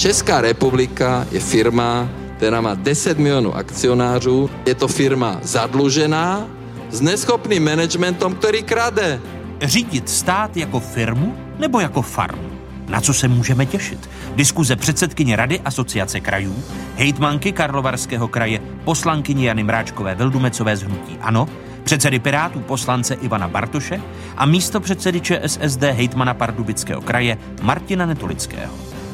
Česká republika je firma, která má 10 milionů akcionářů. Je to firma zadlužená s neschopným managementem, který krade. Řídit stát jako firmu nebo jako farmu? Na co se můžeme těšit? Diskuze předsedkyně Rady Asociace krajů, hejtmanky Karlovarského kraje, poslankyně Jany Mráčkové-Vildumecové z hnutí ANO, předsedy Pirátů poslance Ivana Bartoše a místopředsedy ČSSD hejtmana Pardubického kraje Martina Netolického.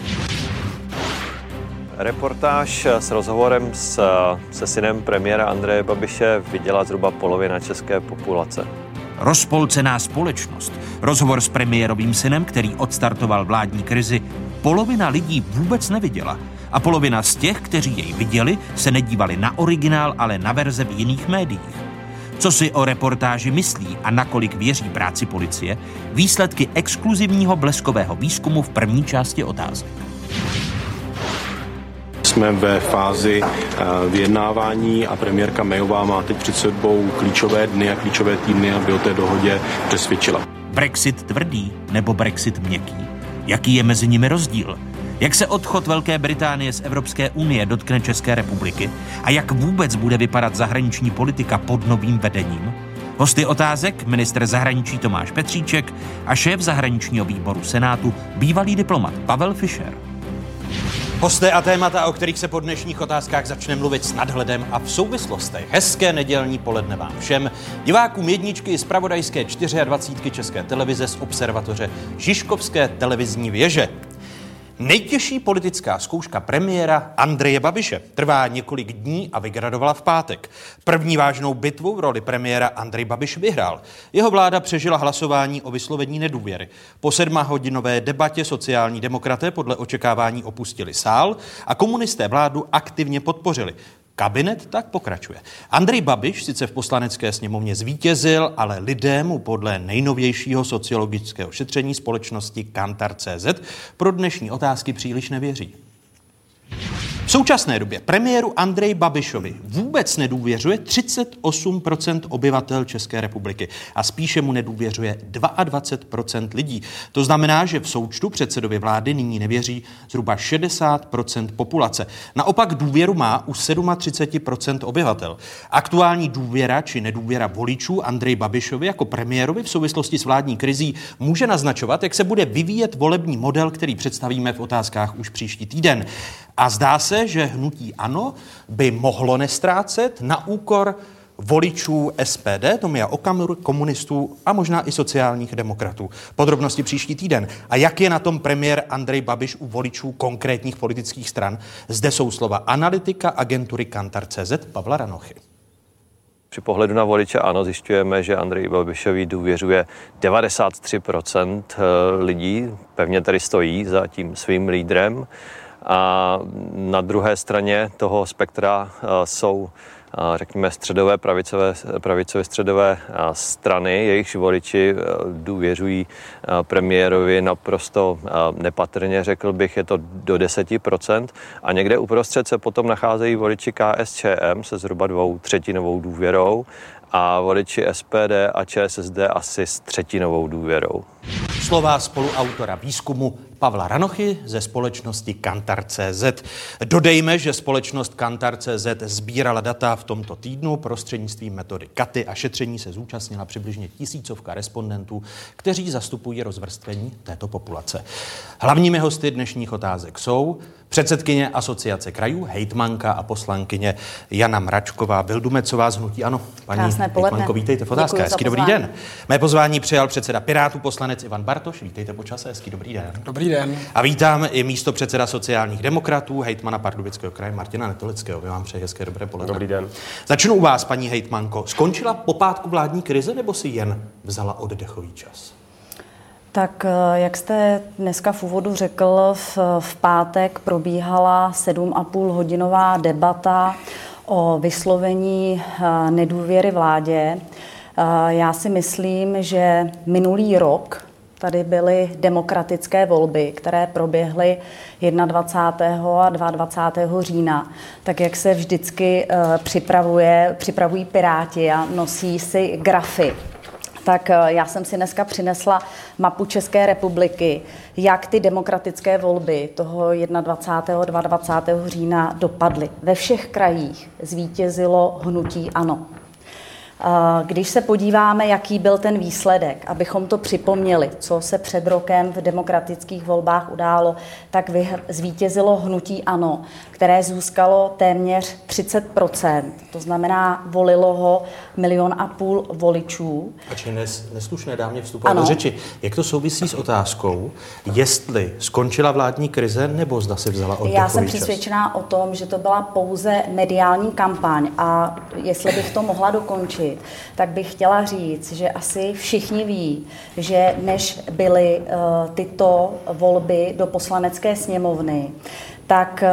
Reportáž s rozhovorem se synem premiéra Andreje Babiše viděla zhruba polovina české populace. Rozpolcená společnost. Rozhovor s premiérovým synem, který odstartoval vládní krizi, polovina lidí vůbec neviděla. A polovina z těch, kteří jej viděli, se nedívali na originál, ale na verze v jiných médiích. Co si o reportáži myslí a nakolik věří práci policie, výsledky exkluzivního bleskového výzkumu v první části Otázek. Jsme ve fázi vyjednávání a premiérka Mayová má teď před sebou klíčové dny a klíčové týdny, aby o té dohodě přesvědčila. Brexit tvrdý nebo Brexit měkký? Jaký je mezi nimi rozdíl? Jak se odchod Velké Británie z Evropské unie dotkne České republiky? A jak vůbec bude vypadat zahraniční politika pod novým vedením? Hosty Otázek ministr zahraničí Tomáš Petříček a šéf zahraničního výboru Senátu, bývalý diplomat Pavel Fischer. Hosté a témata, o kterých se po dnešních Otázkách začne mluvit s nadhledem a v souvislostech. Hezké nedělní poledne vám všem, divákům jedničky z zpravodajské 24 České televize z observatoře Žižkovské televizní věže. Nejtěžší politická zkouška premiéra Andreje Babiše trvá několik dní a vygradovala v pátek. První vážnou bitvu v roli premiéra Andrej Babiš vyhrál. Jeho vláda přežila hlasování o vyslovení nedůvěry. Po 7hodinové debatě sociální demokraté podle očekávání opustili sál a komunisté vládu aktivně podpořili. Kabinet tak pokračuje. Andrej Babiš sice v poslanecké sněmovně zvítězil, ale lidé mu podle nejnovějšího sociologického šetření společnosti Kantar.cz pro dnešní Otázky příliš nevěří. V současné době premiéru Andreji Babišovi vůbec nedůvěřuje 38% obyvatel České republiky a spíše mu nedůvěřuje 22% lidí. To znamená, že v součtu předsedovi vlády nyní nevěří zhruba 60% populace. Naopak důvěru má u 37% obyvatel. Aktuální důvěra či nedůvěra voličů Andreji Babišovi jako premiérovi v souvislosti s vládní krizí může naznačovat, jak se bude vyvíjet volební model, který představíme v Otázkách už příští týden. A zdá se, že hnutí ANO by mohlo nestrácet na úkor voličů SPD, Tomia Okamury, komunistů a možná i sociálních demokratů. Podrobnosti příští týden. A jak je na tom premiér Andrej Babiš u voličů konkrétních politických stran? Zde jsou slova analytika agentury Kantar.cz Pavla Ranochy. Při pohledu na voliče ANO zjišťujeme, že Andreji Babišovi důvěřuje 93% lidí, pevně tady stojí za tím svým lídrem. A na druhé straně toho spektra jsou, řekněme, středové, pravicové středové strany, jejichž voliči důvěřují premiérovi naprosto nepatrně, řekl bych, je to do 10%. A někde uprostřed se potom nacházejí voliči KSČM se zhruba 2/3 důvěrou a voliči SPD a ČSSD asi s 1/3 důvěrou. Slova spoluautora výzkumu Pavla Ranochy ze společnosti Kantar.cz. Dodejme, že společnost Kantar.cz sbírala data v tomto týdnu prostřednictvím metody Katy a šetření se zúčastnila přibližně 1000 respondentů, kteří zastupují rozvrstvení této populace. Hlavními hosty dnešních Otázek jsou předsedkyně Asociace krajů, hejtmanka a poslankyně Jana Mráčková-Vildumecová z hnutí ANO. Paní hejtmanko, vítejte v Otázkách. Hezký dobrý den. Mé pozvání přijal předseda Pirátů poslanec Ivan Bartoš. Vítejte po čase. Hezký dobrý den. Dobrý den. A vítám i místopředseda sociálních demokratů, hejtmana Pardubického kraje Martina Netolického. Vy vám přeji hezké dobré poledne. Dobrý den. Začnu u vás, paní hejtmanko. Skončila po pátku vládní krize nebo si jen vzala oddechový čas? Tak jak jste dneska v úvodu řekl, v pátek probíhala 7,5hodinová debata o vyslovení nedůvěry vládě. Já si myslím, že minulý rok tady byly demokratické volby, které proběhly 21. a 22. října. Tak jak se vždycky připravují Piráti a nosí si grafy tak já jsem si dneska přinesla mapu České republiky, jak ty demokratické volby toho 21. 22. října dopadly. Ve všech krajích zvítězilo hnutí ANO. Když se podíváme, jaký byl ten výsledek, abychom to připomněli, co se před rokem v demokratických volbách událo, tak zvítězilo hnutí ANO, které získalo téměř 30%. To znamená, volilo ho 1,5 milionu voličů. Ači neslušné dámě vstupovat do řeči. Jak to souvisí s otázkou, jestli skončila vládní krize, nebo zda si vzala oddechový čas? Já jsem přesvědčená o tom, že to byla pouze mediální kampaň a jestli bych to mohla dokončit, tak bych chtěla říct, že asi všichni ví, že než byly tyto volby do Poslanecké sněmovny, tak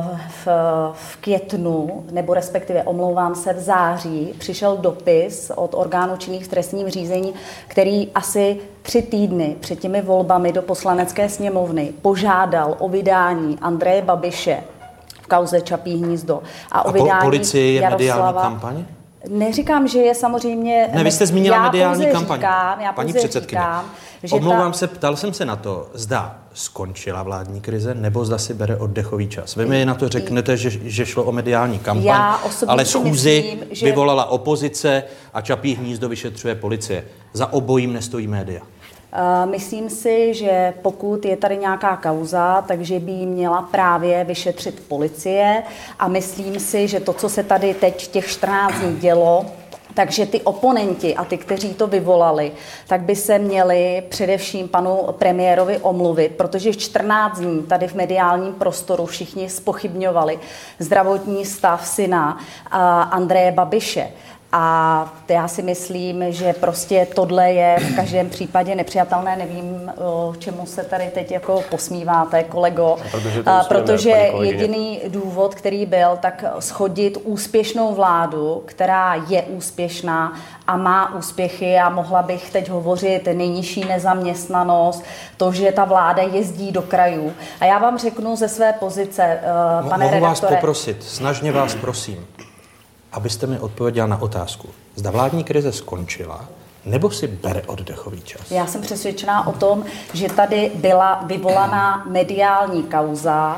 v květnu, nebo respektive omlouvám se, v září, přišel dopis od orgánů činných v trestním řízení, který asi 3 týdny před těmi volbami do Poslanecké sněmovny požádal o vydání Andreje Babiše v kauze Čapí hnízdo a o vydání policie je Jaroslava. mediální kampaň? Neříkám, že je samozřejmě... Ne, vy jste zmínila mediální kampaň. Já paní předsedkyně, omlouvám se, ptal jsem se na to, zda skončila vládní krize, nebo zda si bere oddechový čas. Vy mi na to řeknete, že šlo o mediální kampaň, ale schůzi vyvolala opozice a Čapí hnízdo vyšetřuje policie. Za obojím nestojí média. Myslím si, že pokud je tady nějaká kauza, takže by ji měla právě vyšetřit policie a myslím si, že to, co se tady teď těch 14 dní dělo, takže ty oponenti a ty, kteří to vyvolali, tak by se měli především panu premiérovi omluvit, protože 14 dní tady v mediálním prostoru všichni zpochybňovali zdravotní stav syna Andreje Babiše. A já si myslím, že prostě tohle je v každém případě nepřijatelné. Nevím, čemu se tady teď jako posmíváte, kolego. Protože jediný důvod, který byl, tak shodit úspěšnou vládu, která je úspěšná a má úspěchy a mohla bych teď hovořit nejnižší nezaměstnanost, to, že ta vláda jezdí do krajů. A já vám řeknu ze své pozice, pane redaktore. Mohu vás poprosit, snažně vás prosím, abyste mi odpověděla na otázku. Zda vládní krize skončila, nebo si bere oddechový čas? Já jsem přesvědčená o tom, že tady byla vyvolaná mediální kauza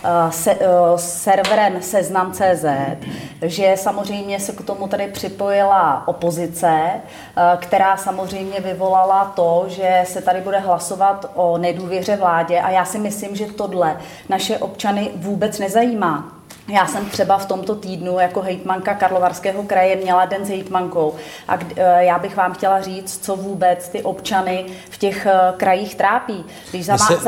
serverem Seznam.cz, že samozřejmě se k tomu tady připojila opozice, která samozřejmě vyvolala to, že se tady bude hlasovat o nedůvěře vládě a já si myslím, že tohle naše občany vůbec nezajímá. Já jsem třeba v tomto týdnu jako hejtmanka Karlovarského kraje měla den s hejtmankou a já bych vám chtěla říct, co vůbec ty občany v těch krajích trápí. Když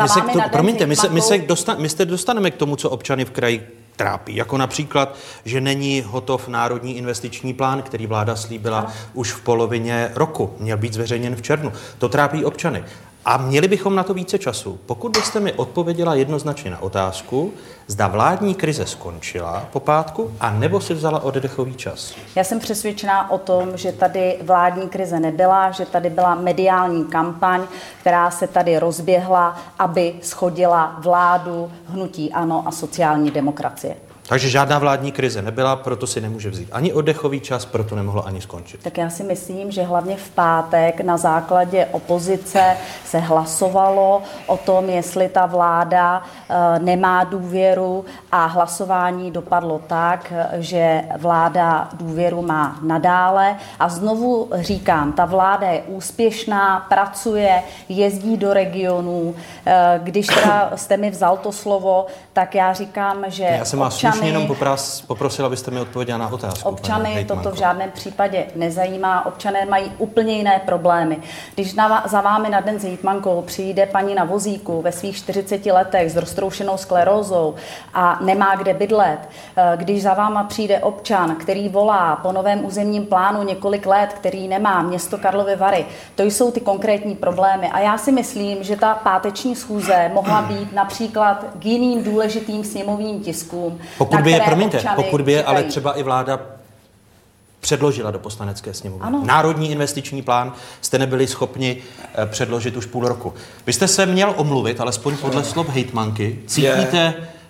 my se dostaneme k tomu, co občany v kraji trápí. Jako například, že není hotov národní investiční plán, který vláda slíbila už v polovině roku. Měl být zveřejněn v červnu. To trápí občany. A měli bychom na to více času. Pokud byste mi odpověděla jednoznačně na otázku, zda vládní krize skončila po pátku, a nebo si vzala oddechový čas. Já jsem přesvědčená o tom, že tady vládní krize nebyla, že tady byla mediální kampaň, která se tady rozběhla, aby shodila vládu, hnutí ANO a sociální demokracie. Takže žádná vládní krize nebyla, proto si nemůže vzít ani oddechový čas, proto nemohla ani skončit. Tak já si myslím, že hlavně v pátek na základě opozice se hlasovalo o tom, jestli ta vláda nemá důvěru a hlasování dopadlo tak, že vláda důvěru má nadále. A znovu říkám, ta vláda je úspěšná, pracuje, jezdí do regionů. Když teda jste mi vzal to slovo, tak já říkám, že já jsem vás slušně jenom poprosil, abyste mi odpověděla na otázku. Občany toto v žádném případě nezajímá. Občané mají úplně jiné problémy. Když za vámi na den s hejtmankou přijde paní na vozíku ve svých 40 letech s roztroušenou sklerózou a nemá kde bydlet, když za váma přijde občan, který volá po novém územním plánu několik let, který nemá město Karlovy Vary, to jsou ty konkrétní problémy. A já si myslím, že ta páteční schůze mohla být například k jiným důležitým sněmovním tiskům. Pokud by je ale třeba i vláda předložila do Poslanecké sněmovny. Ano. Národní investiční plán jste nebyli schopni předložit už půl roku. Vy jste se měl omluvit, alespoň podle slov hejtmanky. Cítíte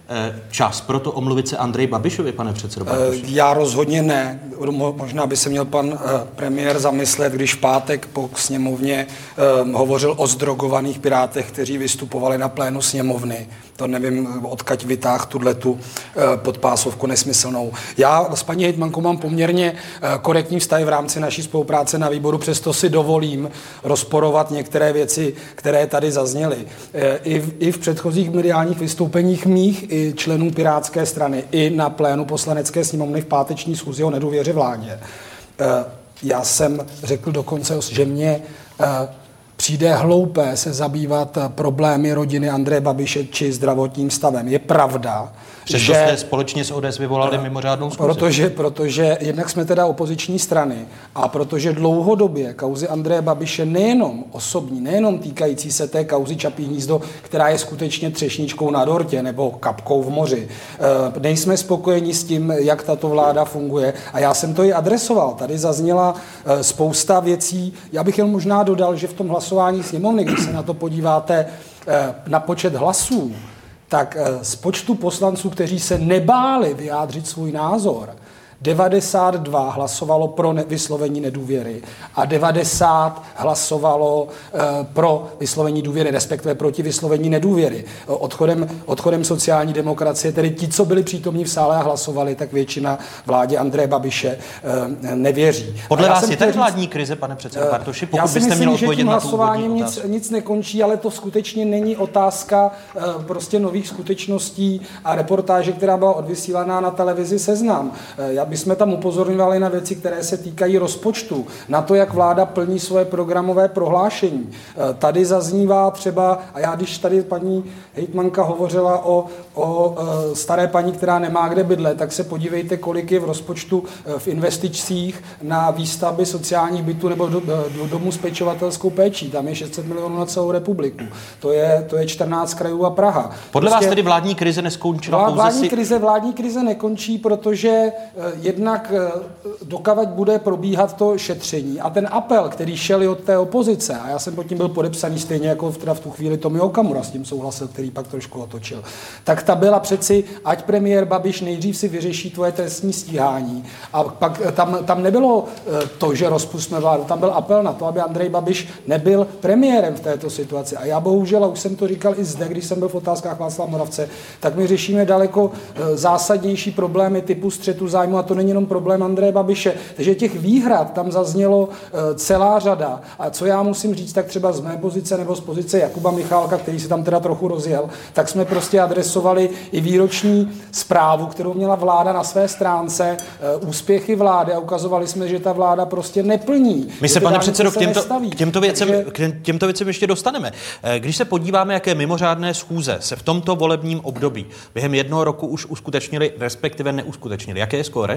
čas pro to omluvit se Andreji Babišovi, pane předsedo Bartoši? Já rozhodně ne. Možná by se měl pan premiér zamyslet, když v pátek po sněmovně hovořil o zdrogovaných pirátech, kteří vystupovali na plénu sněmovny. To nevím, odkud vytáhl tuhletu podpásovku nesmyslnou. Já s paní hejtmankou mám poměrně korektní vztahy v rámci naší spolupráce na výboru, přesto si dovolím rozporovat některé věci, které tady zazněly. I v předchozích mediálních vystoupeních mých i členů Pirátské strany, i na plénu Poslanecké sněmovny v páteční schůzi o nedůvěře vládě. Já jsem řekl dokonce, že mě přijde hloupé se zabývat problémy rodiny Andreje Babiše či zdravotním stavem. Je pravda, že jste společně s ODS vyvolali mimořádnou schůzi. Protože jednak jsme teda opoziční strany a protože dlouhodobě kauzy Andreje Babiše nejenom osobní, nejenom týkající se té kauzy Čapí hnízdo, která je skutečně třešničkou na dortě nebo kapkou v moři. Nejsme spokojeni s tím, jak tato vláda funguje a já jsem to i adresoval. Tady zazněla spousta věcí. Já bych jen možná dodal, že v tom hlasování sněmovny, když se na to podíváte na počet hlasů, tak z počtu poslanců, kteří se nebáli vyjádřit svůj názor, 92 hlasovalo pro vyslovení nedůvěry a 90 hlasovalo pro vyslovení důvěry, respektive proti vyslovení nedůvěry. Odchodem sociální demokracie, tedy ti, co byli přítomní v sále a hlasovali, tak většina vládě Andreje Babiše nevěří. Podle vás je tady vládní krize, pane předsedo Bartoši? Pokud byste měl odpovědět na tu úvodní otázku. Nic nekončí, ale to skutečně není otázka prostě nových skutečností a reportáže, která byla odvysílaná na televizi Seznam. My jsme tam upozorňovali na věci, které se týkají rozpočtu, na to, jak vláda plní svoje programové prohlášení. Tady zaznívá třeba, a já když tady paní hejtmanka hovořila o staré paní, která nemá kde bydlet, tak se podívejte, kolik je v rozpočtu v investicích na výstavby sociálních bytů nebo domů s pečovatelskou péčí. Tam je 600 milionů na celou republiku. To je 14 krajů a Praha. Podle vás tedy vládní krize neskončila? Vládní krize nekončí, protože jednak dokavať bude probíhat to šetření a ten apel, který šel i od té opozice, a já jsem pod tím byl podepsaný stejně jako v tu chvíli Tomio Okamura s tím souhlasil, který pak trošku otočil, tak ta byla přeci, ať premiér Babiš nejdřív si vyřeší tvoje trestní stíhání a pak tam nebylo to, že rozpustíme vládu, tam byl apel na to, aby Andrej Babiš nebyl premiérem v této situaci a já bohužel, a už jsem to říkal i zde, když jsem byl v Otázkách Václava Moravce, tak my řešíme daleko zásadnější problémy typu střetu zájmu a to není jenom problém Andreje Babiše. Takže těch výhrad tam zaznělo celá řada. A co já musím říct, tak třeba z mé pozice nebo z pozice Jakuba Michálka, který se tam teda trochu rozjel, tak jsme prostě adresovali i výroční zprávu, kterou měla vláda na své stránce, úspěchy vlády a ukazovali jsme, že ta vláda prostě neplní. My se, pane předsedo, k těmto věcem ještě dostaneme. Když se podíváme, jaké mimořádné schůze se v tomto volebním období během jednoho roku už uskutečnili, respektive neuskutečnili. Jaké je skóre?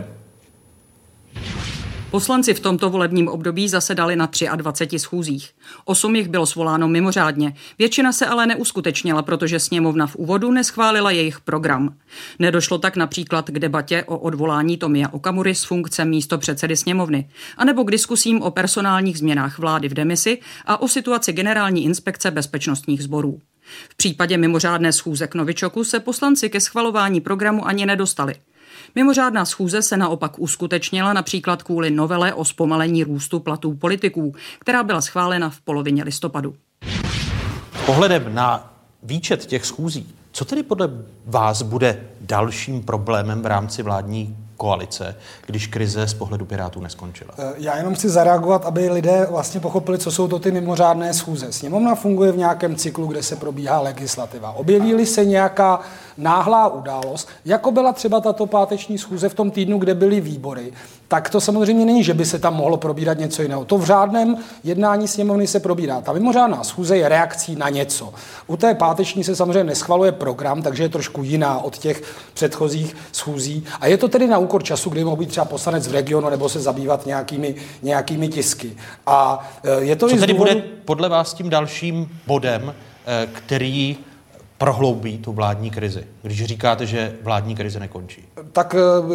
Poslanci v tomto volebním období zasedali na 23 schůzích. 8 jich bylo svoláno mimořádně. Většina se ale neuskutečnila, protože sněmovna v úvodu neschválila jejich program. Nedošlo tak například k debatě o odvolání Tomia Okamury z funkce místopředsedy sněmovny, anebo k diskusím o personálních změnách vlády v demisi a o situaci Generální inspekce bezpečnostních sborů. V případě mimořádné schůze k novičoku se poslanci ke schvalování programu ani nedostali. Mimořádná schůze se naopak uskutečnila například kvůli novele o zpomalení růstu platů politiků, která byla schválena v polovině listopadu. Pohledem na výčet těch schůzí, co tedy podle vás bude dalším problémem v rámci vládní koalice, když krize z pohledu Pirátů neskončila? Já jenom chci zareagovat, aby lidé vlastně pochopili, co jsou to ty mimořádné schůze. Sněmovna funguje v nějakém cyklu, kde se probíhá legislativa. Objeví-li se nějaká náhlá událost, jako byla třeba tato páteční schůze v tom týdnu, kde byly výbory, tak to samozřejmě není, že by se tam mohlo probírat něco jiného. To v řádném jednání sněmovny se probírá. Ta mimořádná schůze je reakcí na něco. U té páteční se samozřejmě neschvaluje program, takže je trošku jiná od těch předchozích schůzí. A je to tedy na úkor času, kdy mohl být třeba poslanec v regionu nebo se zabývat nějakými tisky. A je to co tedy bude podle vás tím dalším bodem, který prohloubí tu vládní krizi, když říkáte, že vládní krize nekončí? Tak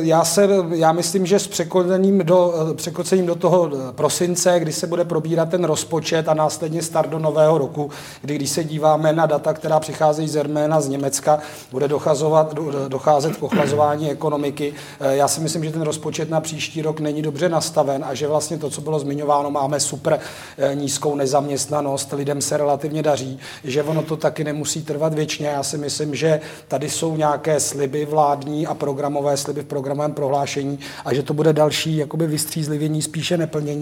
já myslím, že s překročením do toho prosince, kdy se bude probírat ten rozpočet a následně start do nového roku, když se díváme na data, která přicházejí zejména z Německa, bude docházet k ochlazování ekonomiky. Já si myslím, že ten rozpočet na příští rok není dobře nastaven a že vlastně to, co bylo zmiňováno, máme super nízkou nezaměstnanost, lidem se relativně daří, že ono to taky nemusí trvat většině. Já si myslím, že tady jsou nějaké sliby vládní a programové sliby v programovém prohlášení a že to bude další jakoby vystřízlivění, spíše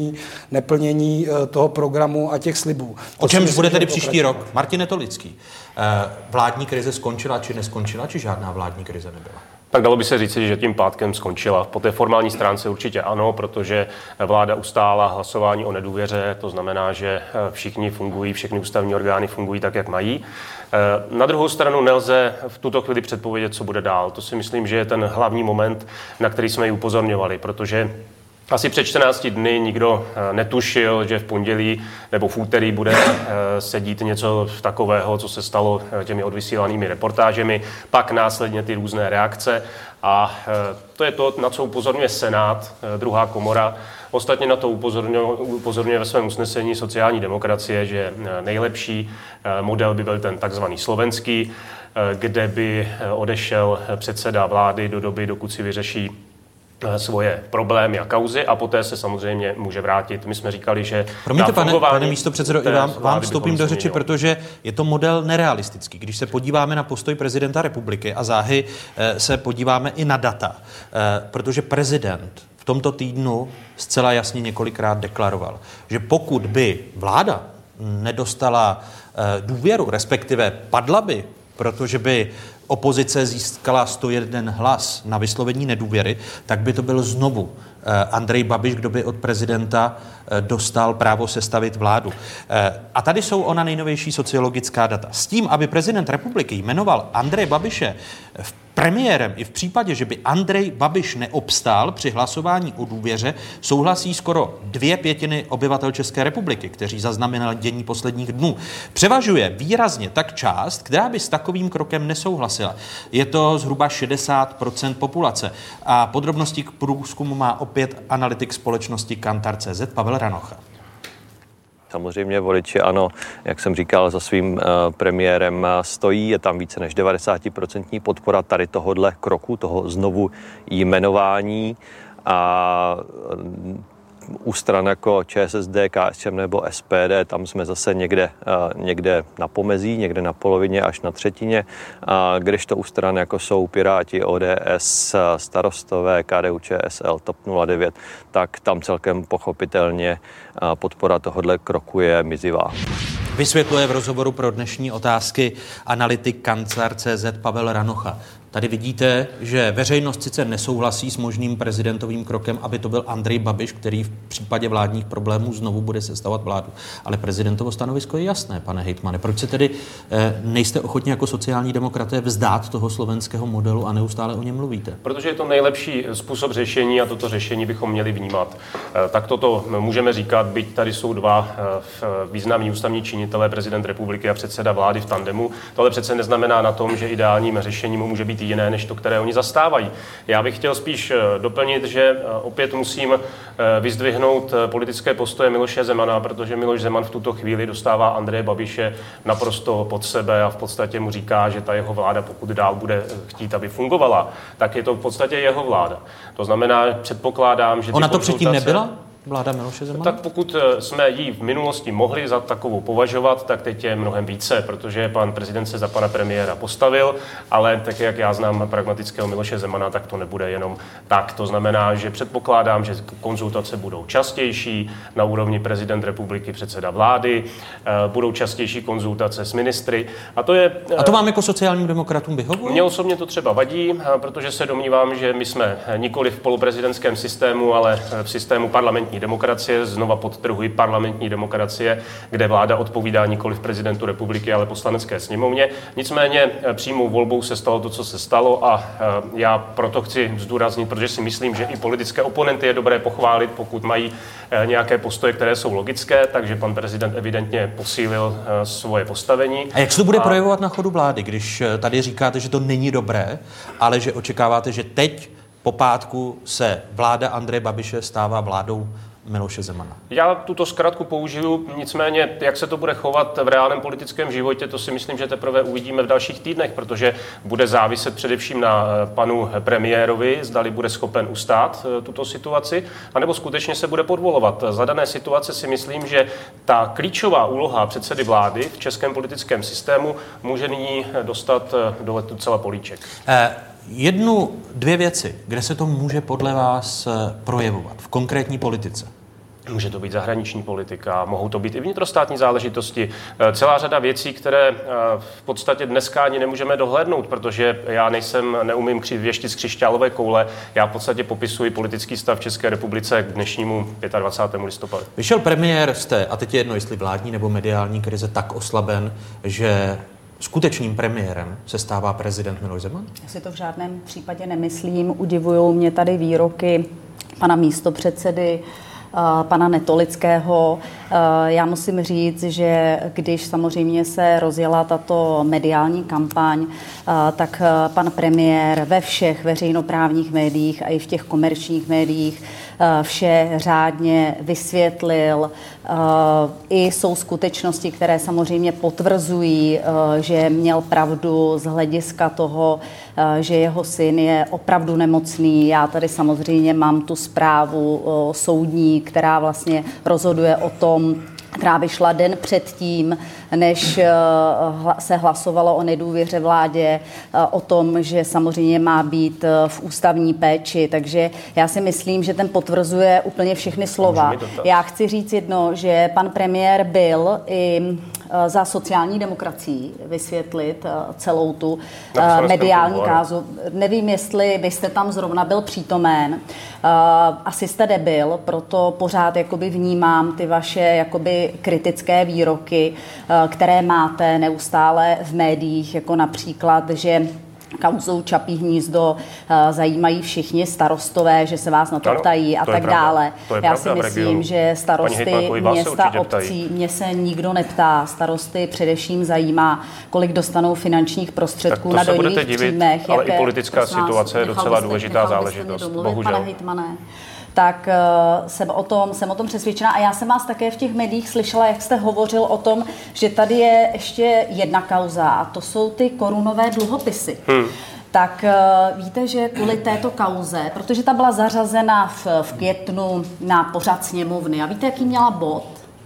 neplnění toho programu a těch slibů. O čemž bude tedy příští rok? Martin Netolický. Vládní krize skončila či neskončila, či žádná vládní krize nebyla? Tak dalo by se říct, že tím pátkem skončila. Po té formální stránce určitě ano, protože vláda ustála hlasování o nedůvěře, to znamená, že všichni fungují, všechny ústavní orgány fungují tak, jak mají. Na druhou stranu nelze v tuto chvíli předpovědět, co bude dál. To si myslím, že je ten hlavní moment, na který jsme ji upozorňovali, protože asi před 14 dny nikdo netušil, že v pondělí nebo v úterý bude sedít něco takového, co se stalo těmi odvysílanými reportážemi, pak následně ty různé reakce a to je to, na co upozorňuje Senát, druhá komora. Ostatně na to upozorňuje ve svém usnesení sociální demokracie, že nejlepší model by byl ten takzvaný slovenský, kde by odešel předseda vlády do doby, dokud si vyřeší svoje problémy a kauzy a poté se samozřejmě může vrátit. My jsme říkali, že... Promiňte, pane místopředsedo, i vám vstoupím do řeči, protože je to model nerealistický. Když se podíváme na postoj prezidenta republiky a záhy se podíváme i na data, protože prezident v tomto týdnu zcela jasně několikrát deklaroval, že pokud by vláda nedostala důvěru, respektive padla by, protože by opozice získala 101 hlas na vyslovení nedůvěry, tak by to byl znovu Andrej Babiš, kdo by od prezidenta dostal právo sestavit vládu. A tady jsou ona nejnovější sociologická data. S tím, aby prezident republiky jmenoval Andreje Babiše premiérem i v případě, že by Andrej Babiš neobstál při hlasování o důvěře, souhlasí skoro 2/5 obyvatel České republiky, kteří zaznamenali dění posledních dnů. Převažuje výrazně tak část, která by s takovým krokem nesouhlasila. Je to zhruba 60% populace. A podrobnosti k průzkumu má opět analytik společnosti Kantar.cz Pavel Ranocha. Samozřejmě voliči ANO, jak jsem říkal, za svým premiérem stojí, je tam více než 90% podpora tady tohodle kroku, toho znovu jmenování a u stran jako ČSSD, KSČM nebo SPD, tam jsme zase někde na pomezí, někde na polovině až na třetině, a kdežto u stran jako jsou Piráti, ODS, Starostové, KDU, ČSL, TOP 09, tak tam celkem pochopitelně podpora tohodle kroku je mizivá. Vysvětluje v rozhovoru pro dnešní otázky analytik Kantar.cz Pavel Ranocha. Tady vidíte, že veřejnost sice nesouhlasí s možným prezidentovým krokem, aby to byl Andrej Babiš, který v případě vládních problémů znovu bude sestavovat vládu. Ale prezidentovo stanovisko je jasné, pane hejtmane. Proč se tedy nejste ochotni jako sociální demokraté vzdát toho slovenského modelu a neustále o něm mluvíte? Protože je to nejlepší způsob řešení a toto řešení bychom měli vnímat. Tak toto můžeme říkat, byť tady jsou dva významní ústavní činitelé, prezident republiky a předseda vlády v tandemu. To ale přece neznamená na tom, že ideálním řešením může být jiné, než to, které oni zastávají. Já bych chtěl spíš doplnit, že opět musím vyzdvihnout politické postoje Miloše Zemana, protože Miloš Zeman v tuto chvíli dostává Andreje Babiše naprosto pod sebe a v podstatě mu říká, že ta jeho vláda, pokud dál bude chtít, aby fungovala, tak je to v podstatě jeho vláda. To znamená, předpokládám, že... Ona to předtím nebyla? Vláda Miloše Zemana? Tak pokud jsme ji v minulosti mohli za takovou považovat, tak teď je mnohem více, protože pan prezident se za pana premiéra postavil, ale tak, jak já znám pragmatického Miloše Zemana, tak to nebude jenom tak. To znamená, že předpokládám, že konzultace budou častější na úrovni prezident republiky, předseda vlády, budou častější konzultace s ministry. A to vám jako sociálním demokratům vyhovuje? Mně osobně to třeba vadí, protože se domnívám, že my jsme nikoli v poloprezidentském systému, ale v systému parlamentní parlamentní demokracie, znova podtrhuji parlamentní demokracie, kde vláda odpovídá nikoliv prezidentu republiky, ale poslanecké sněmovně. Nicméně přímou volbou se stalo to, co se stalo a já proto chci zdůraznit, protože si myslím, že i politické oponenty je dobré pochválit, pokud mají nějaké postoje, které jsou logické, takže pan prezident evidentně posílil svoje postavení. A jak se to bude projevovat na chodu vlády, když tady říkáte, že to není dobré, ale že očekáváte, že teď po pátku se vláda Andreje Babiše stává vládou Miloše Zemana? Já tuto zkratku použiju, nicméně jak se to bude chovat v reálném politickém životě, to si myslím, že teprve uvidíme v dalších týdnech, protože bude záviset především na panu premiérovi, zdali bude schopen ustát tuto situaci, anebo skutečně se bude podvolovat. Za dané situace si myslím, že ta klíčová úloha předsedy vlády v českém politickém systému může nyní dostat do letu celá políček. Dvě věci, kde se to může podle vás projevovat v konkrétní politice? Může to být zahraniční politika, mohou to být i vnitrostátní záležitosti. Celá řada věcí, které v podstatě dneska ani nemůžeme dohlédnout, protože já neumím věštit z křišťálové koule. Já v podstatě popisuji politický stav v České republice k dnešnímu 25. listopadu. Vyšel premiér, a teď je jedno, jestli vládní nebo mediální krize, tak oslaben, že skutečným premiérem se stává prezident Miloš Zeman? Já si to v žádném případě nemyslím. Udivují mě tady výroky pana místopředsedy, pana Netolického. Já musím říct, že když samozřejmě se rozjela tato mediální kampaň, tak pan premiér ve všech veřejnoprávních médiích a i v těch komerčních médiích vše řádně vysvětlil. I jsou skutečnosti, které samozřejmě potvrzují, že měl pravdu z hlediska toho, že jeho syn je opravdu nemocný. Já tady samozřejmě mám tu zprávu soudní, která vlastně rozhoduje o tom, která vyšla den předtím, než se hlasovalo o nedůvěře vládě, o tom, že samozřejmě má být v ústavní péči. Takže já si myslím, že ten potvrzuje úplně všechny slova. Já chci říct jedno, že pan premiér byl i za sociální demokracii vysvětlit celou tu mediální kázu. Nevím, jestli vy jste tam zrovna byl přítomen. Asi jste nebyl, proto pořád jakoby vnímám ty vaše jakoby kritické výroky, které máte neustále v médiích, jako například, že kauzou Čapí hnízdo zajímají všichni starostové, že se vás na to ptají a tak dále. Já si myslím, že starosty města, obcí, mě se nikdo neptá. Starosty především zajímá, kolik dostanou finančních prostředků na dojných příjmech. Ale i politická situace je docela důležitá záležitost. Bohužel. Pane hejtmane. Tak jsem o tom přesvědčena. A já jsem vás také v těch médiích slyšela, jak jste hovořil o tom, že tady je ještě jedna kauza a to jsou ty korunové dluhopisy. Tak víte, že kvůli této kauze, protože ta byla zařazena v květnu na pořad sněmovny a víte, jaký měla bod?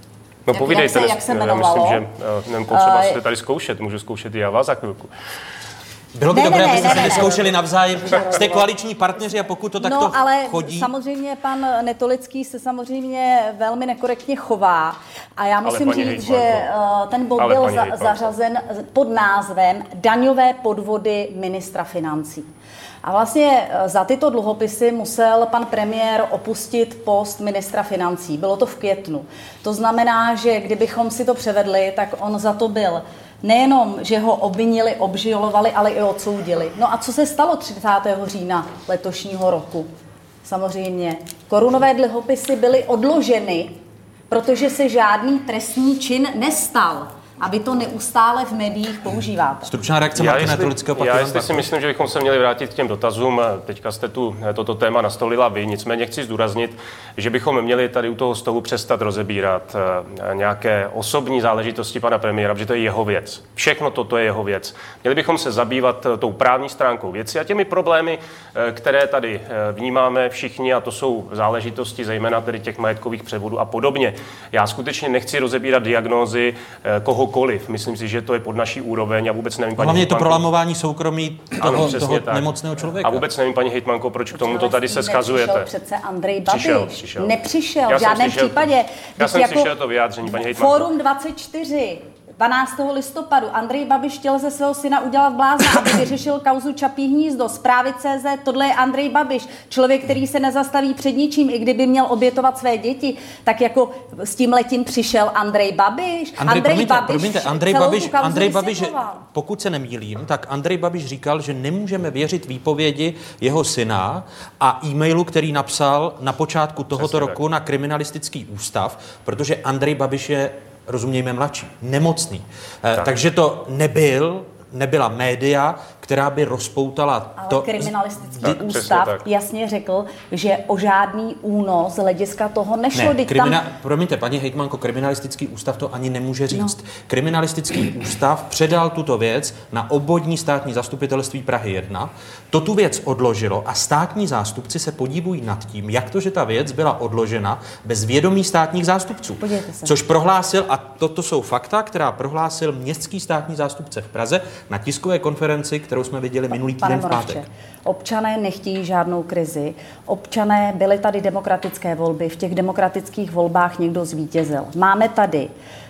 No povídejte, jak se jmenovalo? Já myslím, že nevím potřeba se tady zkoušet, můžu zkoušet i já vás za chvilku. Bylo by dobré, abyste se vyzkoušeli navzájem. Jste koaliční partneři a pokud to takto chodí... samozřejmě pan Netolický se samozřejmě velmi nekorektně chová. A já musím říct, že ten bod byl zařazen pod názvem Daňové podvody ministra financí. A vlastně za tyto dluhopisy musel pan premiér opustit post ministra financí. Bylo to v květnu. To znamená, že kdybychom si to převedli, tak on za to byl nejenom, že ho obvinili, obžalovali, ale i odsoudili. No a co se stalo 30. října letošního roku? Samozřejmě korunové dluhopisy byly odloženy, protože se žádný trestný čin nestal. A vy to neustále v médiích používáte. Stručná reakce Martina Netolického. Já si myslím, že bychom se měli vrátit k těm dotazům. Teďka jste toto téma nastolila vy. Nicméně chci zdůraznit, že bychom měli tady u toho stolu přestat rozebírat nějaké osobní záležitosti pana premiéra, protože to je jeho věc. Všechno toto je jeho věc. Měli bychom se zabývat tou právní stránkou věci a těmi problémy, které tady vnímáme všichni, a to jsou záležitosti zejména tedy těch majetkových převodů a podobně. Já skutečně nechci rozebírat diagnózy kohokoliv. Myslím si, že to je pod naší úroveň a vůbec nevím, paní hejtmanko. To prolaminování soukromí toho nemocného člověka. A vůbec nevím, paní hejtmanko, proč k tomu to tady se schazujete. Nepřišel přece Andrej Babiš. Přišel. Nepřišel v žádném případě. Já jsem slyšel to vyjádření, paní hejtmanko. Fórum 24 12. listopadu Andrej Babiš chtěl ze svého syna udělat blázna, aby vyřešil kauzu Čapí hnízdo. Zprávy.cz, tohle je Andrej Babiš, člověk, který se nezastaví před ničím, i kdyby měl obětovat své děti, tak jako s tím letím přišel Andrej Babiš. Andrej Babiš, pokud se nemýlím, tak Andrej Babiš říkal, že nemůžeme věřit výpovědi jeho syna a e-mailu, který napsal na počátku tohoto roku na kriminalistický ústav, protože Andrej Babiš je, rozumějme, mladší, nemocný. Takže to nebyla média, která by rozpoutala ale to. Kriminalistický ústav jasně řekl, že o žádný únos z hlediska toho nešlo. Promiňte, paní hejtmanko, kriminalistický ústav to ani nemůže říct. No. Kriminalistický ústav předal tuto věc na obvodní státní zastupitelství Prahy 1. To tu věc odložilo a státní zástupci se podívují nad tím, jak to, že ta věc byla odložena bez vědomí státních zástupců. Což prohlásil, a toto jsou fakta, která prohlásil městský státní zástupce v Praze na tiskové konferenci, kterou jsme viděli minulý týden v pátek. Občané nechtějí žádnou krizi. Občané, byly tady demokratické volby. V těch demokratických volbách někdo zvítězil. Máme tady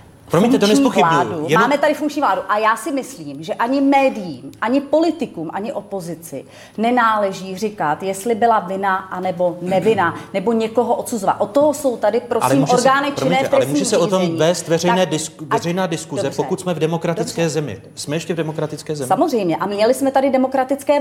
Máme tady funkční vládu a já si myslím, že ani médiím, ani politikům, ani opozici nenáleží říkat, jestli byla vina anebo nevina, nebo někoho odsuzovat. O toho jsou tady, prosím, orgány činné v trestním ale může se o tom vést veřejná diskuze, dobře. Pokud jsme v demokratické zemi. Jsme ještě v demokratické zemi? Samozřejmě. A měli jsme tady demokratické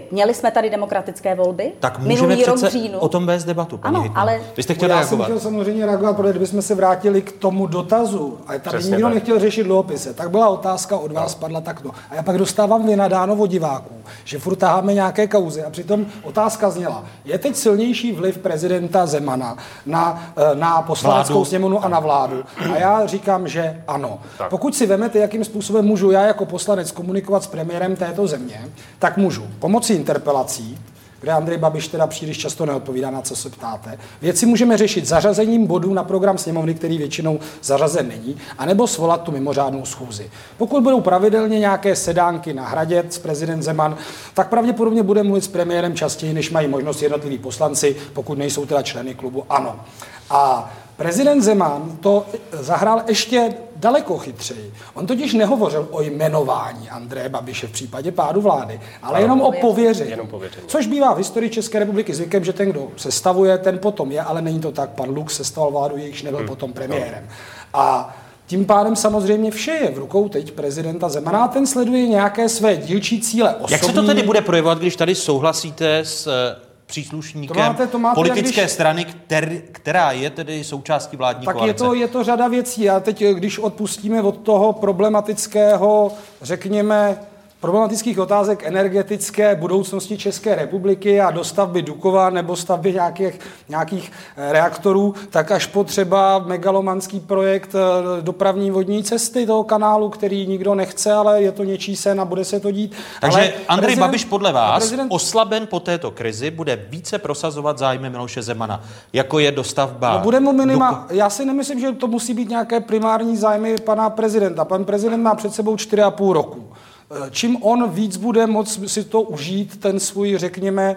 volby. Tak můžeme přece o tom vést debatu, paní hejtmanko. Ale vy jste chtěli reagovat. Já jsem chtěl samozřejmě reagovat, protože kdybychom se vrátili k tomu dotazu, a tady nikdo nechtěl řešit dluhopisy, tak byla otázka od vás, padla takto. A já pak dostávám vynadáno od diváků, že furt taháme nějaké kauzy. A přitom otázka zněla, je teď silnější vliv prezidenta Zemana na poslaneckou sněmovnu a na vládu? A já říkám, že ano. Tak. Pokud si vemete, jakým způsobem můžu já jako poslanec komunikovat s premiérem této země, tak můžu pomocí interpelací, kde Andrej Babiš teda příliš často neodpovídá, na co se ptáte. Věci můžeme řešit zařazením bodů na program sněmovny, který většinou zařazen není, anebo svolat tu mimořádnou schůzi. Pokud budou pravidelně nějaké sedánky na Hradě s prezident Zeman, tak pravděpodobně bude mluvit s premiérem častěji, než mají možnost jednotliví poslanci, pokud nejsou teda členy klubu ANO. A prezident Zeman to zahrál ještě daleko chytřeji. On totiž nehovořil o jmenování Andreje Babiše v případě pádu vlády, ale jenom o pověření. Což bývá v historii České republiky zvykem, že ten, kdo sestavuje, ten potom je, ale není to tak. Pan Lux sestavoval vládu, jejichž nebyl potom premiérem. A tím pádem samozřejmě vše je v rukou teď prezidenta Zemana a ten sleduje nějaké své dílčí cíle osobní. Jak se to tedy bude projevovat, když tady souhlasíte s příslušníkem politické strany, která je tedy součástí vládní koalice? Tak je to řada věcí. A teď, když odpustíme od toho problematického, řekněme, problematických otázek energetické budoucnosti České republiky a dostavby Dukovan nebo stavby nějakých reaktorů, tak až po třeba megalomanský projekt dopravní vodní cesty toho kanálu, který nikdo nechce, ale je to něčí sen a bude se to dít. Takže ale Andrej Babiš podle vás, oslaben po této krizi, bude více prosazovat zájmy Miloše Zemana, jako je dostavba... Já si nemyslím, že to musí být nějaké primární zájmy pana prezidenta. Pan prezident má před sebou 4,5 roku. Čím on víc bude moct si to užít, ten svůj, řekněme,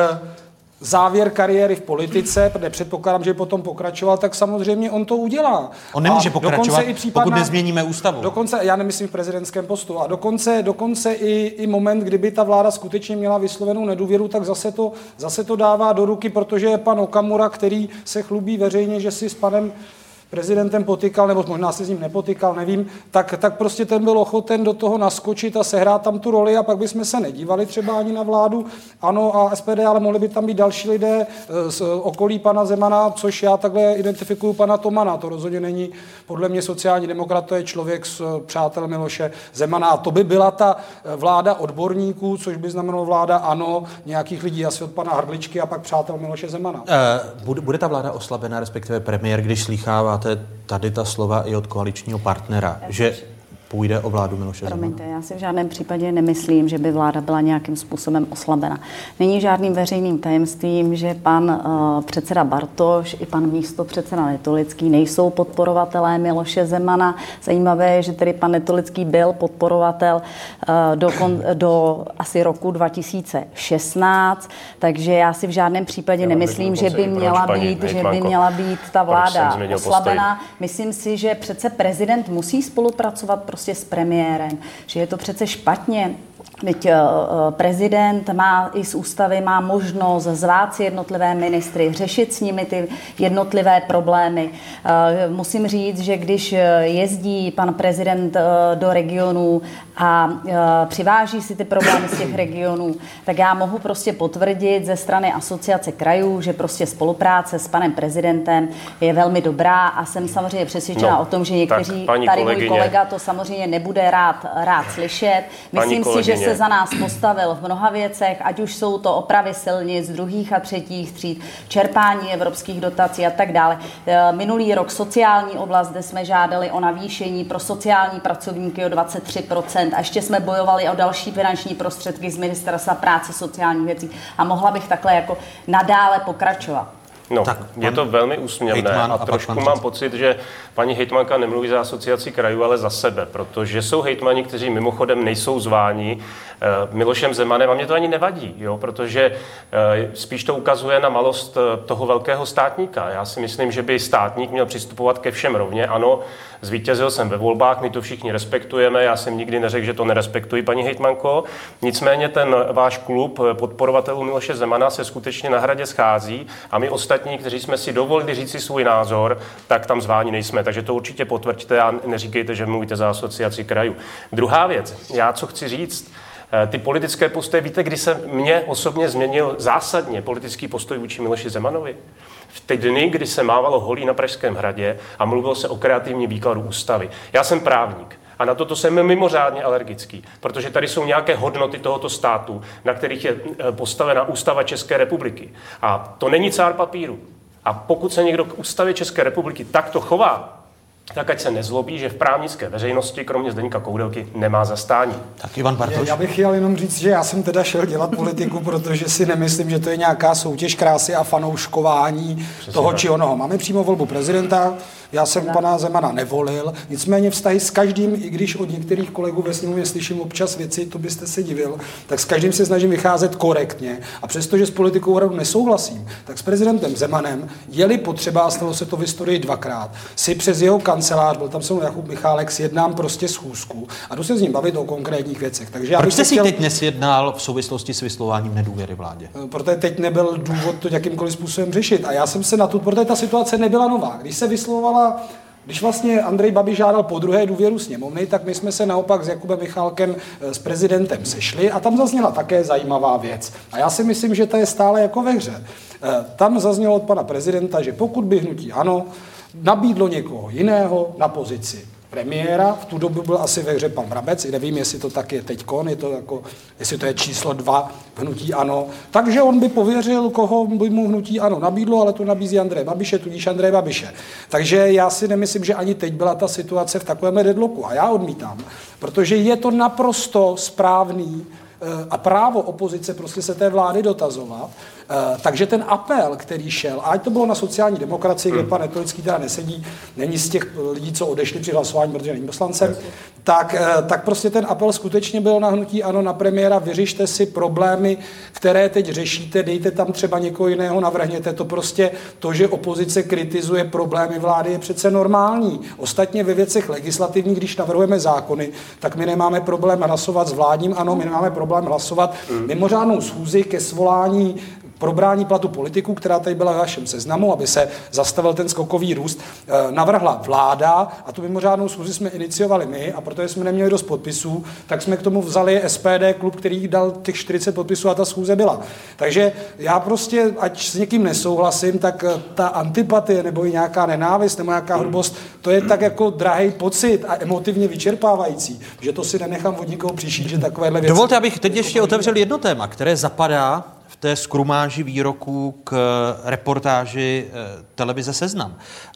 závěr kariéry v politice, protože předpokládám, že potom pokračoval, tak samozřejmě on to udělá. On nemůže pokračovat, pokud nezměníme ústavu. Dokonce, já nemyslím v prezidentském postu, a dokonce i moment, kdyby ta vláda skutečně měla vyslovenou nedůvěru, tak zase to dává do ruky, protože je pan Okamura, který se chlubí veřejně, že si s panem prezidentem potykal, nebo možná se s ním nepotykal, nevím, tak prostě ten byl ochoten do toho naskočit a sehrát tam tu roli a pak bychom se nedívali třeba ani na vládu ANO a SPD, ale mohli by tam být další lidé z okolí pana Zemana, což já takhle identifikuju pana Tomana. To rozhodně není podle mě sociální demokrat, to je člověk z přátel Miloše Zemana a to by byla ta vláda odborníků, což by znamenalo vláda ANO, nějakých lidí asi od pana Hrdličky a pak přátel Miloše Zemana. Bude ta vláda oslabená, respektive premiér, když slýchává tady ta slova i od koaličního partnera, že půjde o vládu Miloše Zemana? Promiňte, já si v žádném případě nemyslím, že by vláda byla nějakým způsobem oslabena. Není žádným veřejným tajemstvím, že pan předseda Bartoš i pan místopředseda Netolický nejsou podporovatelé Miloše Zemana. Zajímavé je, že tedy pan Netolický byl podporovatel do asi roku 2016, takže já si v žádném případě nemyslím, že by měla být ta vláda oslabená. Myslím si, že přece prezident musí spolupracovat prostě s premiérem, že je to přece špatně. Teď prezident má i z ústavy má možnost zvát si jednotlivé ministry, řešit s nimi ty jednotlivé problémy. Musím říct, že když jezdí pan prezident do regionů a přiváží si ty problémy z těch regionů, tak já mohu prostě potvrdit ze strany Asociace krajů, že prostě spolupráce s panem prezidentem je velmi dobrá a jsem samozřejmě přesvědčena o tom, že někteří, tady můj kolega to samozřejmě nebude rád slyšet. Myslím si, že se za nás postavil v mnoha věcech, ať už jsou to opravy silnic, druhých a třetích tříd, čerpání evropských dotací a tak dále. Minulý rok sociální oblast, kde jsme žádali o navýšení pro sociální pracovníky o 23% a ještě jsme bojovali o další finanční prostředky z Ministerstva práce sociálních věcí a mohla bych takhle jako nadále pokračovat. No, tak, je to velmi úsměvné a trošku mám pocit, že paní hejtmanka nemluví za Asociaci krajů, ale za sebe, protože jsou hejtmani, kteří mimochodem nejsou zváni Milošem Zemanem a mě to ani nevadí, jo, protože spíš to ukazuje na malost toho velkého státníka. Já si myslím, že by státník měl přistupovat ke všem rovně. Ano, zvítězil jsem ve volbách, my to všichni respektujeme, já jsem nikdy neřekl, že to nerespektuji, paní hejtmanko. Nicméně ten váš klub podporovatelů Miloše Zemana se skutečně na Hradě schází a my ostatní, kteří jsme si dovolili říct si svůj názor, tak tam zváni nejsme. Takže to určitě potvrďte a neříkejte, že mluvíte za Asociaci krajů. Druhá věc, já co chci říct, ty politické postoje, víte, kdy se mně osobně změnil zásadně politický postoj vůči Miloši Zemanovi? V ty dny, kdy se mávalo holí na Pražském hradě a mluvilo se o kreativním výkladu ústavy. Já jsem právník a na toto jsem mimořádně alergický, protože tady jsou nějaké hodnoty tohoto státu, na kterých je postavena ústava České republiky. A to není cár papíru. A pokud se někdo k ústavě České republiky takto chová, tak ať se nezlobí, že v právnické veřejnosti, kromě Zdeňka Koudelky, nemá zastání. Tak Ivan Bartoš. Já bych chtěl jenom říct, že já jsem teda šel dělat politiku, protože si nemyslím, že to je nějaká soutěž krásy a fanouškování toho či onoho. Máme přímo volbu prezidenta, já jsem pana Zemana nevolil, nicméně vztahy s každým, i když od některých kolegů ve sněmovně slyším občas věci, to byste se divil, tak s každým se snažím vycházet korektně. A přestože s politikou opravdu nesouhlasím, tak s prezidentem Zemanem je-li potřeba, stalo se to v historii dvakrát, si přes jeho kancelář, byl tam se mnou Jakub Michálek, sjednám prostě schůzku a jdu se s ním bavit o konkrétních věcech. Takže proč jste si teď nesjednal v souvislosti s vyslováním nedůvěry vládě? Protože teď nebyl důvod to jakýmkoliv způsobem řešit. A já jsem se na to, protože ta situace nebyla nová. Když vlastně Andrej Babiš žádal podruhé důvěru sněmovny, tak my jsme se naopak s Jakubem Michálkem, s prezidentem sešli a tam zazněla také zajímavá věc. A já si myslím, že ta je stále jako ve hře. Tam zaznělo od pana prezidenta, že pokud by hnutí ANO nabídlo někoho jiného na pozici premiéra, v tu dobu byl asi ve hře pan Brabec, nevím, jestli to tak je teďkon, jestli to je číslo 2 v hnutí ANO, takže on by pověřil, koho by mu hnutí ANO nabídlo, ale to nabízí Andreje Babiše, tudíž Andreje Babiše. Takže já si nemyslím, že ani teď byla ta situace v takovém deadlocku a já odmítám, protože je to naprosto správný a právo opozice prostě se té vlády dotazovat. Takže ten apel, který šel, a ať to bylo na sociální demokracii, kde pan Netolický teda nesedí, není z těch lidí, co odešli při hlasování, protože není poslancem, tak prostě ten apel skutečně byl na hnutí ANO, na premiéra, vyřešte si problémy, které teď řešíte, dejte tam třeba někoho jiného, navrhněte to prostě, to, že opozice kritizuje problémy vlády, je přece normální. Ostatně ve věcech legislativních, když navrhujeme zákony, tak my nemáme problém hlasovat s vládním ANO, my nemáme problém hlasovat mimořádnou schůzi ke svolání probrání platu politiků, která tady byla ve vašem seznamu, aby se zastavil ten skokový růst, navrhla vláda a tu mimořádnou schůzi jsme iniciovali my a protože jsme neměli dost podpisů, tak jsme k tomu vzali SPD klub, který dal těch 40 podpisů a ta schůze byla. Takže já prostě, ať s někým nesouhlasím, tak ta antipatie nebo i nějaká nenávist nebo nějaká hrubost, to je tak jako drahý pocit a emotivně vyčerpávající, že to si nenechám od nikoho přišít, že takovéhle věci. Dovolte, abych teď ještě otevřel jedno téma, které zapadá v té skrumáži výroků k reportáži televize Seznam.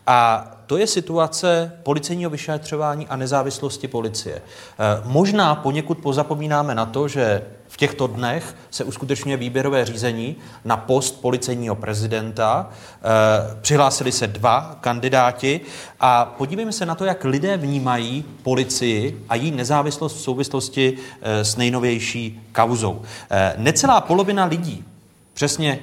A to je situace policejního vyšetřování a nezávislosti policie. Možná poněkud pozapomínáme na to, že v těchto dnech se uskutečňuje výběrové řízení na post policejního prezidenta. Přihlásili se 2 kandidáti a podívejme se na to, jak lidé vnímají policii a její nezávislost v souvislosti s nejnovější kauzou. Necelá polovina lidí, přesně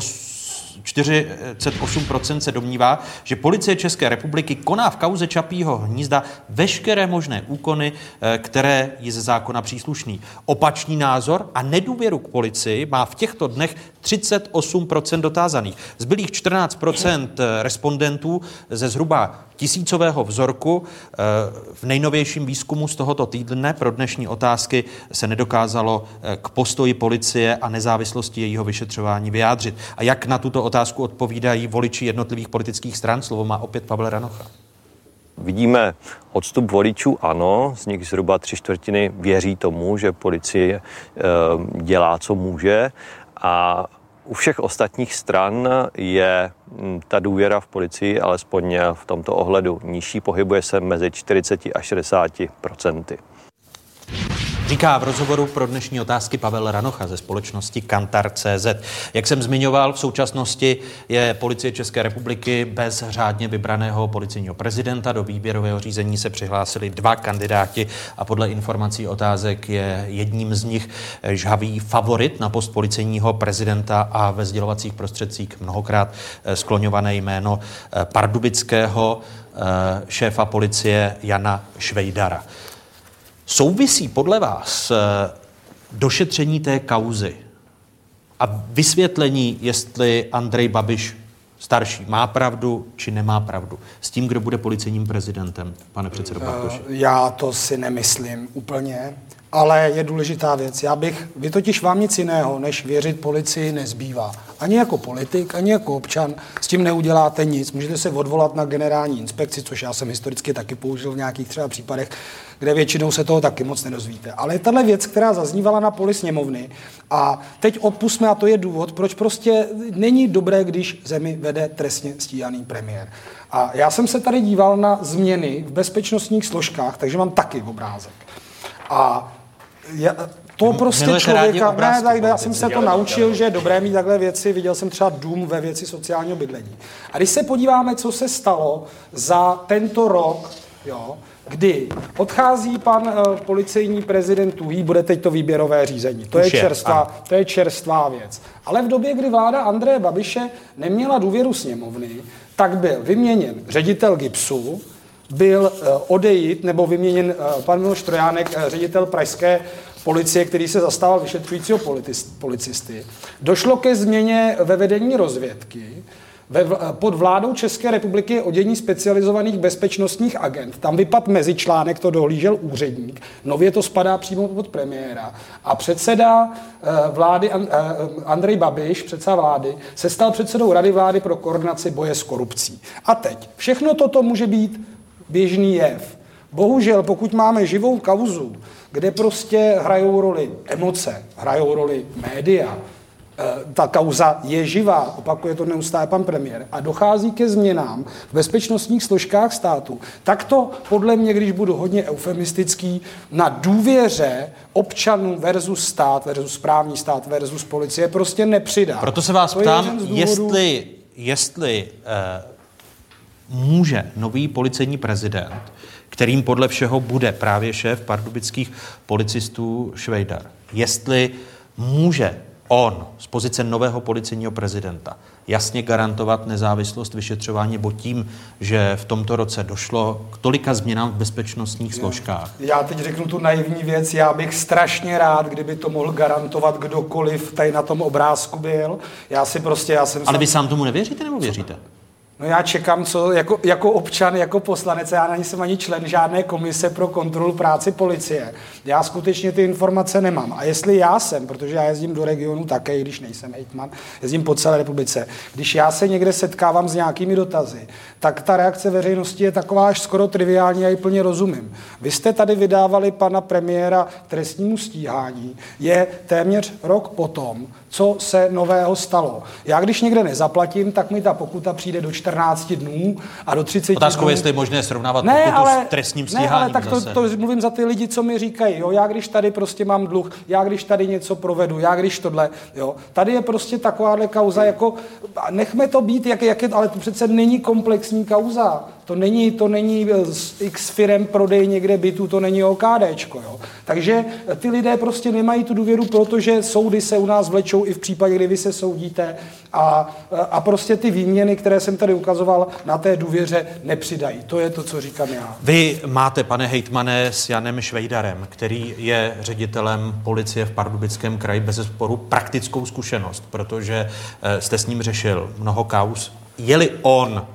48% se domnívá, že policie České republiky koná v kauze Čapího hnízda veškeré možné úkony, které jí ze zákona příslušný. Opačný názor a nedůvěru k policii má v těchto dnech 38% dotázaných. Zbylých 14% respondentů ze zhruba 1000 vzorku v nejnovějším výzkumu z tohoto týdne pro dnešní otázky se nedokázalo k postoji policie a nezávislosti jejího vyšetřování vyjádřit. A jak na tuto otázku odpovídají voliči jednotlivých politických stran? Slovo má opět Pavel Ranocha. Vidíme odstup voličů, ano, z nich zhruba 3/4 věří tomu, že policie dělá, co může, a u všech ostatních stran je ta důvěra v policii alespoň v tomto ohledu nižší, pohybuje se mezi 40 a 60%. Říká v rozhovoru pro dnešní otázky Pavel Ranocha ze společnosti Kantar.cz. Jak jsem zmiňoval, v současnosti je policie České republiky bez řádně vybraného policejního prezidenta. Do výběrového řízení se přihlásili 2 kandidáti a podle informací otázek je jedním z nich žhavý favorit na post policejního prezidenta a ve sdělovacích prostředcích mnohokrát skloňované jméno pardubického šéfa policie Jana Švejdara. Souvisí podle vás došetření té kauzy a vysvětlení, jestli Andrej Babiš starší má pravdu či nemá pravdu, s tím, kdo bude policejním prezidentem, pane předsedo Bartoši? Já to si nemyslím úplně, ale je důležitá věc. Vy totiž vám nic jiného, než věřit policii, nezbývá. Ani jako politik, ani jako občan s tím neuděláte nic. Můžete se odvolat na generální inspekci, což já jsem historicky taky použil v nějakých třeba případech, kde většinou se toho taky moc nedozvíte. Ale je tahle věc, která zaznívala na poli sněmovny a teď odpustme, a to je důvod, proč prostě není dobré, když zemi vede trestně stíhaný premiér. A já jsem se tady díval na změny v bezpečnostních složkách, takže mám taky obrázek. A to prostě člověka... Já jsem se to naučil, že je dobré mít takhle věci. Viděl jsem třeba Dům ve věci sociálního bydlení. A když se podíváme, co se stalo za tento rok, kdy odchází pan policejní prezident Tuhý, bude teď to výběrové řízení. To je čerstvá věc. Ale v době, kdy vláda Andreje Babiše neměla důvěru sněmovny, tak byl vyměněn ředitel GIBSu, byl odejít nebo vyměněn pan Miloš Trojánek, ředitel pražské policie, který se zastával vyšetřujícího policisty. Došlo ke změně ve vedení rozvědky. Pod vládou České republiky je oddělení specializovaných bezpečnostních agent. Tam vypadl mezičlánek, to dohlížel úředník. Nově to spadá přímo pod premiéra. A předseda vlády Andrej Babiš, předseda vlády, se stal předsedou Rady vlády pro koordinaci boje s korupcí. A teď všechno toto může být běžný jev. Bohužel, pokud máme živou kauzu, kde prostě hrajou roli emoce, hrajou roli média, ta kauza je živá, opakuje to neustále pan premiér, a dochází ke změnám v bezpečnostních složkách státu, tak to podle mě, když budu hodně eufemistický, na důvěře občanů versus stát, versus správní stát, versus policie prostě nepřidá. Proto se vás ptám, jestli může nový policejní prezident, kterým podle všeho bude právě šéf pardubických policistů Švejdar, jestli může on z pozice nového policejního prezidenta jasně garantovat nezávislost vyšetřování, nebo tím, že v tomto roce došlo k tolika změnám v bezpečnostních složkách. Já teď řeknu tu naivní věc, já bych strašně rád, kdyby to mohl garantovat kdokoliv tady na tom obrázku byl. Ale vy sám tomu nevěříte, nebo věříte? No já čekám, co jako občan, jako poslanec, já nejsem ani člen žádné komise pro kontrolu práci policie. Já skutečně ty informace nemám. A jestli já jsem, protože já jezdím do regionu také, když nejsem hejtman, jezdím po celé republice, když já se někde setkávám s nějakými dotazy, tak ta reakce veřejnosti je taková až skoro triviální, já ji plně rozumím. Vy jste tady vydávali pana premiéra k trestnímu stíhání, je téměř rok potom, co se nového stalo. Já když někde nezaplatím, tak mi ta pokuta přijde do 14 dnů a do 30 Otázkou, dnů... jestli je možné srovnávat pokutu s trestním stíháním. Ne, ale tak to mluvím za ty lidi, co mi říkají, jo, já když tady prostě mám dluh, já když tady něco provedu, já když tohle, jo. Tady je prostě takováhle kauza, jako nechme to být, jak je, ale to přece není komplexní kauza. To není x firem prodej někde bytu, to není OKDčko, jo. Takže ty lidé prostě nemají tu důvěru, protože soudy se u nás vlečou i v případě, kdy vy se soudíte a prostě ty výměny, které jsem tady ukazoval, na té důvěře nepřidají. To je to, co říkám já. Vy máte, pane hejtmane, s Janem Švejdarem, který je ředitelem policie v Pardubickém kraji, bezesporu praktickou zkušenost, protože jste s ním řešil mnoho kauz. Je-li on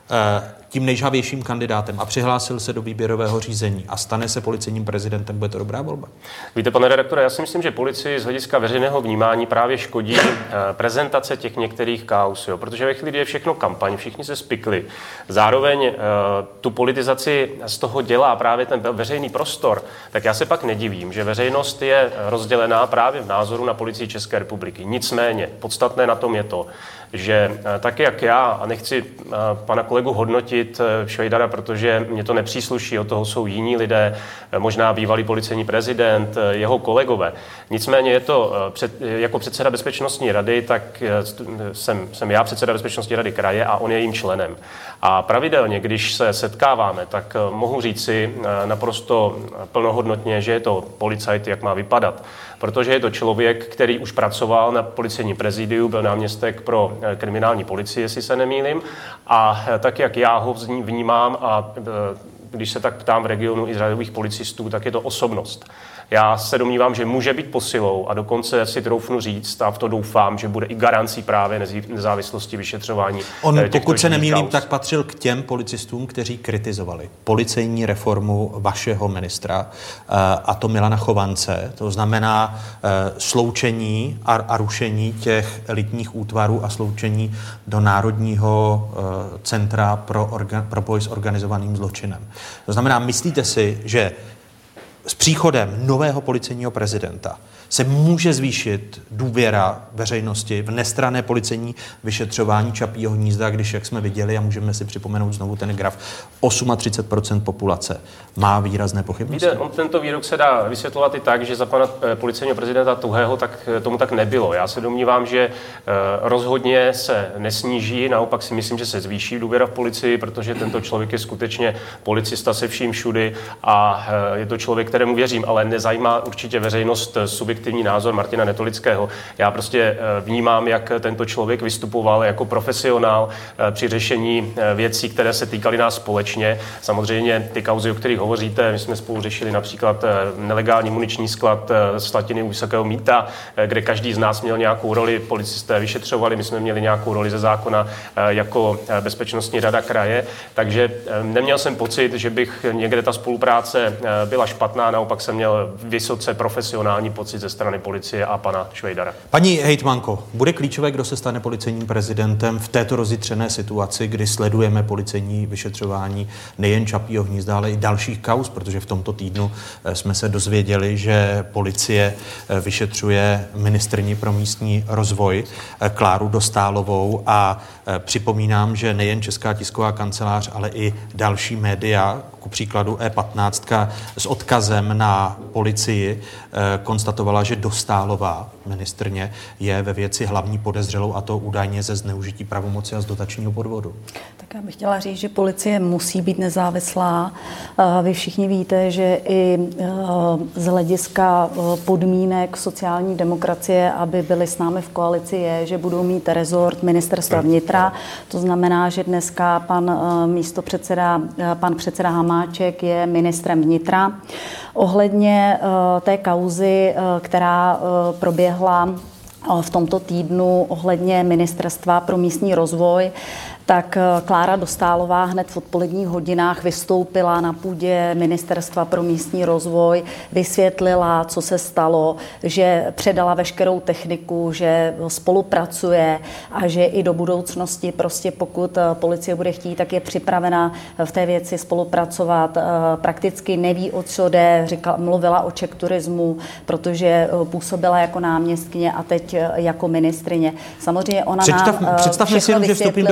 tím nejžhavějším kandidátem a přihlásil se do výběrového řízení a stane se policejním prezidentem, bude to dobrá volba? Víte, pane redaktore, já si myslím, že policii z hlediska veřejného vnímání právě škodí prezentace těch některých kauz, jo, protože ve chvíli, kdy je všechno kampaň, všichni se spikli. Zároveň tu politizaci z toho dělá právě ten veřejný prostor, tak já se pak nedivím, že veřejnost je rozdělená právě v názoru na Policii České republiky. Nicméně, podstatné na tom je to, že tak jak já, a nechci pana kolegu hodnotit Švejdara, protože mě to nepřísluší, od toho jsou jiní lidé, možná bývalý policejní prezident, jeho kolegové. Nicméně je to jako předseda bezpečnostní rady, tak jsem já předseda bezpečnostní rady kraje a on je jejím členem. A pravidelně, když se setkáváme, tak mohu říci naprosto plnohodnotně, že je to policajt, jak má vypadat. Protože je to člověk, který už pracoval na policejním prezidiu, byl náměstek pro kriminální policii, jestli se nemýlím. A tak, jak já ho vnímám a když se tak ptám v regionu i řadových policistů, tak je to osobnost. Já se domnívám, že může být posilou a dokonce si troufnu říct, a v to doufám, že bude i garancí právě nezávislosti vyšetřování. On, pokud se nemýlím, tak patřil k těm policistům, kteří kritizovali policejní reformu vašeho ministra, a to Milana Chovance. To znamená sloučení a rušení těch elitních útvarů a sloučení do Národního centra pro boj s organizovaným zločinem. To znamená, myslíte si, že s příchodem nového policejního prezidenta se může zvýšit důvěra veřejnosti v nestranné policejní vyšetřování Čapího hnízda, když, jak jsme viděli, a můžeme si připomenout znovu ten graf, 38% populace má výrazné pochybnosti? Víte, tento výrok se dá vysvětlovat i tak, že za pana policejního prezidenta Tuhého tomu tak nebylo. Já se domnívám, že rozhodně se nesníží, naopak si myslím, že se zvýší důvěra v policii, protože tento člověk je skutečně policista se vším všudy a je to člověk, kterému věřím, ale nezajímá určitě veřejnost subjektivní názor Martina Netolického. Já prostě vnímám, jak tento člověk vystupoval jako profesionál při řešení věcí, které se týkaly nás společně. Samozřejmě ty kauzy, o kterých hovoříte, my jsme spolu řešili například nelegální muniční sklad Slatiny u Vysokého Mýta, kde každý z nás měl nějakou roli, policisté vyšetřovali, my jsme měli nějakou roli ze zákona jako bezpečnostní rada kraje, takže neměl jsem pocit, že bych někde ta spolupráce byla špatná, naopak jsem měl vysoce profesionální pocit ze strany policie a pana Švejdara. Paní hejtmanko, bude klíčové, kdo se stane policejním prezidentem v této rozjitřené situaci, kdy sledujeme policejní vyšetřování nejen Čapího hnízda, ale i dalších kauz, protože v tomto týdnu jsme se dozvěděli, že policie vyšetřuje ministryni pro místní rozvoj Kláru Dostálovou a připomínám, že nejen Česká tisková kancelář, ale i další média, ku příkladu E15 s odkazem na policii, konstatovala, že Dostálová, ministrně, je ve věci hlavní podezřelou, a to údajně ze zneužití pravomoci a z dotačního podvodu. Tak já bych chtěla říct, že policie musí být nezávislá. Vy všichni víte, že i z hlediska podmínek sociální demokracie, aby byli s námi v koalici, je, že budou mít rezort ministerstva vnitra. To znamená, že dneska pan předseda Hamáček je ministrem vnitra. Ohledně té kauzy, která proběhla v tomto týdnu ohledně Ministerstva pro místní rozvoj, tak Klára Dostálová hned v odpoledních hodinách vystoupila na půdě Ministerstva pro místní rozvoj, vysvětlila, co se stalo, že předala veškerou techniku, že spolupracuje a že i do budoucnosti prostě pokud policie bude chtít, tak je připravena v té věci spolupracovat. Prakticky neví, o co jde, mluvila o czechturismu, protože působila jako náměstkyně a teď jako ministryně. Samozřejmě ona představme si jenom, že vstoupím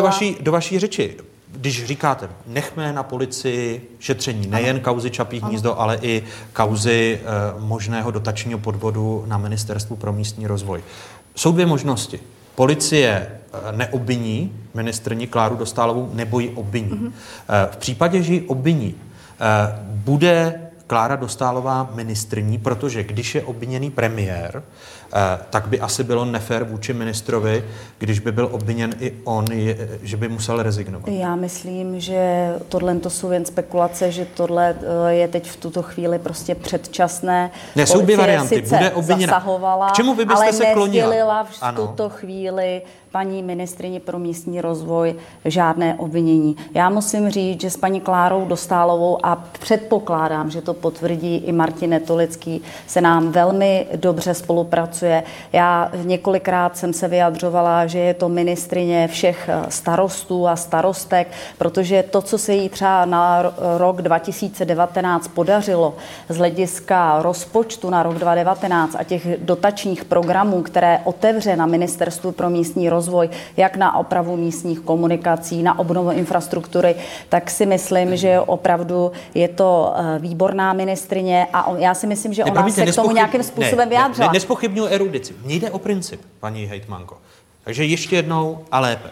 do vaší řeči. Když říkáte, nechme na policii šetření nejen kauzy Čapí hnízdo, ale i kauzy možného dotačního podvodu na Ministerstvu pro místní rozvoj. Jsou dvě možnosti. Policie neobviní ministryni Kláru Dostálovou, nebo ji obviní. V případě, že ji obviní, bude Klára Dostálová ministryní, protože když je obviněný premiér, tak by asi bylo nefér vůči ministrovi, když by byl obviněn i on, že by musel rezignovat. Já myslím, že tohle to jsou jen spekulace, že tohle je teď v tuto chvíli prostě předčasné. Ne, jsou dvě varianty. Bude obviněna. Zasahovala, k čemu vy byste se klonila? Ale nesdělila v tuto chvíli paní ministryni pro místní rozvoj žádné obvinění. Já musím říct, že s paní Klárou Dostálovou, a předpokládám, že to potvrdí i Martin Netolický, se nám velmi dobře spolupracuje. Já několikrát jsem se vyjadřovala, že je to ministryně všech starostů a starostek, protože to, co se jí třeba na rok 2019 podařilo z hlediska rozpočtu na rok 2019 a těch dotačních programů, které otevře na Ministerstvu pro místní rozvoj, jak na opravu místních komunikací, na obnovu infrastruktury, tak si myslím, že opravdu je to výborná ministryně a já si myslím, že ona se k tomu nějakým způsobem vyjádřila. Nespochybnuju erudici. Mně jde o princip, paní hejtmanko. Takže ještě jednou a lépe.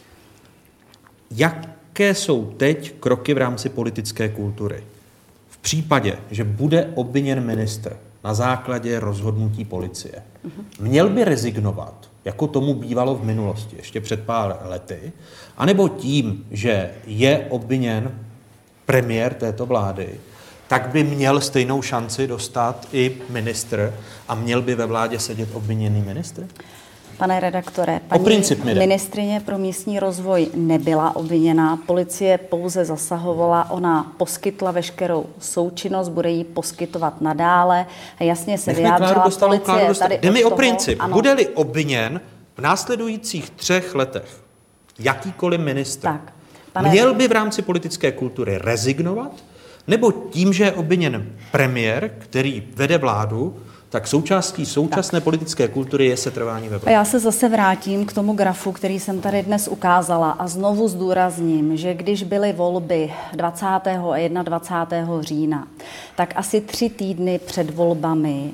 Jaké jsou teď kroky v rámci politické kultury? V případě, že bude obviněn ministr na základě rozhodnutí policie, měl by rezignovat, jako tomu bývalo v minulosti, ještě před pár lety, anebo tím, že je obviněn premiér této vlády, tak by měl stejnou šanci dostat i ministr a měl by ve vládě sedět obviněný ministr? Pane redaktore, paní ministryně pro místní rozvoj nebyla obviněná, policie pouze zasahovala, ona poskytla veškerou součinnost, bude jí poskytovat nadále a jasně se vyjádřila policie. Jde mi o princip. Bude-li obviněn v následujících 3 letech jakýkoliv ministr, měl by v rámci politické kultury rezignovat, nebo tím, že je obviněn premiér, který vede vládu, tak součástí současné politické kultury je setrvání ve vládě. Já se zase vrátím k tomu grafu, který jsem tady dnes ukázala a znovu zdůrazním, že když byly volby 20. a 21. října, tak asi 3 týdny před volbami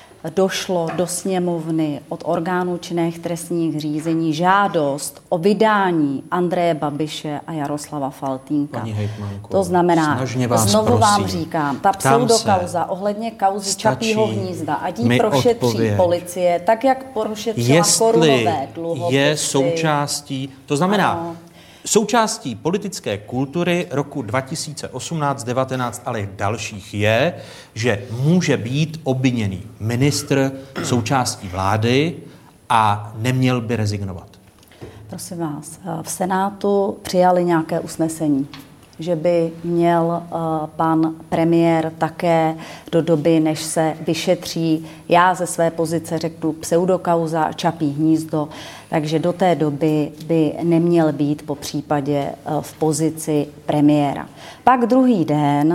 došlo do sněmovny od orgánů činných trestních řízení žádost o vydání Andreje Babiše a Jaroslava Faltýnka. Paní hejtmanko, to znamená, znovu prosím, vám říkám, ta pseudokauza ohledně kauzy Čapího hnízda, ať ji prošetří policie, tak jak prošetřila korunové dluhopisy. Je součástí, to znamená, součástí politické kultury roku 2018, 19, ale i dalších je, že může být obviněný ministr součástí vlády a neměl by rezignovat. Prosím vás, v Senátu přijali nějaké usnesení, že by měl pan premiér také do doby, než se vyšetří, já ze své pozice řeknu pseudokauza Čapí hnízdo, takže do té doby by neměl být po případě v pozici premiéra. Pak druhý den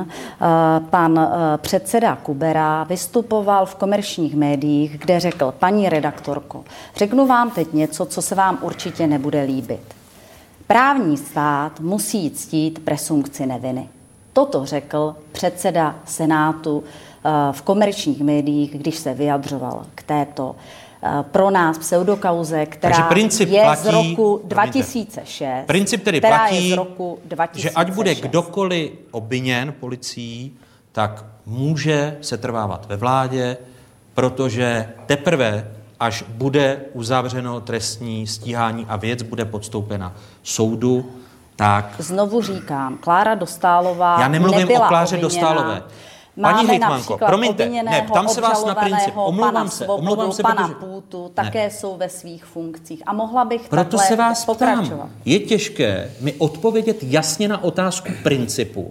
pan předseda Kubera vystupoval v komerčních médiích, kde řekl: paní redaktorko, řeknu vám teď něco, co se vám určitě nebude líbit. Právní stát musí ctít presumpci neviny. Toto řekl předseda Senátu v komerčních médiích, když se vyjadřoval k této pro nás pseudokauze, která je z roku 2006. Princip tedy platí, že ať bude kdokoliv obviněn policií, tak může setrvávat ve vládě, protože teprve až bude uzavřeno trestní stíhání a věc bude podstoupena soudu, tak... Znovu říkám, Klára Dostálová já nemluvím o Kláře Dostálové. Paní hejtmanko, promiňte, ptám se vás na princip, omlouvám se, pana Půtu, také jsou ve svých funkcích. A mohla bych proto se vás pokračovat. Ptám, je těžké mi odpovědět jasně na otázku principu,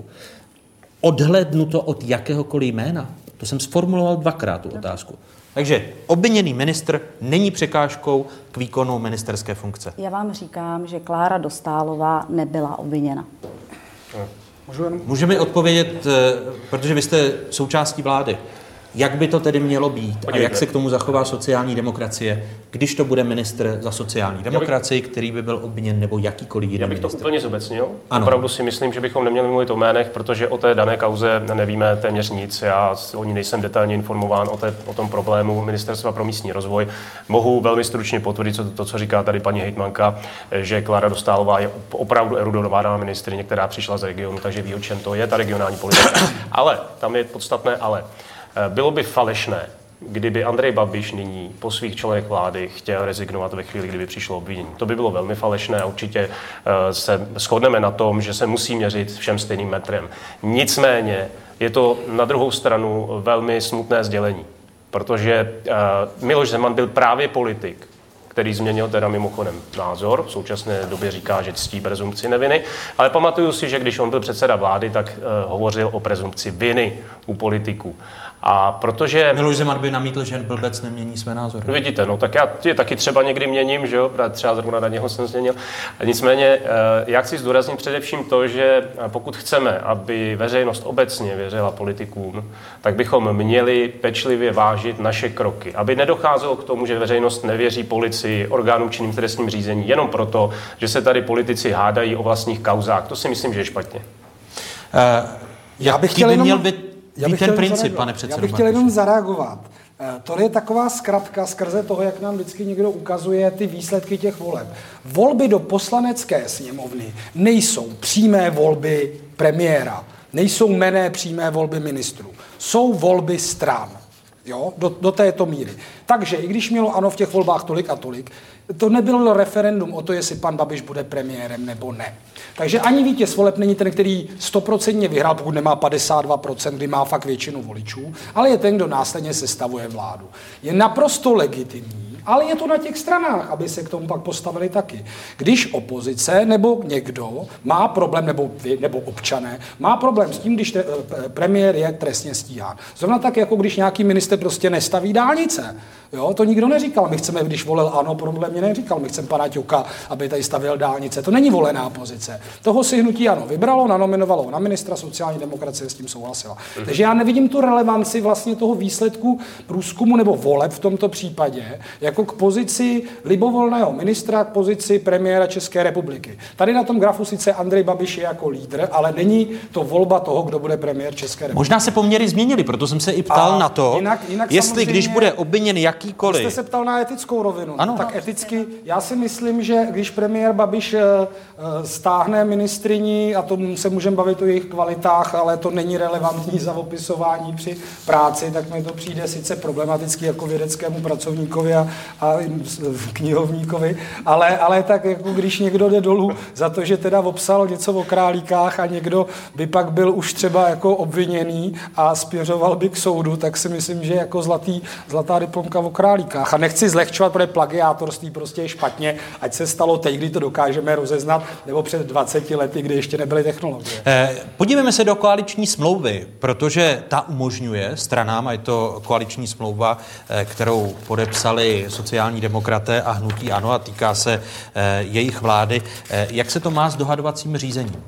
odhlédnuto od jakéhokoliv jména? To jsem sformuloval 2krát tu otázku. Takže obviněný ministr není překážkou k výkonu ministerské funkce. Já vám říkám, že Klára Dostálová nebyla obviněna. Můžeme odpovědět, protože vy jste součástí vlády. Jak by to tedy mělo být? Podívejte. A jak se k tomu zachová sociální demokracie, když to bude ministr za sociální demokracii, který by byl obviněn, nebo jakýkoliv jiný Já bych to ministr? úplně zobecnil. Ano. Opravdu si myslím, že bychom neměli mluvit o jménech, protože o té dané kauze nevíme téměř nic. Já o ní nejsem detailně informován o tom problému Ministerstva pro místní rozvoj. Mohu velmi stručně potvrdit to, co říká tady paní hejtmanka, že Klára Dostálová je opravdu erudovaná ministryně, která přišla z regionu, takže ví, o čem to je, ta regionální politika. Ale, tam je podstatné ale. Bylo by falešné, kdyby Andrej Babiš nyní po svých členech vlády chtěl rezignovat ve chvíli, kdyby přišlo obvinění. To by bylo velmi falešné a určitě se shodneme na tom, že se musí měřit všem stejným metrem. Nicméně je to na druhou stranu velmi smutné sdělení, protože Miloš Zeman byl právě politik, který změnil teda mimochodem názor. V současné době říká, že ctí prezumpci neviny. Ale pamatuju si, že když on byl předseda vlády, tak hovořil o prezumpci viny u politiků. A protože... Miloš Zeman by namítl, že blbec nemění své názory. Vidíte, no tak já je taky třeba někdy měním, že jo, třeba zrovna na něho jsem změnil. Nicméně já chci zdůraznit především to, že pokud chceme, aby veřejnost obecně věřila politikům, tak bychom měli pečlivě vážit naše kroky. Aby nedocházelo k tomu, že veřejnost nevěří policii, orgánům činným v trestním řízení, jenom proto, že se tady politici hádají o vlastních kauzách. To si myslím, že je špatně. Já bych chtěl jenom... ten princip, pane předsedo. Já bych chtěl jenom zareagovat. To je taková zkratka skrze toho, jak nám vždycky někdo ukazuje ty výsledky těch voleb. Volby do Poslanecké sněmovny nejsou přímé volby premiéra, nejsou jmenné přímé volby ministrů. Jsou volby stran. Jo? Do této míry. Takže i když mělo ANO v těch volbách tolik a tolik, to nebylo referendum o to, jestli pan Babiš bude premiérem nebo ne. Takže ani vítěz voleb není ten, který 100% vyhrál, pokud nemá 52%, kdy má fakt většinu voličů, ale je ten, kdo následně sestavuje vládu. Je naprosto legitimní, ale je to na těch stranách, aby se k tomu pak postavili taky. Když opozice nebo někdo má problém, nebo občané, má problém s tím, když premiér je trestně stíhán. Zrovna tak, jako když nějaký minister prostě nestaví dálnice. Jo, to nikdo neříkal. My chceme, když volil ANO, podle mě neříkal. My chceme pana Ťoka, aby tady stavěl dálnice. To není volená pozice. Toho si hnutí ANO vybralo, nanominovalo na ministra, sociální demokracie s tím souhlasila. Takže já nevidím tu relevanci vlastně toho výsledku průzkumu nebo voleb v tomto případě, jako k pozici libovolného ministra, k pozici premiéra České republiky. Tady na tom grafu sice Andrej Babiš je jako lídr, ale není to volba toho, kdo bude premiér České republiky. Možná se poměry změnily, proto jsem se i ptal na to, jinak jestli když bude obviněn jakýkoliv. Jste se ptal na etickou rovinu. Ano. Tak eticky, já si myslím, že když premiér Babiš stáhne ministryni, a to se můžeme bavit o jejich kvalitách, ale to není relevantní za opisování při práci, tak mi to přijde sice problematický jako vědeckému pracovníkovi a knihovníkovi, ale tak jako když někdo jde dolů za to, že teda obsal něco o králíkách a někdo by pak byl už třeba jako obviněný a spěřoval by k soudu, tak si myslím, že jako zlatá diplomka o králíkách. A nechci zlehčovat, protože plagiátorství prostě je špatně, ať se stalo teď, kdy to dokážeme rozeznat, nebo před 20 lety, kdy ještě nebyly technologie. Podívejme se do koaliční smlouvy, protože ta umožňuje stranám, a je to koaliční smlouva, kterou podepsali sociální demokraté a hnutí ANO a týká se jejich vlády. Jak se to má s dohadovacím řízením?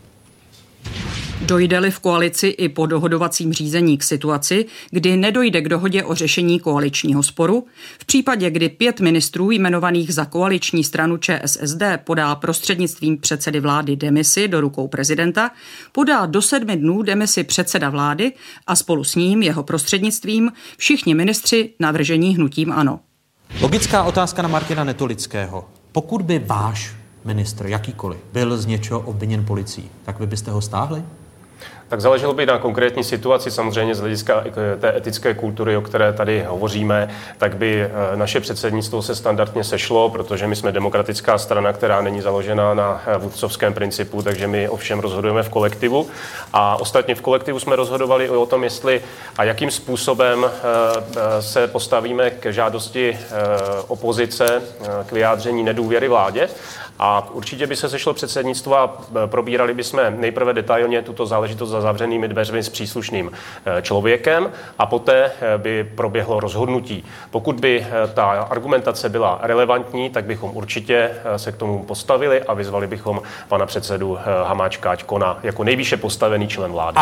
Dojde-li v koalici i po dohodovacím řízení k situaci, kdy nedojde k dohodě o řešení koaličního sporu, v případě, kdy 5 ministrů jmenovaných za koaliční stranu ČSSD podá prostřednictvím předsedy vlády demisi do rukou prezidenta, podá do 7 dnů demisi předseda vlády a spolu s ním jeho prostřednictvím všichni ministři navržení hnutím ANO. Logická otázka na Martina Netolického. Pokud by váš ministr, jakýkoliv, byl z něčeho obviněn policií, tak vy byste ho stáhli? Tak záleželo by na konkrétní situaci, samozřejmě z hlediska té etické kultury, o které tady hovoříme, tak by naše předsednictvo se standardně sešlo, protože my jsme demokratická strana, která není založena na vůdcovském principu, takže my ovšem rozhodujeme v kolektivu. A ostatně v kolektivu jsme rozhodovali o tom, jestli a jakým způsobem se postavíme k žádosti opozice k vyjádření nedůvěry vládě. A určitě by se sešlo předsednictvo a probírali bychom nejprve detailně tuto záležitost za zavřenými dveřmi s příslušným člověkem a poté by proběhlo rozhodnutí. Pokud by ta argumentace byla relevantní, tak bychom určitě se k tomu postavili a vyzvali bychom pana předsedu Hamáčka, ať koná jako nejvýše postavený člen vlády. A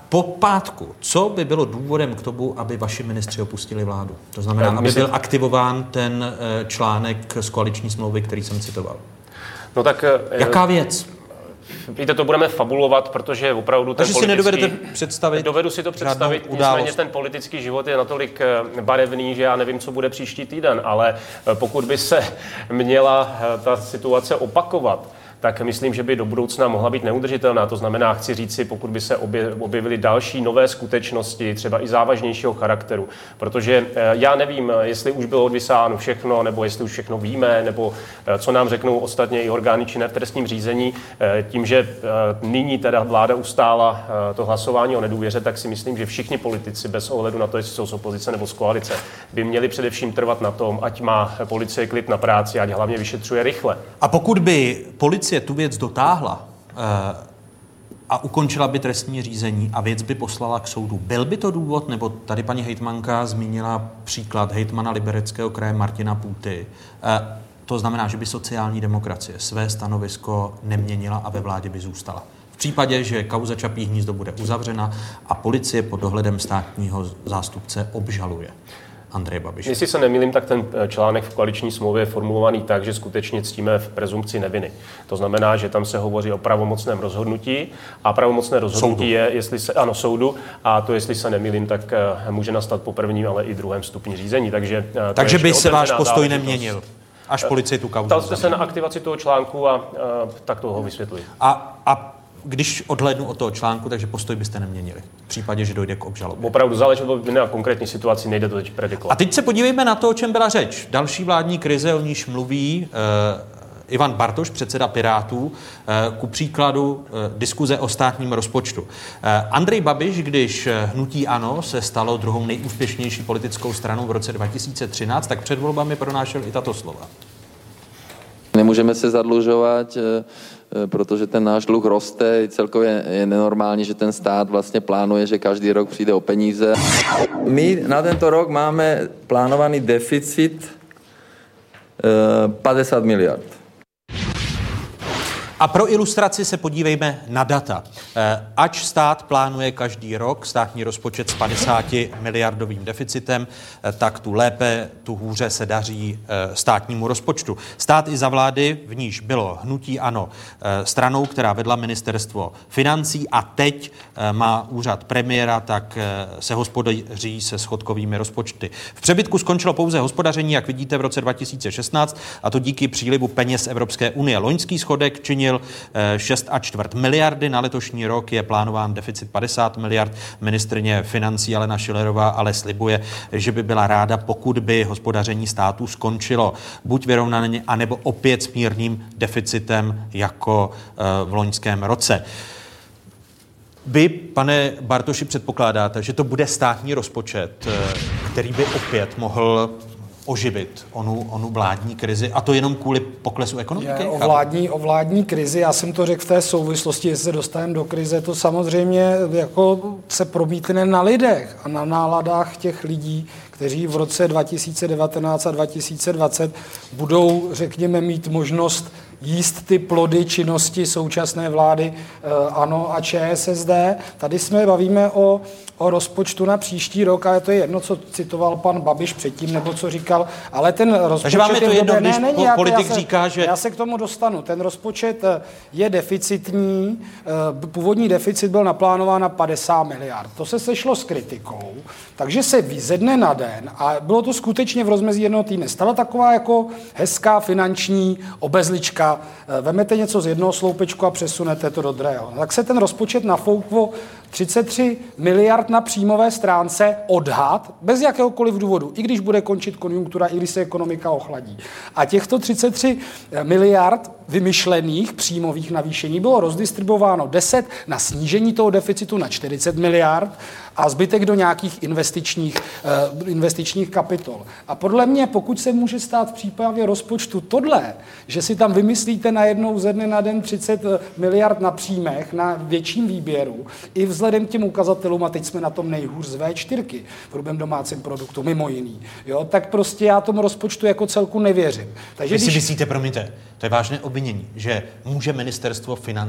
po pátku, co by bylo důvodem k tomu, aby vaši ministři opustili vládu? To znamená, aby byl aktivován ten článek z koaliční smlouvy, který jsem citoval. No tak, jaká věc? Víte, to budeme fabulovat, protože opravdu ten si nedovedete představit? Dovedu si to představit, nicméně ten politický život je natolik barevný, že já nevím, co bude příští týden, ale pokud by se měla ta situace opakovat, tak myslím, že by do budoucna mohla být neudržitelná. To znamená, chci říci, pokud by se objevily další nové skutečnosti, třeba i závažnějšího charakteru. Protože já nevím, jestli už bylo odvysáno všechno, nebo jestli už všechno víme, nebo co nám řeknou ostatně i orgány činné v trestním řízení. Tím, že nyní teda vláda ustála to hlasování o nedůvěře, tak si myslím, že všichni politici, bez ohledu na to, jestli jsou z opozice nebo z koalice, by měli především trvat na tom, ať má policie klid na práci, ať hlavně vyšetřuje rychle. A pokud by policie tu věc dotáhla a ukončila by trestní řízení a věc by poslala k soudu, byl by to důvod, nebo tady paní hejtmanka zmínila příklad hejtmana Libereckého kraje Martina Půty, to znamená, že by sociální demokracie své stanovisko neměnila a ve vládě by zůstala. V případě, že kauza Čapí hnízdo bude uzavřena a policie pod dohledem státního zástupce obžaluje Andreje Babiše. Jestli se nemýlím, tak ten článek v koaliční smlouvě je formulovaný tak, že skutečně ctíme v prezumpci neviny. To znamená, že tam se hovoří o pravomocném rozhodnutí a pravomocné rozhodnutí soudu. Je, jestli se, ano, soudu, a to, jestli se nemýlím, tak může nastat po prvním, ale i druhém stupni řízení. Takže by se váš postoj neměnil, až policie tu kauzu. Ptal jste se na aktivaci toho článku a tak toho vysvětluji. A když odhlédnu od toho článku, takže postoj byste neměnili v případě, že dojde k obžalobě. Opravdu záleží na konkrétní situaci, nejde to teď predikovat. A teď se podívejme na to, o čem byla řeč. Další vládní krize, o níž mluví Ivan Bartoš, předseda Pirátů, ku příkladu diskuze o státním rozpočtu. Andrej Babiš, když hnutí ANO se stalo druhou nejúspěšnější politickou stranou v roce 2013, tak před volbami pronášel i tato slova. Nemůžeme se zadlužovat, protože ten náš dluh roste, celkově je nenormální, že ten stát vlastně plánuje, že každý rok přijde o peníze. My na tento rok máme plánovaný deficit 50 miliard. A pro ilustraci se podívejme na data. Ač stát plánuje každý rok státní rozpočet s 50 miliardovým deficitem, tak tu lépe, tu hůře se daří státnímu rozpočtu. Stát i za vlády, v níž bylo hnutí ANO stranou, která vedla ministerstvo financí a teď má úřad premiéra, tak se hospodaří se schodkovými rozpočty. V přebytku skončilo pouze hospodaření, jak vidíte, v roce 2016, a to díky přílivu peněz Evropské unie. Loňský schodek činil 6,25 miliardy, na letošní rok je plánován deficit 50 miliard. Ministryně financí Alena Schillerová ale slibuje, že by byla ráda, pokud by hospodaření státu skončilo buď vyrovnaně, anebo opět s mírným deficitem jako v loňském roce. Vy, pane Bartoši, předpokládáte, že to bude státní rozpočet, který by opět mohl oživit onu vládní krizi, a to jenom kvůli poklesu ekonomiky? O vládní krizi, já jsem to řekl v té souvislosti, jestli se dostaneme do krize, to samozřejmě jako se promítne na lidech a na náladách těch lidí, kteří v roce 2019 a 2020 budou, řekněme, mít možnost jíst ty plody činnosti současné vlády ANO a ČSSD. Tady jsme bavíme o rozpočtu na příští rok, ale to je jedno, co citoval pan Babiš předtím, nebo co říkal, ale ten rozpočet... Takže vám je to jedno, když politik říká, že... Já se k tomu dostanu. Ten rozpočet je deficitní, původní deficit byl naplánován na 50 miliard. To se sešlo s kritikou, takže se ze dne na den, a bylo to skutečně v rozmezí jednoho týdne, stala taková jako hezká finanční obezlička. Vemete něco z jednoho sloupečku a přesunete to do druhého. Tak se ten rozpočet nafouk o 33 miliard na příjmové stránce, odhad, bez jakéhokoliv důvodu, i když bude končit konjunktura, i když se ekonomika ochladí. A těchto 33 miliard vymyšlených příjmových navýšení bylo rozdistribuováno 10 na snížení toho deficitu na 40 miliard a zbytek do nějakých investičních kapitol. A podle mě, pokud se může stát v případě rozpočtu tohle, že si tam vymyslíte najednou ze dne na den 30 miliard na příjmech, na větším výběru, i vzhledem k těm ukazatelům, a teď jsme na tom nejhůř z V4, v hrubém domácím produktu, mimo jiný, jo, tak prostě já tomu rozpočtu jako celku nevěřím. Takže Vy si myslíte, promiňte, to je vážné obvinění, že může ministerstvo financí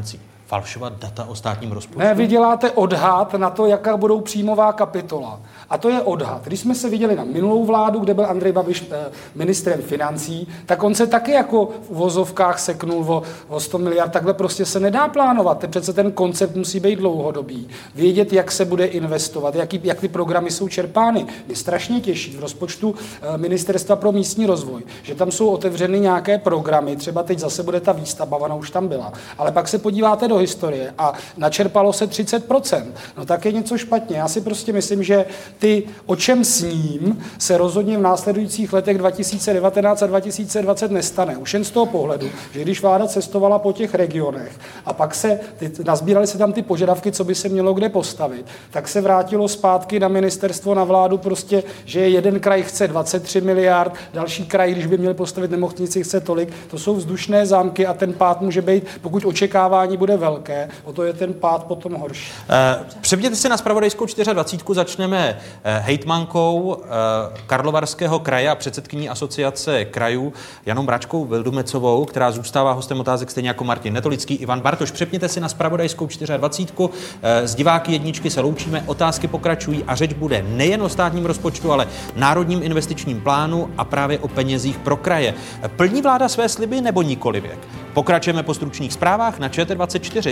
falšovat data o státním rozpočtu? Ne, vy děláte odhad na to, jaká budou příjmová kapitola. A to je odhad. Když jsme se viděli na minulou vládu, kde byl Andrej Babiš ministrem financí, tak on se taky jako v uvozovkách seknul o 100 miliard. Takhle prostě se nedá plánovat. Přece ten koncept musí být dlouhodobý. Vědět, jak se bude investovat, jak ty programy jsou čerpány. Mě strašně těší v rozpočtu Ministerstva pro místní rozvoj, že tam jsou otevřeny nějaké programy, třeba teď zase bude ta výstavba, ona už tam byla. Ale pak se podíváte do historie a načerpalo se 30%. No tak je něco špatně. Já si prostě myslím, že ty, o čem sním, se rozhodně v následujících letech 2019 a 2020 nestane. Už jen z toho pohledu, že když vláda cestovala po těch regionech a pak nazbíraly se tam ty požadavky, co by se mělo kde postavit, tak se vrátilo zpátky na ministerstvo, na vládu prostě, že jeden kraj chce 23 miliard, další kraj, když by měli postavit nemocnici, chce tolik. To jsou vzdušné zámky a ten pád může být, pokud očekávání bude velké, o to je ten pád potom horší. Přepněte si na Zpravodajskou 24. Začneme hejtmankou Karlovarského kraje a předsedkyní asociace krajů Janou Mračkou Vildumecovou, která zůstává hostem otázek stejně jako Martin Netolický, Ivan Bartoš. Přepněte si na Zpravodajskou 24. S diváky jedničky se loučíme, otázky pokračují a řeč bude nejen o státním rozpočtu, ale národním investičním plánu a právě o penězích pro kraje. Plní vláda své sliby nebo nikolivěk? Pokračujeme po stručných zprávách na ČT24.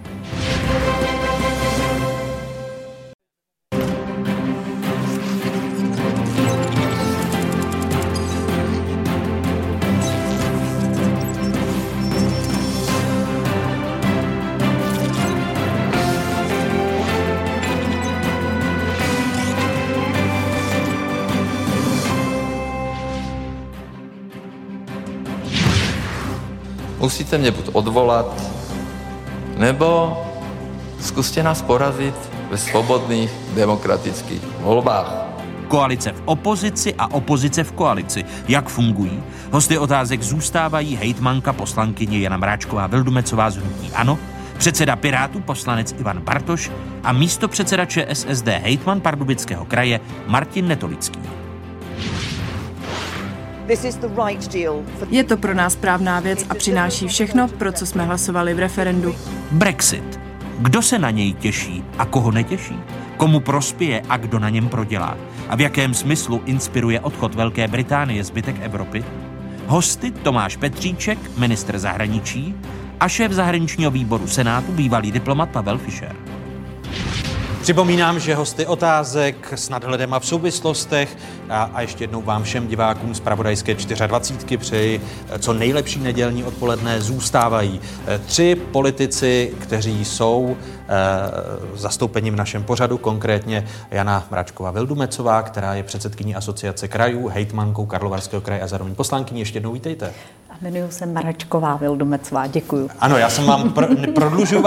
Musíte mě buď odvolat, nebo zkuste nás porazit ve svobodných demokratických volbách. Koalice v opozici a opozice v koalici. Jak fungují? Hosty otázek zůstávají hejtmanka poslankyně Jana Mráčková Vildumecová z hnutí ANO, předseda Pirátů poslanec Ivan Bartoš a místopředseda ČSSD hejtman Pardubického kraje Martin Netolický. Je to pro nás správná věc a přináší všechno, pro co jsme hlasovali v referendu. Brexit. Kdo se na něj těší a koho netěší? Komu prospěje a kdo na něm prodělá? A v jakém smyslu inspiruje odchod Velké Británie zbytek Evropy? Hosty Tomáš Petříček, ministr zahraničí, a šéf zahraničního výboru Senátu, bývalý diplomat Pavel Fischer. Připomínám, že hosty otázek s nadhledem a v souvislostech a ještě jednou vám všem divákům z Zpravodajské 24 přeji co nejlepší nedělní odpoledne zůstávají 3 politici, kteří jsou zastoupeni v našem pořadu, konkrétně Jana Mračková Vildumecová, která je předsedkyní asociace krajů, hejtmankou Karlovarského kraje a zároveň poslankyní. Ještě jednou vítejte. Jmenuji se Mračková Vildumecová, děkuju. Ano, já jsem vám prodlužuju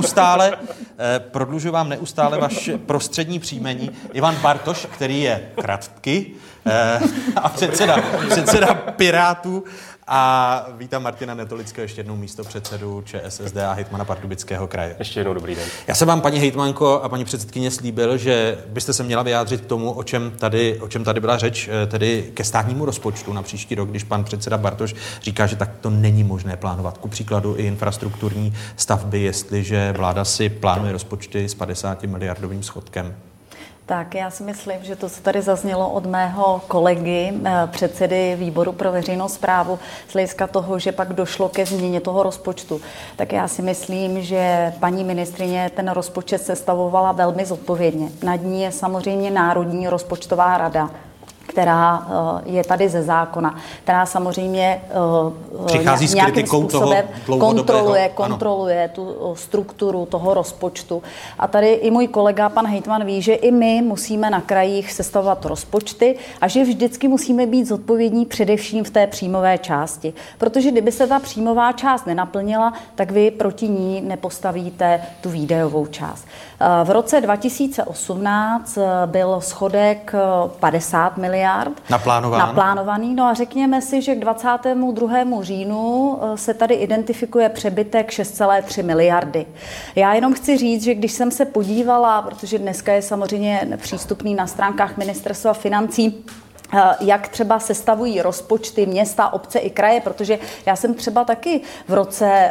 vám neustále vaše prostřední příjmení. Ivan Bartoš, který je kratky a předseda Pirátů. A vítám Martina Netolického, ještě jednou místopředsedu ČSSD a hejtmana Pardubického kraje. Ještě jednou dobrý den. Já jsem vám, paní hejtmanko a paní předsedkyně, slíbil, že byste se měla vyjádřit k tomu, o čem tady byla řeč, tedy ke státnímu rozpočtu na příští rok, když pan předseda Bartoš říká, že tak to není možné plánovat. Ku příkladu i infrastrukturní stavby, jestliže vláda si plánuje rozpočty s 50 miliardovým schodkem. Tak já si myslím, že to, co tady zaznělo od mého kolegy, předsedy výboru pro veřejnou správu, z hlediska toho, že pak došlo ke změně toho rozpočtu, tak já si myslím, že paní ministryně ten rozpočet sestavovala velmi zodpovědně. Nad ní je samozřejmě Národní rozpočtová rada, která je tady ze zákona, která samozřejmě nějakým způsobem kontroluje tu strukturu toho rozpočtu. A tady i můj kolega, pan hejtman, ví, že i my musíme na krajích sestavovat rozpočty a že vždycky musíme být zodpovědní především v té příjmové části. Protože kdyby se ta příjmová část nenaplnila, tak vy proti ní nepostavíte tu výdajovou část. V roce 2018 byl schodek 50 miliard naplánovaný. No a řekněme si, že k 22. říjnu se tady identifikuje přebytek 6,3 miliardy. Já jenom chci říct, že když jsem se podívala, protože dneska je samozřejmě přístupný na stránkách Ministerstva financí jak třeba sestavují rozpočty města, obce i kraje, protože já jsem třeba taky v roce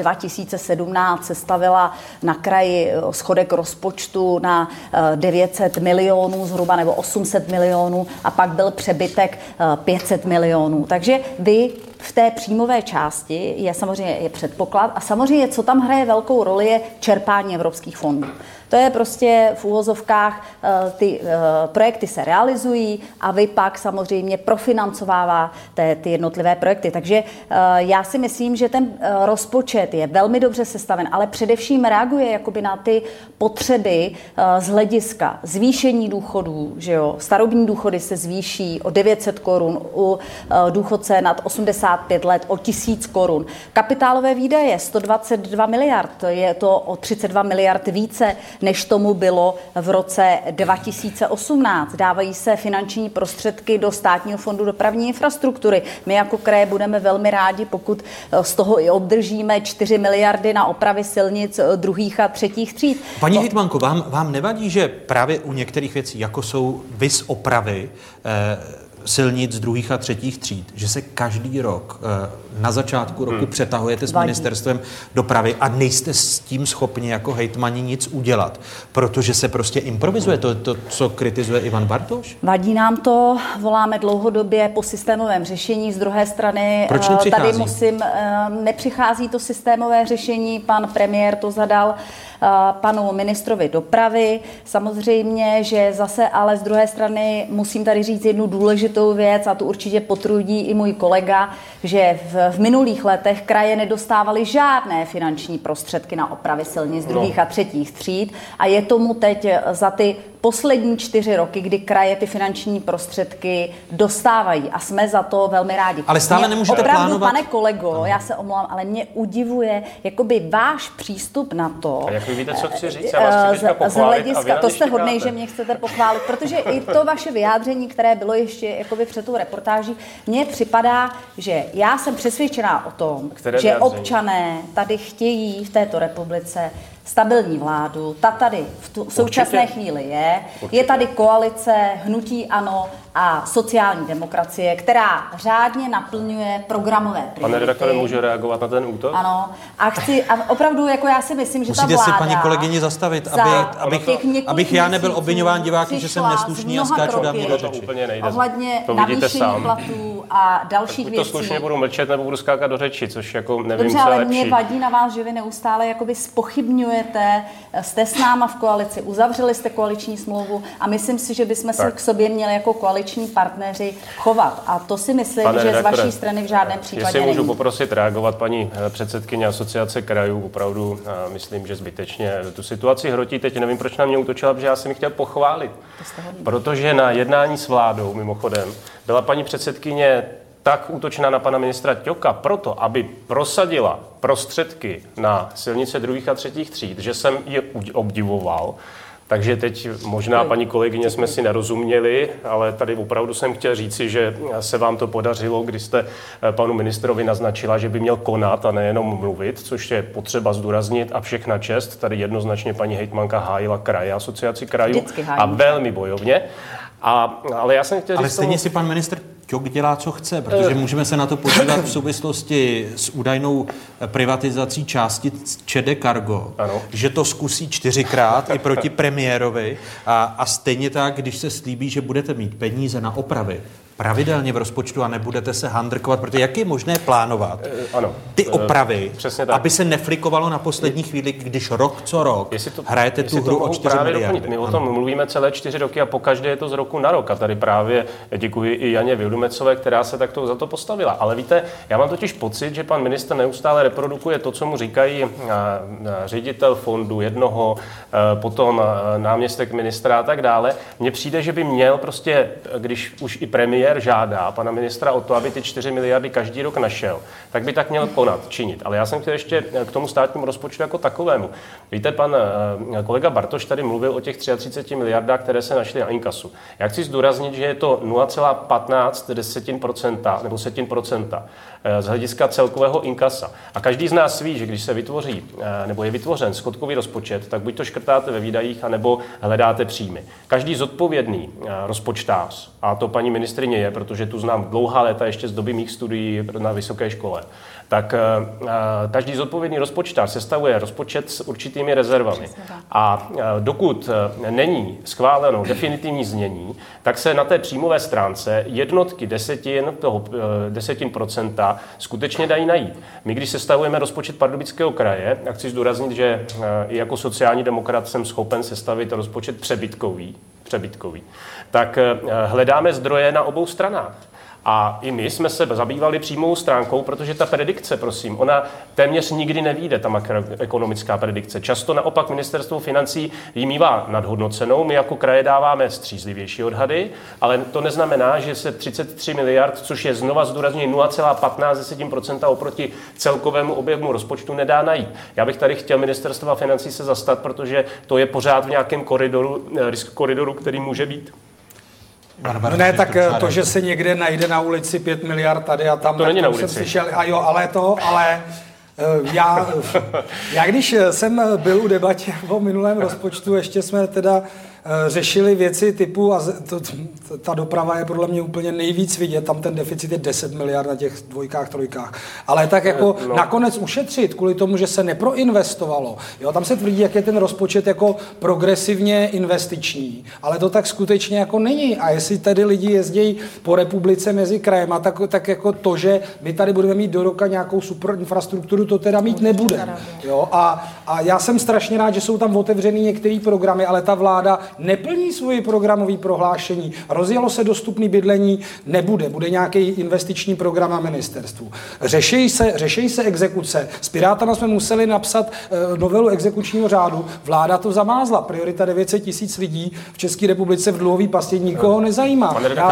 2017 sestavila na kraji schodek rozpočtu na 900 milionů zhruba nebo 800 milionů a pak byl přebytek 500 milionů. Takže vy v té příjmové části je samozřejmě předpoklad a samozřejmě, co tam hraje velkou roli, je čerpání evropských fondů. To je prostě v úvozovkách, ty projekty se realizují a vy pak samozřejmě profinancováváte ty jednotlivé projekty. Takže já si myslím, že ten rozpočet je velmi dobře sestaven, ale především reaguje jakoby na ty potřeby z hlediska zvýšení důchodů, že jo, starobní důchody se zvýší o 900 korun, u důchodce nad 85 let o 1000 korun. Kapitálové výdaje 122 miliard, je to o 32 miliard více, než tomu bylo v roce 2018. Dávají se finanční prostředky do Státního fondu dopravní infrastruktury. My jako kraje budeme velmi rádi, pokud z toho i obdržíme 4 miliardy na opravy silnic druhých a třetích tříd. Paní hejtmanko, vám nevadí, že právě u některých věcí, jako jsou vys opravy, silnic druhých a třetích tříd, že se každý rok na začátku roku přetahujete s ministerstvem dopravy a nejste s tím schopni jako hejtmani nic udělat, protože se prostě improvizuje to, co kritizuje Ivan Bartoš? Vadí nám to, voláme dlouhodobě po systémovém řešení, z druhé strany tady nepřichází to systémové řešení, pan premiér to zadal panu ministrovi dopravy. Samozřejmě, že zase ale z druhé strany musím tady říct jednu důležitou věc a tu určitě potvrdí i můj kolega, že v minulých letech kraje nedostávaly žádné finanční prostředky na opravy silnic druhých a třetích tříd a je tomu teď za ty poslední 4 roky, kdy kraje ty finanční prostředky dostávají a jsme za to velmi rádi. Ale stále nemůžete plánovat. Pane kolego, já se omlouvám, ale mě udivuje jakoby váš přístup na to. A jak vy víte, co chci říct? Já vás chci pochválit, z hlediska, to jste hodnej, že mě chcete pochválit, protože i to vaše vyjádření, které bylo ještě jakoby před tou reportáží, mně připadá, že já jsem přesvědčená o tom, že občané tady chtějí v této republice stabilní vládu, ta tady v současné chvíli je. Je tady koalice Hnutí ANO a sociální demokracie, která řádně naplňuje programové priority. Pane redaktore, může reagovat na ten útok? Ano. A opravdu, jako já si myslím, že musíte ta vláda... Musíte si, paní kolegyni, zastavit, abych já nebyl obviňován diváky, že jsem neslušný a skáču dám do řeči. Ohledně navýšení platů a dalších věcí. To slušně budu mlčet nebo budu skákat do řeči, což jako nevím, dobře, co je ale lepší. mě vadí na vás, že vy neustále jakoby zpochybňujete, jste s náma v koalici, uzavřeli jste koaliční smlouvu a myslím si, že bychom se k sobě měli jako koaliční partneři chovat. A to si myslím, že z vaší strany v žádném případě jestli můžu není. Poprosit reagovat paní předsedkyně asociace krajů, opravdu myslím, že zbytečně tu situaci hrotí. Teď nevím, proč na mě útočila, protože já jsem ji chtěl pochválit. Protože na jednání s vládou, mimochodem, byla paní předsedkyně tak útočná na pana ministra Ťoka proto, aby prosadila prostředky na silnice druhých a třetích tříd, že jsem je obdivoval. Takže teď možná, paní kolegyně, jsme si nerozuměli, ale tady opravdu jsem chtěl říci, že se vám to podařilo, když jste panu ministrovi naznačila, že by měl konat a nejenom mluvit, což je potřeba zdůraznit a všechna čest. Tady jednoznačně paní hejtmanka hájila kraje, asociaci krajů a velmi bojovně. Ale já jsem chtěl říct... Ale stejně si pan ministr Ťok dělá, co chce, protože můžeme se na to podívat v souvislosti s údajnou privatizací části ČD Cargo, ano. Že to zkusí 4krát i proti premiérovi a stejně tak, když se slíbí, že budete mít peníze na opravy pravidelně v rozpočtu a nebudete se handrkovat, protože jak je možné plánovat ty opravy, aby se neflikovalo na poslední chvíli, když rok co rok hrajete tu hru o 4 miliardy. My o tom mluvíme celé 4 roky a pokaždé je to z roku na rok. A tady právě děkuji i Janě Vildumetzové, která se takto za to postavila. Ale víte, já mám totiž pocit, že pan ministr neustále reprodukuje to, co mu říkají ředitel fondu jednoho, potom náměstek ministra a tak dále. Mně přijde, že by měl prostě, když už i premiér premiér žádá pana ministra o to, aby ty 4 miliardy každý rok našel, tak by tak měl konat, činit. Ale já jsem chtěl ještě k tomu státnímu rozpočtu jako takovému. Víte, pan kolega Bartoš tady mluvil o těch 33 miliardách, které se našly na inkasu. Já chci zdůraznit, že je to 0,15% nebo 10% z hlediska celkového inkasa. A každý z nás ví, že když se vytvoří nebo je vytvořen schodkový rozpočet, tak buď to škrtáte ve výdajích, anebo hledáte příjmy. Každý zodpovědný rozpočtář, a to paní ministryně je, protože tu znám dlouhá léta ještě z doby mých studií na vysoké škole, tak každý zodpovědný rozpočtář sestavuje rozpočet s určitými rezervami. A dokud není schváleno definitivní znění, tak se na té příjmové stránce jednotky desetin procenta skutečně dají najít. My, když sestavujeme rozpočet Pardubického kraje, a chci zdůraznit, že i jako sociální demokrat jsem schopen sestavit rozpočet přebytkový, tak hledáme zdroje na obou stranách. A i my jsme se zabývali příjmovou stránkou, protože ta predikce, prosím, ona téměř nikdy nevyjde, ta makroekonomická predikce. Často naopak ministerstvo financí ji mívá nadhodnocenou, my jako kraje dáváme střízlivější odhady, ale to neznamená, že se 33 miliard, což je znova zdůrazňuji 0,15% oproti celkovému objemu rozpočtu, nedá najít. Já bych tady chtěl ministerstva financí se zastat, protože to je pořád v nějakém koridoru, který může být. Ne, tak to, že se někde najde na ulici 5 miliard tady a tam, to není na ulici. Jsem slyšel, já když jsem byl u debatě o minulém rozpočtu, ještě jsme teda řešili věci typu, a ta doprava je podle mě úplně nejvíc vidět, tam ten deficit je 10 miliard na těch dvojkách, trojkách. Ale tak jako nakonec ušetřit kvůli tomu, že se neproinvestovalo. Jo, tam se tvrdí, jak je ten rozpočet jako progresivně investiční, ale to tak skutečně jako není. A jestli tady lidi jezdí po republice mezi krajema, tak jako to, že my tady budeme mít do roka nějakou super infrastrukturu, to teda mít nebudeme. Jo, a já jsem strašně rád, že jsou tam otevřený některé programy, ale ta vláda neplní svoje programové prohlášení. Rozjelo se dostupné bydlení, bude nějaký investiční program na ministerstvu. Řeší se exekuce. S Pirátama jsme museli napsat novelu exekučního řádu. Vláda to zamázla. Priorita 900 000 lidí v České republice v dluhové pasti nikoho nezajímá.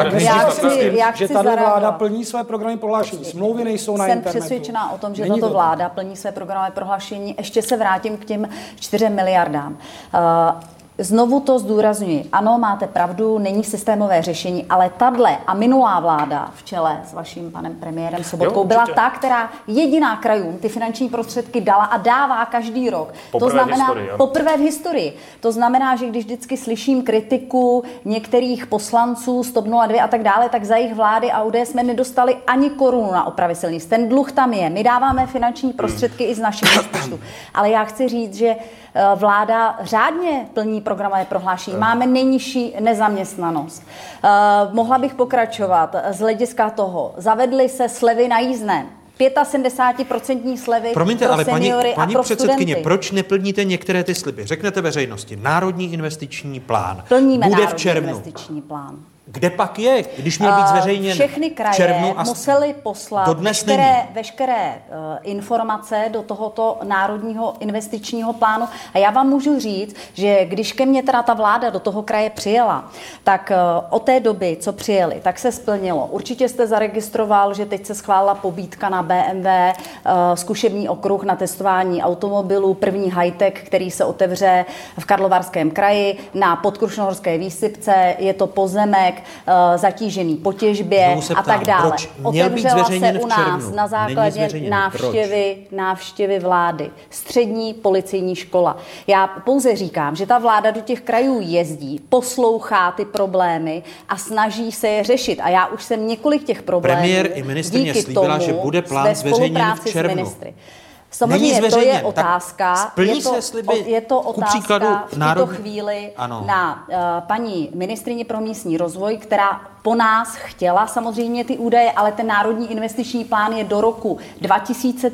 Že tato vláda plní své programy prohlášení. Smlouvy nejsou na internetu. Jsem přesvědčená o tom, že tato vláda plní své programové prohlášení. Ještě se vrátím k těm 4 miliardám. Znovu to zdůrazňuji. Ano, máte pravdu, není systémové řešení, ale tahle a minulá vláda v čele s vaším panem premiérem Sobotkou byla ta, která jediná krajům ty finanční prostředky dala a dává každý rok. Poprvé v historii. To znamená, že když vždycky slyším kritiku některých poslanců z TOP 02 a tak dále, tak za jejich vlády a ODS jsme nedostali ani korunu na opravy silnic. Ten dluh tam je. My dáváme finanční prostředky i z našich rozpočtů. Ale já chci říct, že vláda řádně plní programové prohlášení. Máme nejnižší nezaměstnanost. Mohla bych pokračovat z hlediska toho. Zavedly se slevy na jízdné. 75% slevy pro seniory a pro předsedkyně, proč neplníte některé ty sliby? Řeknete veřejnosti, Národní investiční plán plníme bude v červnu. Investiční plán. Kde pak je, když měl být zveřejněn všechny kraje v červnu a museli poslat veškeré informace do tohoto národního investičního plánu. A já vám můžu říct, že když ke mně teda ta vláda do toho kraje přijela, tak od té doby, co přijeli, tak se splnilo. Určitě jste zaregistroval, že teď se schválila pobídka na BMW, zkušební okruh na testování automobilů, první high-tech, který se otevře v Karlovarském kraji na Podkrušnohorské výsypce. Je to pozemek zatížený po těžbě a tak dále. Otevřela se u nás na základě návštěvy vlády. Střední policejní škola. Já pouze říkám, že ta vláda do těch krajů jezdí, poslouchá ty problémy a snaží se je řešit. A já už jsem několik těch problémů premiér i ministryně slíbila, že bude plán zveřejněn v červnu. Samozřejmě to je otázka. Je to otázka v tuto chvíli na paní ministryni pro místní rozvoj, která po nás chtěla samozřejmě ty údaje, ale ten národní investiční plán je do roku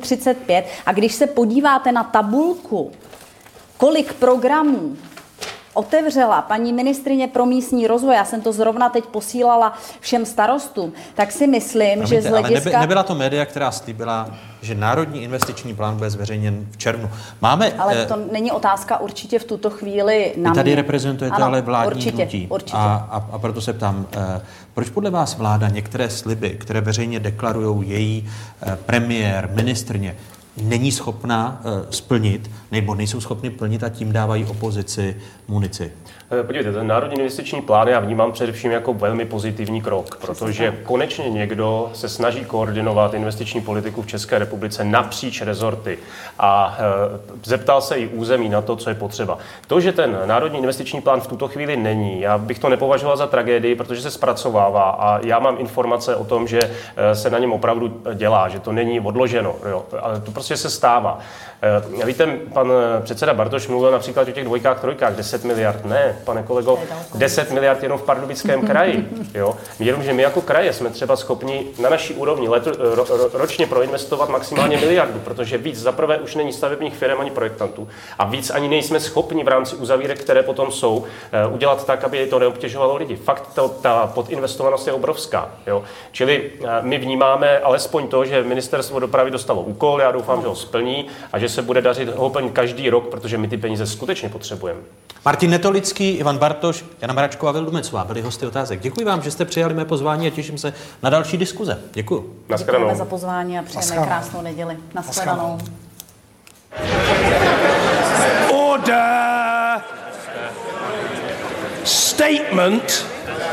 2035. A když se podíváte na tabulku, kolik programů otevřela paní ministryně pro místní rozvoj, já jsem to zrovna teď posílala všem starostům, tak si myslím, že z hlediska... Ale nebyla to média, která slíbila, že Národní investiční plán bude zveřejněn v červnu. Ale to není otázka určitě v tuto chvíli na mě. Vy tady reprezentujete ale vládní hnutí. Určitě. A proto se ptám, proč podle vás vláda některé sliby, které veřejně deklarují její premiér, ministryně, není schopná splnit, nebo nejsou schopni plnit a tím dávají opozici munici? Podívejte, ten Národní investiční plán já vnímám především jako velmi pozitivní krok, protože konečně někdo se snaží koordinovat investiční politiku v České republice napříč rezorty a zeptal se i území na to, co je potřeba. To, že ten Národní investiční plán v tuto chvíli není, já bych to nepovažoval za tragédii, protože se zpracovává a já mám informace o tom, že se na něm opravdu dělá, že to není odloženo, jo, ale to prostě se stává. Víte, pan předseda Bartoš mluvil například o těch dvojkách, trojkách, 10 miliard, ne, pane kolego, 10 miliard jenom v Pardubickém kraji, jo. Jenomže my jako kraje jsme třeba schopni na naší úrovni ročně proinvestovat maximálně miliardu, protože víc zaprvé už není stavebních firm ani projektantů a víc ani nejsme schopni v rámci uzavírek, které potom jsou, udělat tak, aby to neobtěžovalo lidi. Fakt ta podinvestovanost je obrovská, jo. Čili my vnímáme alespoň to, že ministerstvo dopravy dostalo úkol, já doufám, že ho splní a že se bude dařit ho plnit každý rok, protože my ty peníze skutečně potřebujeme. Martin Netolický, Ivan Bartoš, Jana Mračková, Vildumetzová byli hosty Otázek. Děkuji vám, že jste přijali mé pozvání a těším se na další diskuze. Děkuji. Děkujeme za pozvání a přejeme krásnou neděli. Nashledanou. Order! Statement.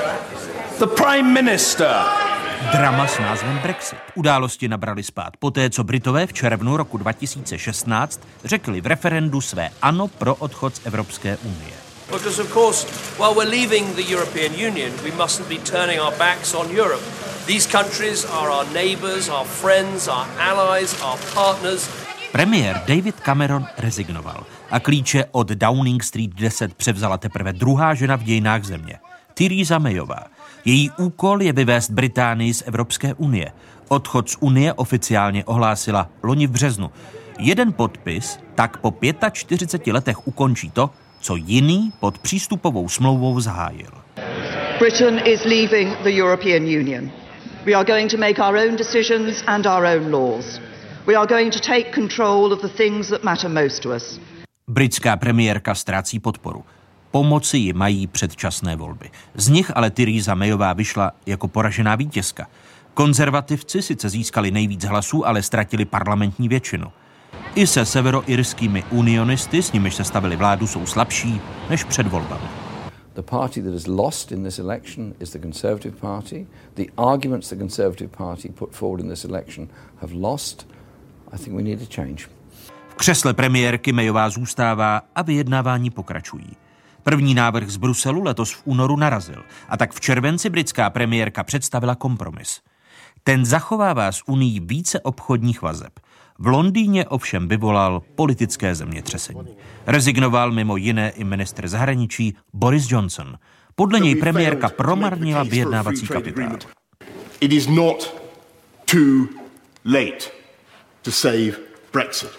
The Prime Minister. Drama s názvem Brexit. Události nabrali spád poté, co Britové v červnu roku 2016 řekli v referendu své ano pro odchod z Evropské unie. Because of course, while we're leaving the European Union, we mustn't be turning our backs on Europe. These countries are our neighbours, our friends, our allies, our partners. Premiér David Cameron rezignoval a klíče od Downing Street 10 převzala teprve druhá žena v dějinách země, Theresa Mayová. Její úkol je vyvést Británii z Evropské unie. Odchod z unie oficiálně ohlásila loni v březnu. Jeden podpis tak po 45 letech ukončí to, co jiný pod přístupovou smlouvou zahájil. Britain is leaving the European Union. We are going to make our own decisions and our own laws. We are going to take control of the things that matter most to us. Britská premiérka ztrácí podporu. Pomoci ji mají předčasné volby. Z nich ale Theresa Mayová vyšla jako poražená vítězka. Konzervativci sice získali nejvíc hlasů, ale ztratili parlamentní většinu. I se severoirskými unionisty, s nimiž se stavili vládu, jsou slabší než před volbami. The party that has lost in this election is the Conservative Party. The arguments the Conservative Party put forward in this election have lost. I think we need a change. V křesle premiérky Mayová zůstává a vyjednávání pokračují. První návrh z Bruselu letos v únoru narazil a tak v červenci britská premiérka představila kompromis. Ten zachovává s Unií více obchodních vazeb. V Londýně ovšem vyvolal politické zemětřesení. Rezignoval mimo jiné i ministr zahraničí Boris Johnson. Podle něj premiérka promarnila vyjednávací kapitál. It is not too late to save Brexit.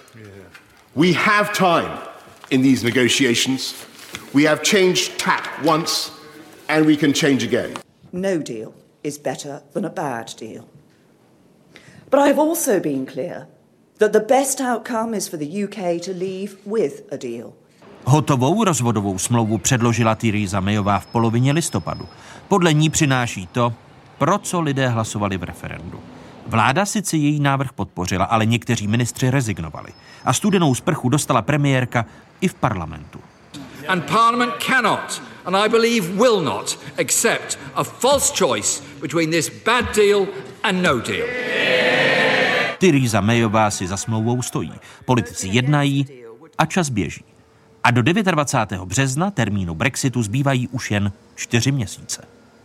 We have time in these negotiations. We have changed tack once and we can change again. No deal is better than a bad deal. But I have also been clear that the best outcome is for the UK to leave with a deal. Hotovou rozvodovou smlouvu předložila Theresa Mayová v polovině listopadu. Podle ní přináší to, pro co lidé hlasovali v referendu. Vláda sice její návrh podpořila, ale někteří ministři rezignovali. A studenou sprchu dostala premiérka i v parlamentu. And Parliament cannot, and I believe will not, accept a false choice between this bad deal and no deal. Theresa Mayová si za smlouvou stojí. Politici jednají a čas běží. A do 29. března termínu Brexitu zbývají už jen 4 měsíce.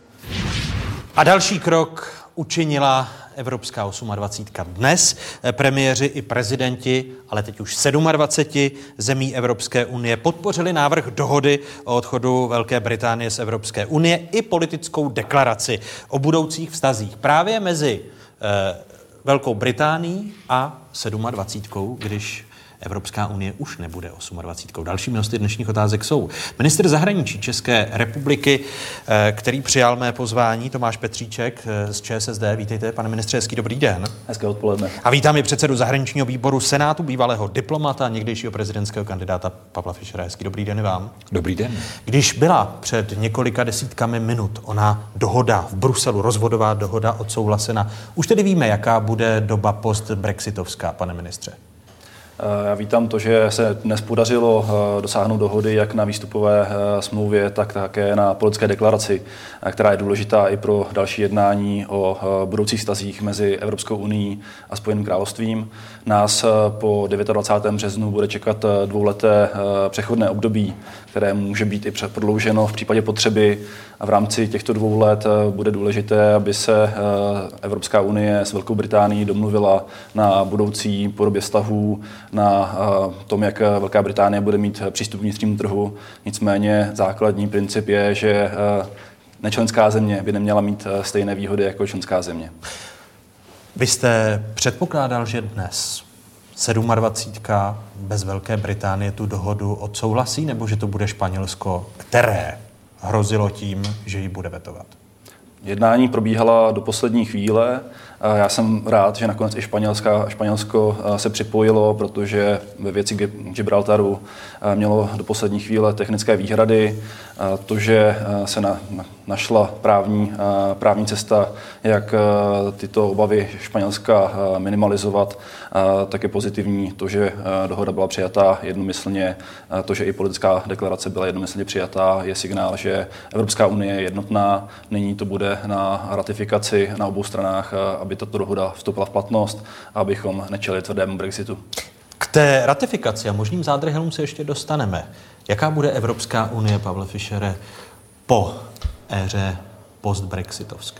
A další krok učinila Evropská 28. Dnes premiéři i prezidenti, ale teď už 27 zemí Evropské unie podpořili návrh dohody o odchodu Velké Británie z Evropské unie i politickou deklaraci o budoucích vztazích právě mezi Velkou Británií a 27, když Evropská unie už nebude 28. Dalšími hosty dnešních otázek jsou ministr zahraničí České republiky, který přijal mé pozvání, Tomáš Petříček z ČSSD. Vítejte, pane ministře, hezký dobrý den. Hezké odpoledne. A vítám i předsedu zahraničního výboru Senátu, bývalého diplomata, někdejšího prezidentského kandidáta Pavla Fischera. Hezký dobrý den i vám. Dobrý den. Když byla před několika desítkami minut ona dohoda v Bruselu, rozvodová dohoda odsouhlasena, už tedy víme, jaká bude doba post-brexitovská, pane ministře? Já vítám to, že se dnes podařilo dosáhnout dohody jak na výstupové smlouvě, tak také na politické deklaraci, která je důležitá i pro další jednání o budoucích vztazích mezi Evropskou unií a Spojeným královstvím. Nás po 29. březnu bude čekat dvouleté přechodné období, které může být i prodlouženo v případě potřeby. A v rámci těchto 2 let bude důležité, aby se Evropská unie s Velkou Británií domluvila na budoucí podobě vztahů, na tom, jak Velká Británie bude mít přístup k vnitřnímu trhu. Nicméně základní princip je, že nečlenská země by neměla mít stejné výhody jako členská země. Vy jste předpokládal, že dnes 27. bez Velké Británie tu dohodu odsouhlasí, nebo že to bude Španělsko, které hrozilo tím, že ji bude vetovat? Jednání probíhala do poslední chvíle. Já jsem rád, že nakonec i Španělsko se připojilo, protože ve věci Gibraltaru mělo do poslední chvíle technické výhrady. To, že se našla právní cesta, jak tyto obavy Španělska minimalizovat, tak je pozitivní. To, že dohoda byla přijatá jednomyslně, to, že i politická deklarace byla jednomyslně přijatá, je signál, že Evropská unie je jednotná. Nyní to bude na ratifikaci na obou stranách, aby tato dohoda vstoupila v platnost a abychom nečelili tvrdému Brexitu. K té ratifikaci a možným zádrhelům se ještě dostaneme. Jaká bude Evropská unie, Pavle Fischere, po éře postbrexitovské?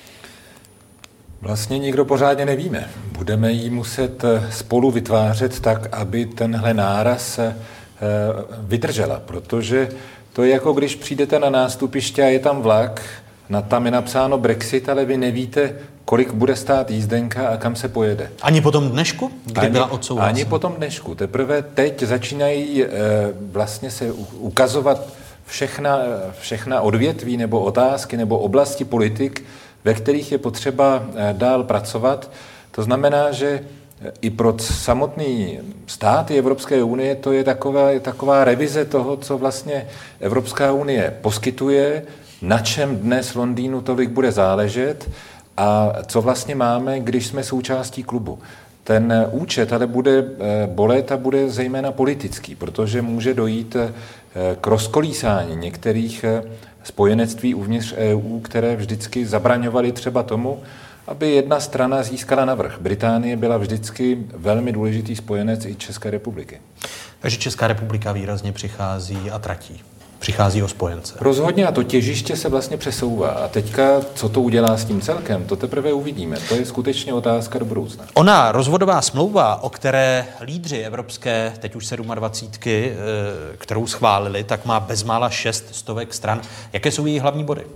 Vlastně nikdo pořádně nevíme. Budeme ji muset spolu vytvářet tak, aby tenhle náraz vydržela, protože to je jako když přijdete na nástupiště a je tam vlak, tam je napsáno Brexit, ale vy nevíte, kolik bude stát jízdenka a kam se pojede. Ani po tom dnešku, kdy byla odsouhlasena? Ani po tom dnešku. Teprve teď začínají vlastně se ukazovat všechna odvětví nebo otázky nebo oblasti politik, ve kterých je potřeba dál pracovat. To znamená, že i pro samotný státy Evropské unie to je taková revize toho, co vlastně Evropská unie poskytuje, na čem dnes Londýnu tolik bude záležet a co vlastně máme, když jsme součástí klubu. Ten účet ale bude bolet a bude zejména politický, protože může dojít k rozkolísání některých spojenectví uvnitř EU, které vždycky zabraňovaly třeba tomu, aby jedna strana získala navrch. Británie byla vždycky velmi důležitý spojenec i České republiky. Takže Česká republika výrazně přichází a tratí. Přichází o spojence. Rozhodně a to těžiště se vlastně přesouvá. A teďka, co to udělá s tím celkem, to teprve uvidíme. To je skutečně otázka do budoucna. Ona rozvodová smlouva, o které lídři evropské, teď už 27, kterou schválili, tak má bezmála 600 stran. Jaké jsou její hlavní body?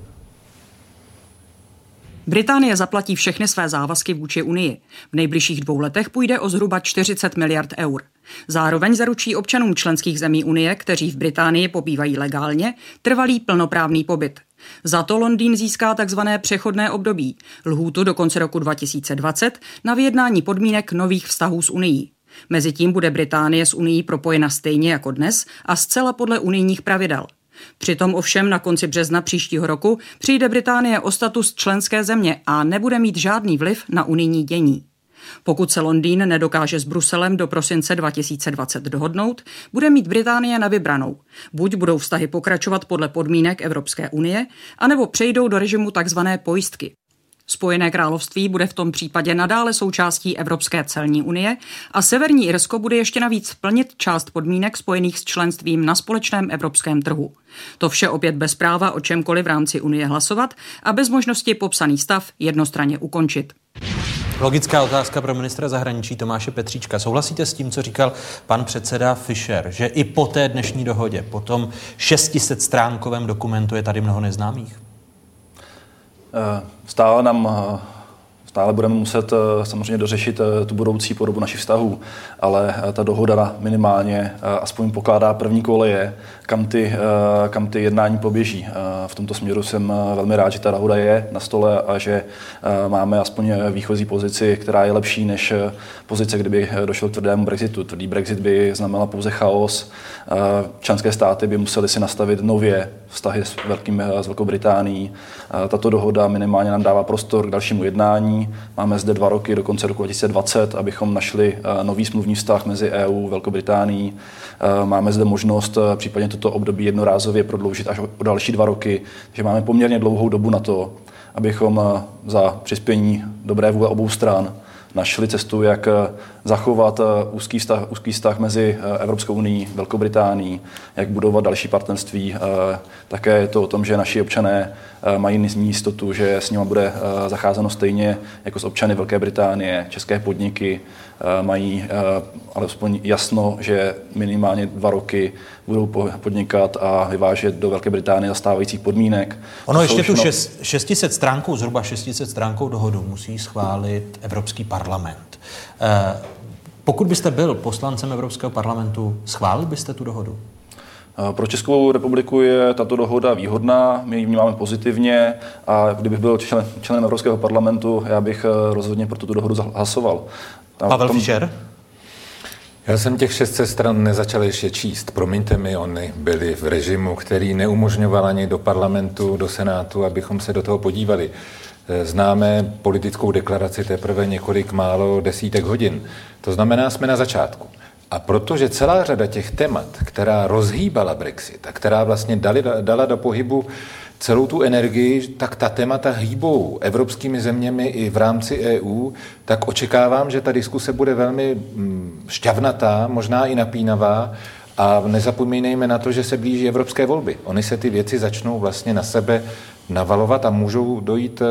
Británie zaplatí všechny své závazky vůči Unii. V nejbližších 2 letech půjde o zhruba 40 miliard eur. Zároveň zaručí občanům členských zemí Unie, kteří v Británii pobývají legálně, trvalý plnoprávný pobyt. Za to Londýn získá takzvané přechodné období, lhůtu do konce roku 2020 na vyjednání podmínek nových vztahů s Unií. Mezitím bude Británie s Unií propojena stejně jako dnes a zcela podle unijních pravidel. Přitom ovšem na konci března příštího roku přijde Británie o status členské země a nebude mít žádný vliv na unijní dění. Pokud se Londýn nedokáže s Bruselem do prosince 2020 dohodnout, bude mít Británie na vybranou. Buď budou vztahy pokračovat podle podmínek Evropské unie, anebo přejdou do režimu takzvané pojistky. Spojené království bude v tom případě nadále součástí Evropské celní unie a Severní Irsko bude ještě navíc plnit část podmínek spojených s členstvím na společném evropském trhu. To vše opět bez práva o čemkoliv v rámci unie hlasovat a bez možnosti popsaný stav jednostranně ukončit. Logická otázka pro ministra zahraničí Tomáše Petříčka. Souhlasíte s tím, co říkal pan předseda Fischer, že i po té dnešní dohodě, po tom 600stránkovém dokumentu je tady mnoho neznámých? Stále Stále budeme muset samozřejmě dořešit tu budoucí podobu našich vztahů, ale ta dohoda minimálně aspoň pokládá první koleje, kam ty jednání poběží. V tomto směru jsem velmi rád, že ta dohoda je na stole a že máme aspoň výchozí pozici, která je lepší než pozice, kdyby došlo k tvrdému Brexitu. Tvrdý Brexit by znamenal pouze chaos. Členské státy by musely si nastavit nově vztahy s Velkou Británií. Tato dohoda minimálně nám dává prostor k dalšímu jednání. Máme zde 2 roky do konce roku 2020, abychom našli nový smluvní vztah mezi EU a Velkou Británií. Máme zde možnost případně toto období jednorázově prodloužit až o další 2 roky, takže máme poměrně dlouhou dobu na to, abychom za přispění dobré vůle obou stran našli cestu, jak zachovat úzký vztah mezi Evropskou unií a Velkou Británií, jak budovat další partnerství. Také je to o tom, že naši občané mají jistotu, že s nimi bude zacházeno stejně jako s občany Velké Británie. České podniky mají alespoň jasno, že minimálně 2 roky budou podnikat a vyvážet do Velké Británie za stávajících podmínek. Ono ještě tu 600 stránkou, zhruba 600 stránkou dohodu musí schválit Evropský parlament. Pokud byste byl poslancem Evropského parlamentu, schválil byste tu dohodu? Pro Českou republiku je tato dohoda výhodná, my ji vnímáme pozitivně a kdybych byl členem Evropského parlamentu, já bych rozhodně pro tuto dohodu hlasoval. Pavel Fischer? Já jsem těch 600 stran nezačal ještě číst. Promiňte mi, oni byli v režimu, který neumožňoval ani do parlamentu, do senátu, abychom se do toho podívali. Známe politickou deklaraci teprve několik málo desítek hodin. To znamená, jsme na začátku. A protože celá řada těch témat, která rozhýbala Brexit a která vlastně dala do pohybu celou tu energii, tak ta témata hýbou evropskými zeměmi i v rámci EU, tak očekávám, že ta diskuse bude velmi šťavnatá, možná i napínavá. A nezapomínejme na to, že se blíží evropské volby. Ony se ty věci začnou vlastně na sebe navalovat a můžou dojít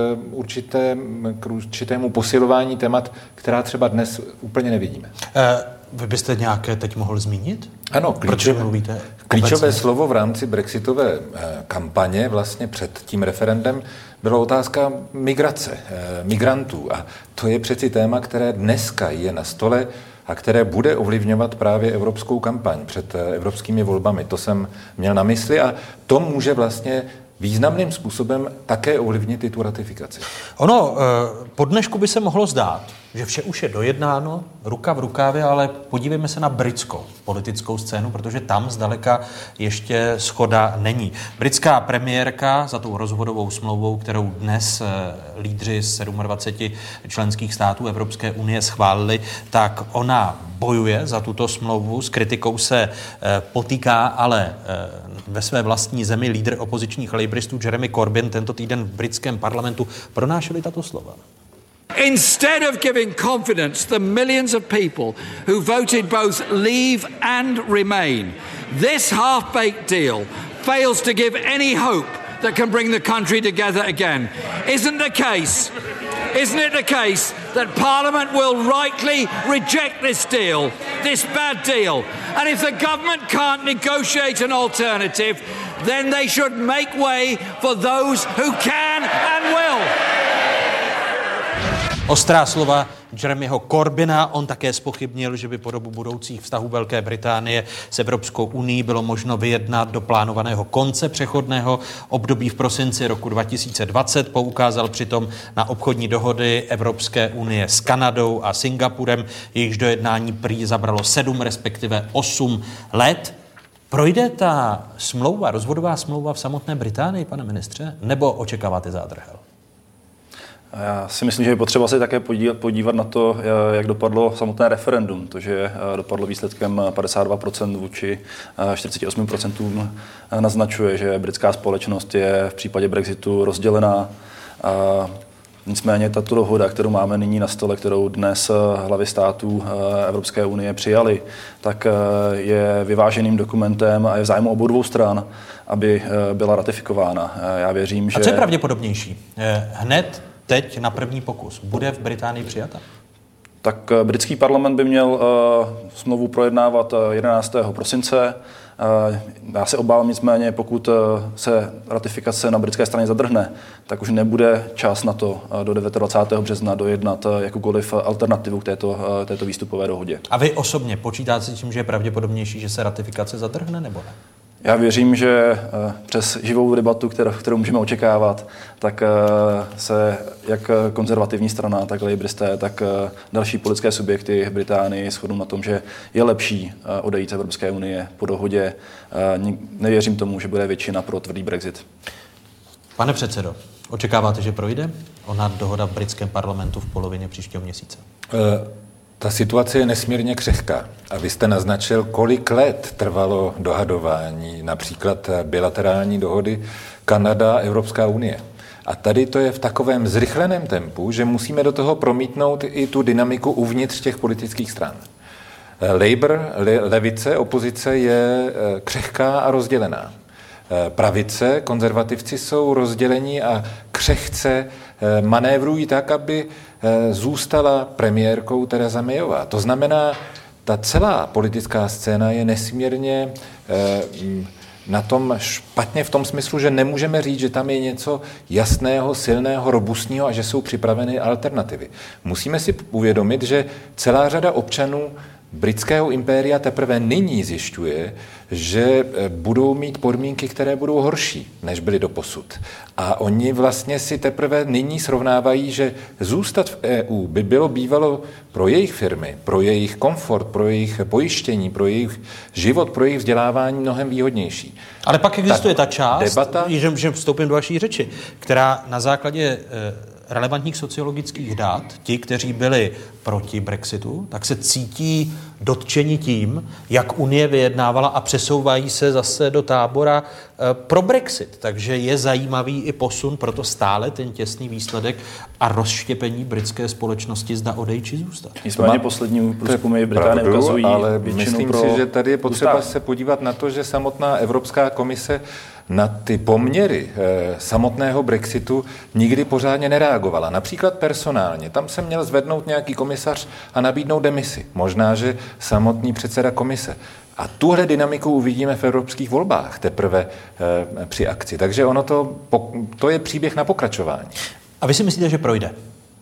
k určitému posilování témat, která třeba dnes úplně nevidíme. Vy byste nějaké teď mohl zmínit? Ano, klíčové slovo v rámci brexitové kampaně vlastně před tím referendem byla otázka migrace, migrantů. A to je přeci téma, které dneska je na stole a které bude ovlivňovat právě evropskou kampaň před evropskými volbami. To jsem měl na mysli a to může vlastně významným způsobem také ovlivnit i tu ratifikaci. Ono, po dnešku by se mohlo zdát, že vše už je dojednáno, ruka v rukávě, ale podívejme se na britskou politickou scénu, protože tam zdaleka ještě shoda není. Britská premiérka za tou rozvodovou smlouvou, kterou dnes lídři z 27 členských států Evropské unie schválili, tak ona bojuje za tuto smlouvu, s kritikou se potýká, ale ve své vlastní zemi lídr opozičních labouristů Jeremy Corbyn tento týden v britském parlamentu pronášeli tato slova. Instead of giving confidence to the millions of people who voted both leave and remain, this half-baked deal fails to give any hope that can bring the country together again. Isn't it the case that Parliament will rightly reject this deal, this bad deal? And if the government can't negotiate an alternative, then they should make way for those who can and will. Ostrá slova Jeremyho Corbyna. On také zpochybnil, že by podobu budoucích vztahů Velké Británie s Evropskou unií bylo možno vyjednat do plánovaného konce přechodného období v prosinci roku 2020. Poukázal přitom na obchodní dohody Evropské unie s Kanadou a Singapurem, jejichž dojednání prý zabralo 7, respektive 8 let. Projde ta smlouva, rozvodová smlouva v samotné Británii, pane ministře, nebo očekáváte zádrhel? Já si myslím, že je potřeba se také podívat na to, jak dopadlo samotné referendum. To, že dopadlo výsledkem 52% vůči 48% naznačuje, že britská společnost je v případě Brexitu rozdělená. Nicméně tato dohoda, kterou máme nyní na stole, kterou dnes hlavy států Evropské unie přijali, tak je vyváženým dokumentem a je v zájmu obou dvou stran, aby byla ratifikována. Já věřím, že... A co je pravděpodobnější? Hned teď na první pokus bude v Británii přijata? Tak britský parlament by měl smlouvu projednávat 11. prosince. Já se obávám nicméně, pokud se ratifikace na britské straně zadrhne, tak už nebude čas na to do 29. března dojednat jakoukoliv alternativu k této výstupové dohodě. A vy osobně počítáte s tím, že je pravděpodobnější, že se ratifikace zadrhne, nebo ne? Já věřím, že přes živou debatu, kterou můžeme očekávat, tak se jak konzervativní strana, tak labouristé, tak další politické subjekty v Británii shodnou na tom, že je lepší odejít z Evropské unie po dohodě. Nevěřím tomu, že bude většina pro tvrdý Brexit. Pane předsedo, očekáváte, že projde ona dohoda v britském parlamentu v polovině příštího měsíce? Ta situace je nesmírně křehká. A vy jste naznačil, kolik let trvalo dohadování, například bilaterální dohody Kanada a Evropská unie. A tady to je v takovém zrychleném tempu, že musíme do toho promítnout i tu dynamiku uvnitř těch politických stran. Labour, levice, opozice je křehká a rozdělená. Pravice, konzervativci jsou rozdělení a křehce manévrují tak, aby zůstala premiérkou Theresa Mayová. To znamená, ta celá politická scéna je nesmírně na tom špatně v tom smyslu, že nemůžeme říct, že tam je něco jasného, silného, robustního a že jsou připraveny alternativy. Musíme si uvědomit, že celá řada občanů britského impéria teprve nyní zjišťuje, že budou mít podmínky, které budou horší, než byly doposud. A oni vlastně si teprve nyní srovnávají, že zůstat v EU by bylo bývalo pro jejich firmy, pro jejich komfort, pro jejich pojištění, pro jejich život, pro jejich vzdělávání mnohem výhodnější. Ale pak existuje ta část, debata, že vstoupím do vaší řeči, která na základě relevantních sociologických dat, ti, kteří byli proti Brexitu, tak se cítí dotčeni tím, jak Unie vyjednávala a přesouvají se zase do tábora pro Brexit. Takže je zajímavý i posun, proto stále ten těsný výsledek a rozštěpení britské společnosti zda odejít či zůstat. Nicméně poslední průzkumy v Británii ukazují, ale myslím si, že tady je potřeba se podívat na to, že samotná Evropská komise na ty poměry samotného Brexitu nikdy pořádně nereagovala. Například personálně. Tam se měl zvednout nějaký komisař a nabídnout demisi. Možná, že samotný předseda komise. A tuhle dynamiku uvidíme v evropských volbách teprve při akci. Takže ono to je příběh na pokračování. A vy si myslíte, že projde?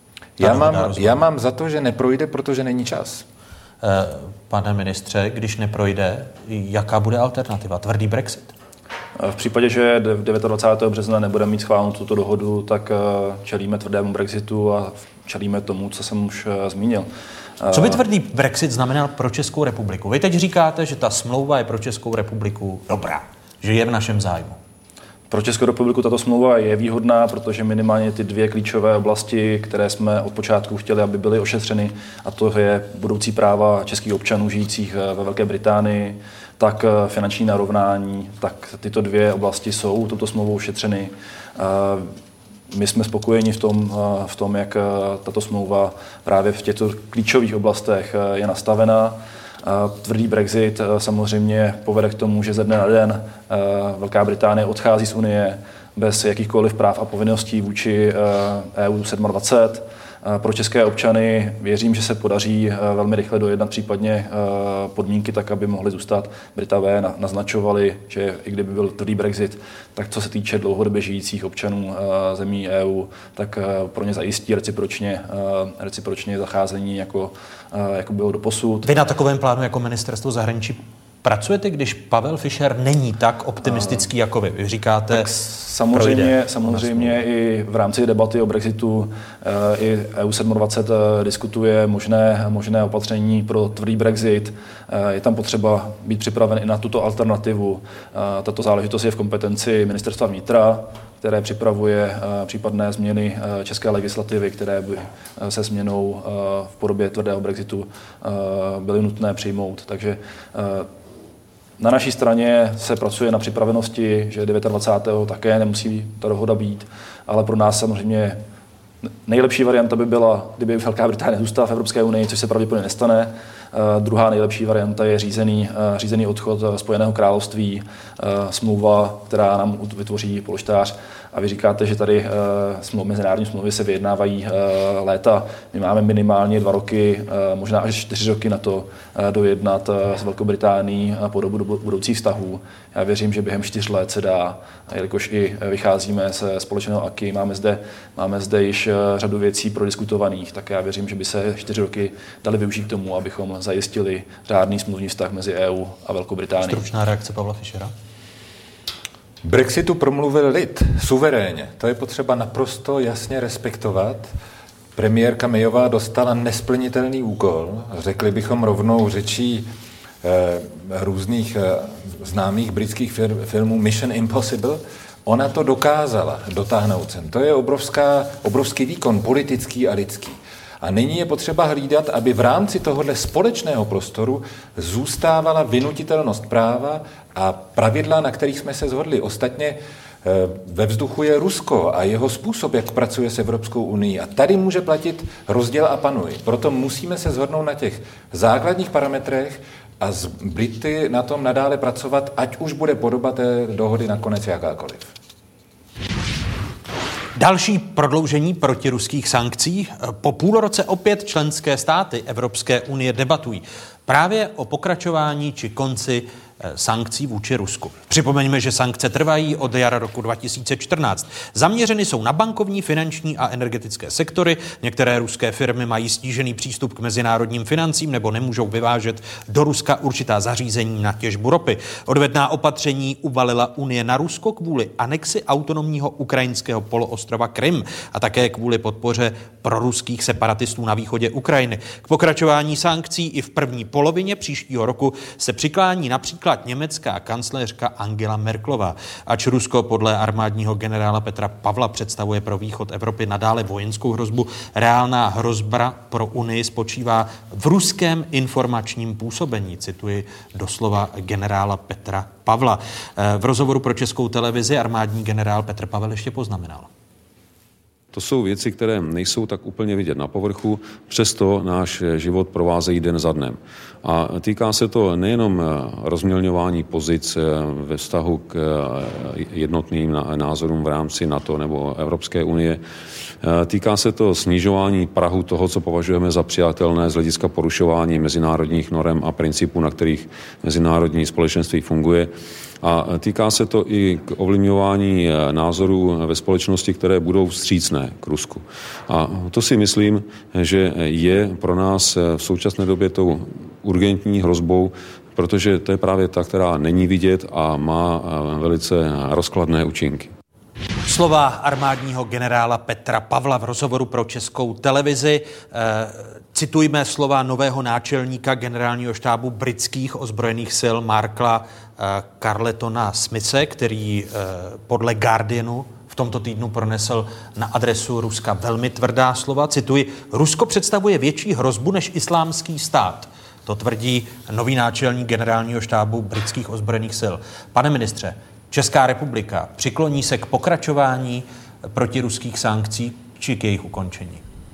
Já mám za to, že neprojde, protože není čas. Pane ministře, když neprojde, jaká bude alternativa? Tvrdý Brexit? V případě, že 29. března nebudeme mít schválenou tuto dohodu, tak čelíme tvrdému Brexitu a čelíme tomu, co jsem už zmínil. Co by tvrdý Brexit znamenal pro Českou republiku? Vy teď říkáte, že ta smlouva je pro Českou republiku dobrá, že je v našem zájmu. Pro Českou republiku tato smlouva je výhodná, protože minimálně ty dvě klíčové oblasti, které jsme od počátku chtěli, aby byly ošetřeny, a to je budoucí práva českých občanů žijících ve Velké Británii, tak finanční narovnání, tak tyto dvě oblasti jsou touto smlouvou ošetřeny. My jsme spokojeni v tom, jak tato smlouva právě v těchto klíčových oblastech je nastavena. Tvrdý Brexit samozřejmě povede k tomu, že ze dne na den Velká Británie odchází z Unie bez jakýchkoliv práv a povinností vůči EU 27. Pro české občany věřím, že se podaří velmi rychle dojednat případně podmínky tak, aby mohli zůstat. Britové naznačovali, že i kdyby byl tvrdý Brexit, tak co se týče dlouhodobě žijících občanů zemí EU, tak pro ně zajistí recipročně zacházení, jako bylo doposud. Vy na takovém plánu jako ministerstvo zahraničí pracujete, když Pavel Fischer není tak optimistický jako vy? Vy říkáte, tak samozřejmě i v rámci debaty o Brexitu i EU 27 diskutuje možné opatření pro tvrdý Brexit. Je tam potřeba být připraven i na tuto alternativu. Tato záležitost je v kompetenci Ministerstva vnitra, které připravuje případné změny české legislativy, které by se změnou v podobě tvrdého Brexitu byly nutné přijmout. Takže na naší straně se pracuje na připravenosti, že 29. také nemusí ta dohoda být, ale pro nás samozřejmě nejlepší varianta by byla, kdyby Velká Británie zůstala v Evropské unii, což se pravděpodobně nestane. Druhá nejlepší varianta je řízený odchod Spojeného království, smlouva, která nám vytvoří polštář A vy říkáte, že tady mezinárodní smlouvy se vyjednávají léta. My máme minimálně 2 roky, možná až 4 roky na to dojednat s Velkou Británií podobu budoucích vztahů. Já věřím, že během 4 let se dá, jelikož i vycházíme ze společného AKI, máme zde již řadu věcí prodiskutovaných, tak já věřím, že by se 4 roky dali využít k tomu, abychom zajistili řádný smluvní vztah mezi EU a Velkou Británií. Stručná reakce Pavla Fischera. Brexitu promluvil lid suverénně. To je potřeba naprosto jasně respektovat. Premiérka Mayová dostala nesplnitelný úkol, řekli bychom rovnou řečí různých známých britských filmů Mission Impossible. Ona to dokázala dotáhnout sem. To je obrovský výkon politický a lidský. A nyní je potřeba hlídat, aby v rámci tohohle společného prostoru zůstávala vynutitelnost práva a pravidla, na kterých jsme se shodli. Ostatně ve vzduchu je Rusko a jeho způsob, jak pracuje s Evropskou unií. A tady může platit rozděl a panuj. Proto musíme se shodnout na těch základních parametrech a z Brity na tom nadále pracovat, ať už bude podoba té dohody nakonec jakákoliv. Další prodloužení protiruských sankcí. Po půlroce opět členské státy Evropské unie debatují právě o pokračování či konci sankcí vůči Rusku. Připomeňme, že sankce trvají od jara roku 2014. Zaměřeny jsou na bankovní, finanční a energetické sektory. Některé ruské firmy mají stížený přístup k mezinárodním financím nebo nemůžou vyvážet do Ruska určitá zařízení na těžbu ropy. Odvetná opatření uvalila Unie na Rusko kvůli anexi autonomního ukrajinského poloostrova Krym a také kvůli podpoře proruských separatistů na východě Ukrajiny. K pokračování sankcí i v první polovině příštího roku se přiklání například německá kancléřka Angela Merkelová. Ač Rusko podle armádního generála Petra Pavla představuje pro východ Evropy nadále vojenskou hrozbu, reálná hrozba pro Unii spočívá v ruském informačním působení, cituji doslova generála Petra Pavla. V rozhovoru pro Českou televizi armádní generál Petr Pavel ještě poznamenal. To jsou věci, které nejsou tak úplně vidět na povrchu, přesto náš život provázejí den za dnem. A týká se to nejenom rozmělňování pozic ve vztahu k jednotným názorům v rámci NATO nebo Evropské unie. Týká se to snižování prahu toho, co považujeme za přijatelné z hlediska porušování mezinárodních norem a principů, na kterých mezinárodní společenství funguje. A týká se to i k ovlivňování názorů ve společnosti, které budou vstřícné k Rusku. A to si myslím, že je pro nás v současné době tou urgentní hrozbou, protože to je právě ta, která není vidět a má velice rozkladné účinky. Slova armádního generála Petra Pavla v rozhovoru pro Českou televizi. Citujme slova nového náčelníka generálního štábu britských ozbrojených sil Marka Carletona Smithe, který podle Guardianu v tomto týdnu pronesl na adresu Ruska velmi tvrdá slova. Cituji, Rusko představuje větší hrozbu než islámský stát. To tvrdí nový náčelník generálního štábu britských ozbrojených sil. Pane ministře, Česká republika přikloní se k pokračování protiruských sankcí či k jejich ukončení?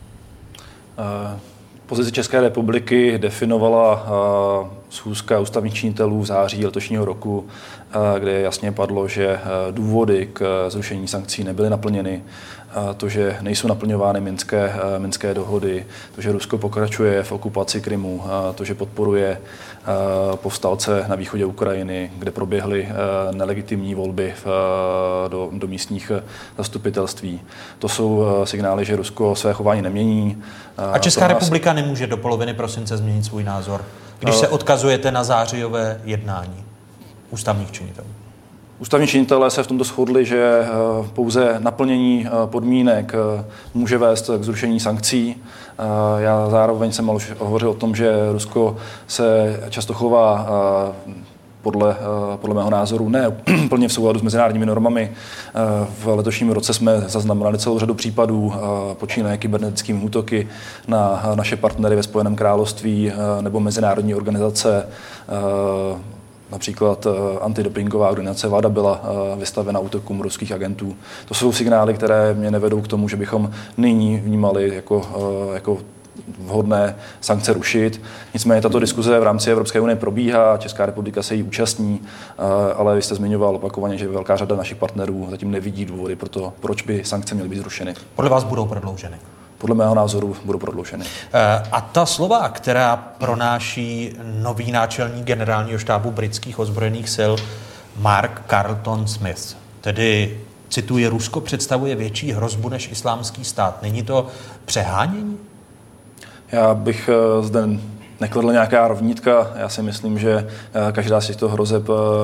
Pozici České republiky definovala schůzka ústavních činitelů v září letošního roku, kde jasně padlo, že důvody k zrušení sankcí nebyly naplněny. To, že nejsou naplňovány minské dohody, to, že Rusko pokračuje v okupaci Krymu, to, že podporuje povstalce na východě Ukrajiny, kde proběhly nelegitimní volby do místních zastupitelství. To jsou signály, že Rusko své chování nemění. A Česká republika nemůže do poloviny prosince změnit svůj názor, když se odkazujete na zářijové jednání ústavních činitelů? Ústavní činitelé se v tomto shodli, že pouze naplnění podmínek může vést k zrušení sankcí. Já zároveň jsem už hovořil o tom, že Rusko se často chová podle mého názoru ne plně v souladu s mezinárodními normami. V letošním roce jsme zaznamenali celou řadu případů počínaje kybernetickými útoky na naše partnery ve Spojeném království nebo mezinárodní organizace. Například antidopingová organizace WADA byla vystavena útokům ruských agentů. To jsou signály, které mě nevedou k tomu, že bychom nyní vnímali jako vhodné sankce rušit. Nicméně tato diskuze v rámci Evropské unie probíhá, Česká republika se jí účastní, ale vy jste zmiňoval opakovaně, že velká řada našich partnerů zatím nevidí důvody pro to, proč by sankce měly být zrušeny. Podle vás budou prodlouženy? Podle mého názoru budou prodlouženy. A ta slova, která pronáší nový náčelník generálního štábu britských ozbrojených sil Mark Carleton Smith, tedy cituji, Rusko představuje větší hrozbu než Islámský stát. Není to přehánění? Já bych zde nekladl nějaká rovnítka. Já si myslím, že každá z těchto hrozeb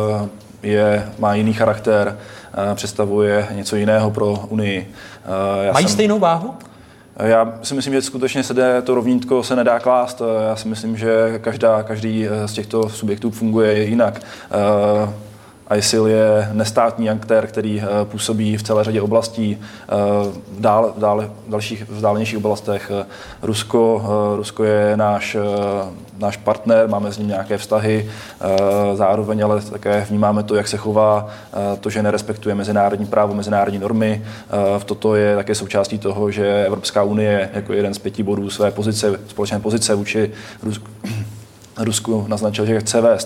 má jiný charakter, představuje něco jiného pro Unii. Mají stejnou váhu? Já si myslím, že skutečně to rovnítko se nedá klást. Já si myslím, že každý z těchto subjektů funguje jinak. ISIL je nestátní aktér, který působí v celé řadě oblastí, v vzdálenějších oblastech. Rusko je náš partner, máme s ním nějaké vztahy, zároveň ale také vnímáme to, jak se chová, to, že nerespektuje mezinárodní právo, mezinárodní normy. Toto je také součástí toho, že Evropská unie jako jeden z 5 bodů své společné pozice vůči Rusku naznačil, že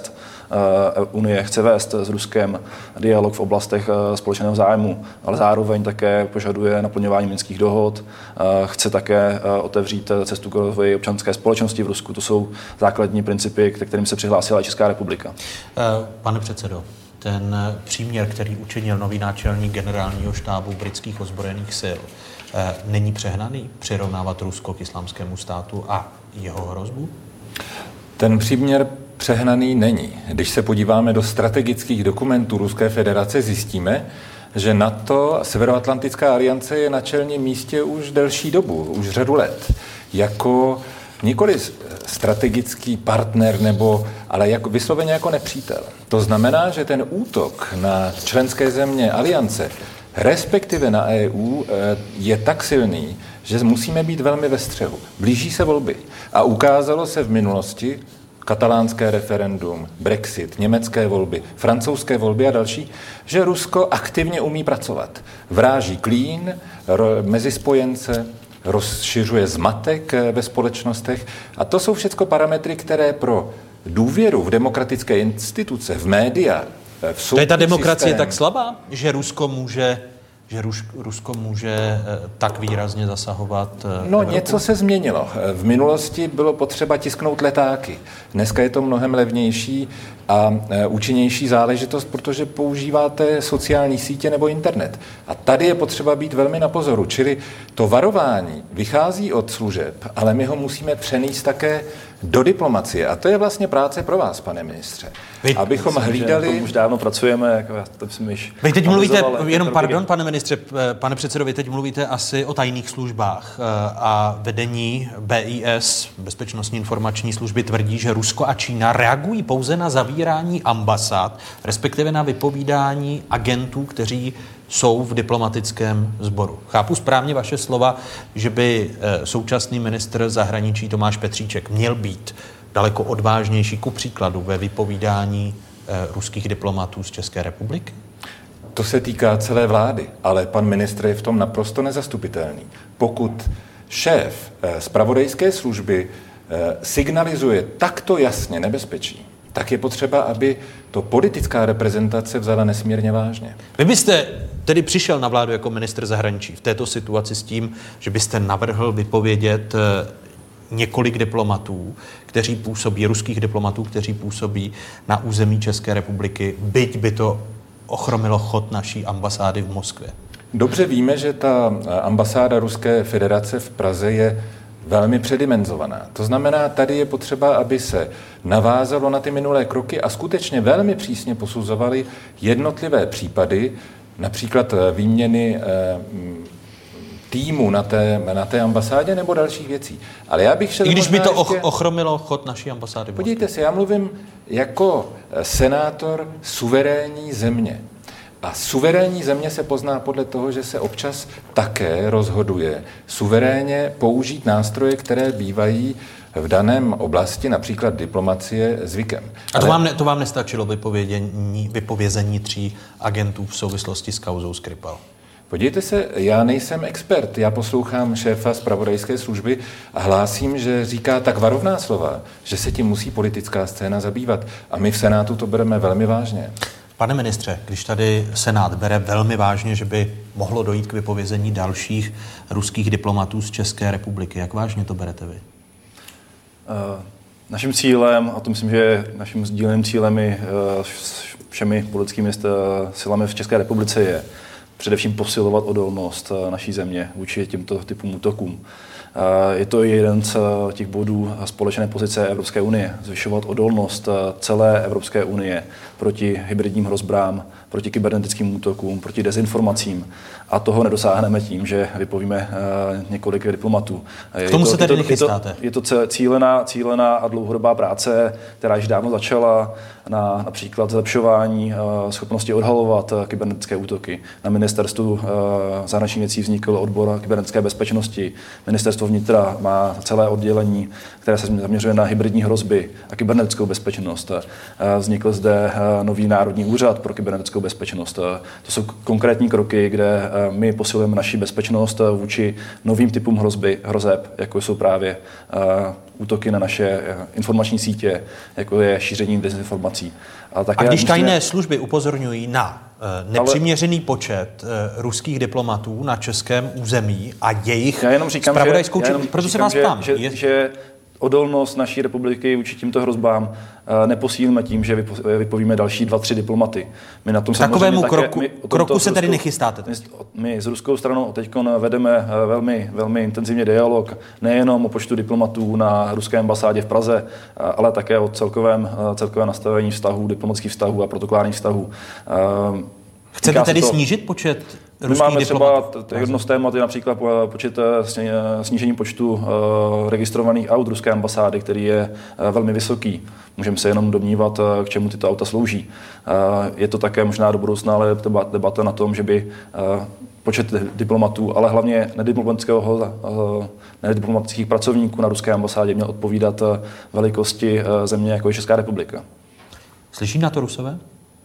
Unie chce vést s Ruskem dialog v oblastech společného zájmu, ale zároveň také požaduje naplňování minských dohod, chce také otevřít cestu k rozvoji občanské společnosti v Rusku. To jsou základní principy, ke kterým se přihlásila i Česká republika. Pane předsedo, ten příměr, který učinil nový náčelník generálního štábu britských ozbrojených sil, není přehnaný přirovnávat Rusko k Islámskému státu a jeho hrozbu? Ten příměr přehnaný není. Když se podíváme do strategických dokumentů Ruské federace, zjistíme, že NATO, Severoatlantická aliance, je na čelním místě už delší dobu, už řadu let. Jako nikoli strategický partner, ale vysloveně jako nepřítel. To znamená, že ten útok na členské země aliance, respektive na EU, je tak silný, že musíme být velmi ve střehu. Blíží se volby. A ukázalo se v minulosti, katalánské referendum, Brexit, německé volby, francouzské volby a další, že Rusko aktivně umí pracovat. Vráží klín mezi spojence, rozšiřuje zmatek ve společnostech a to jsou všechno parametry, které pro důvěru v demokratické instituce, v média, v soudní To je ta demokracie systém, tak slabá, že Rusko může tak výrazně zasahovat? No, něco se změnilo. V minulosti bylo potřeba tisknout letáky. Dneska je to mnohem levnější a účinnější záležitost, protože používáte sociální sítě nebo internet. A tady je potřeba být velmi na pozoru. Čili to varování vychází od služeb, ale my ho musíme přenést také do diplomacie. A to je vlastně práce pro vás, pane ministře. Abychom hlídali... Už dávno pracujeme, to jsem již... Vy teď mluvíte, jenom pardon, pane ministře, pane předsedo, vy teď mluvíte asi o tajných službách a vedení BIS, Bezpečnostní informační služby, tvrdí, že Rusko a Čína reagují pouze na zavírání ambasád, respektive na vypovídání agentů, kteří jsou v diplomatickém sboru. Chápu správně vaše slova, že by současný ministr zahraničí Tomáš Petříček měl být daleko odvážnější, ku příkladu, ve vypovídání ruských diplomatů z České republiky? To se týká celé vlády, ale pan ministr je v tom naprosto nezastupitelný. Pokud šéf zpravodajské služby signalizuje takto jasně nebezpečí, tak je potřeba, aby to politická reprezentace vzala nesmírně vážně. Vy byste tedy přišel na vládu jako ministr zahraničí v této situaci s tím, že byste navrhl vypovědět několik diplomatů, ruských diplomatů, kteří působí na území České republiky, byť by to ochromilo chod naší ambasády v Moskvě? Dobře víme, že ta ambasáda Ruské federace v Praze je velmi předimenzovaná. To znamená, tady je potřeba, aby se navázalo na ty minulé kroky a skutečně velmi přísně posuzovali jednotlivé případy, například výměny týmu na té ambasádě nebo dalších věcí. Ale já bych šel... I když by to ochromilo chod naší ambasády. Podívejte se, já mluvím jako senátor suverénní země. A suverénní země se pozná podle toho, že se občas také rozhoduje suverénně použít nástroje, které bývají v daném oblasti, například diplomacie, zvykem. A to vám nestačilo vypovězení 3 agentů v souvislosti s kauzou Skripal? Podívejte se, já nejsem expert, já poslouchám šéfa zpravodajské služby a hlásím, že říká tak varovná slova, že se tím musí politická scéna zabývat a my v Senátu to bereme velmi vážně. Pane ministře, když tady Senát bere velmi vážně, že by mohlo dojít k vypovězení dalších ruských diplomatů z České republiky, jak vážně to berete vy? Naším cílem, a to myslím, že naším sdíleným cílem i všemi politickými silami v České republice je především posilovat odolnost naší země vůči těmto typům útokům. Je to jeden z těch bodů společné pozice Evropské unie, zvyšovat odolnost celé Evropské unie proti hybridním hrozbám, proti kybernetickým útokům, proti dezinformacím. A toho nedosáhneme tím, že vypovíme několik diplomatů. K tomu se tedy nechystáte? Je to cílená a dlouhodobá práce, která již dávno začala na například zlepšování schopnosti odhalovat kybernetické útoky. Na ministerstvu zahraničních věcí vznikl odbor kybernetické bezpečnosti. Ministerstvo vnitra má celé oddělení, které se zaměřuje na hybridní hrozby a kybernetickou bezpečnost. Vznikl zde nový Národní úřad pro kybernetickou bezpečnost. To jsou konkrétní kroky, kde my posilujeme naši bezpečnost vůči novým typům hrozeb, jako jsou právě útoky na naše informační sítě, jako je šíření dezinformací. A když tajné služby upozorňují na nepřiměřený počet ruských diplomatů na českém území a jejich zpravodajskou činnost, proto se vás ptám. Že odolnost naší republiky vůči tímto hrozbám neposílíme tím, že vypovíme další 2-3 diplomaty. My na tom takovému kroku se tedy nechystáte? My s ruskou stranou teď vedeme velmi intenzivně dialog nejenom o počtu diplomatů na ruské ambasádě v Praze, ale také o celkovém nastavení vztahů, diplomatických vztahů a protokolárních vztahů. Chcete tedy snížit počet ruských máme diplomatů? třeba jedno z témat je například snížení počtu registrovaných aut ruské ambasády, který je velmi vysoký. Můžeme se jenom domnívat, k čemu tyto auta slouží. Je to také možná do budoucna, ale debata na tom, že by počet diplomatů, ale hlavně nediplomatických pracovníků na ruské ambasádě měl odpovídat velikosti země, jako je Česká republika. Slyší na to Rusové?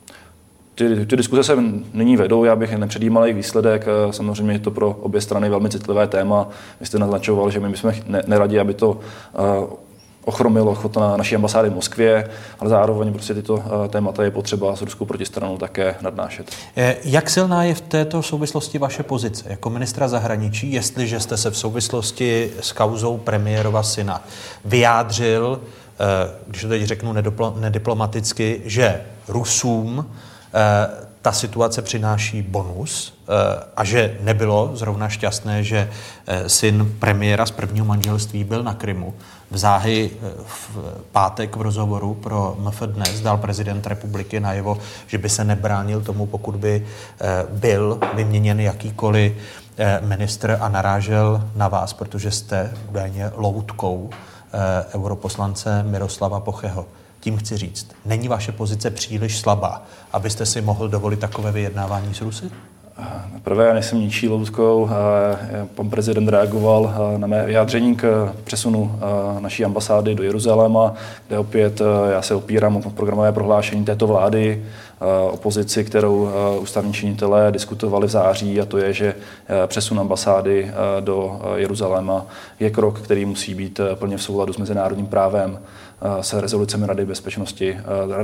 Ty diskuze se nyní vedou, já bych nepředjímal jejich výsledek. Samozřejmě je to pro obě strany velmi citlivé téma. Vy jste naznačoval, že my jsme neradi, aby to ochromilo chod na naší ambasády v Moskvě, ale zároveň prostě tyto témata je potřeba s ruskou protistranou také nadnášet. Jak silná je v této souvislosti vaše pozice jako ministra zahraničí, jestliže jste se v souvislosti s kauzou premiérova syna vyjádřil, když to teď řeknu nediplomaticky, že Rusům ta situace přináší bonus a že nebylo zrovna šťastné, že syn premiéra z prvního manželství byl na Krymu. V záhy v pátek v rozhovoru pro MF Dnes dal prezident republiky najevo, že by se nebránil tomu, pokud by byl vyměněn jakýkoliv ministr a narážel na vás, protože jste údajně loutkou europoslance Miroslava Pocheho. Tím chci říct, není vaše pozice příliš slabá, abyste si mohl dovolit takové vyjednávání s Rusy? Prvé, já nejsem ničí loutkou. Pan prezident reagoval na mé vyjádření k přesunu naší ambasády do Jeruzaléma, kde opět já se opírám o programové prohlášení této vlády, o pozici, kterou ústavní činitelé diskutovali v září, a to je, že přesun ambasády do Jeruzaléma je krok, který musí být plně v souladu s mezinárodním právem, s rezolucemi Rady bezpečnosti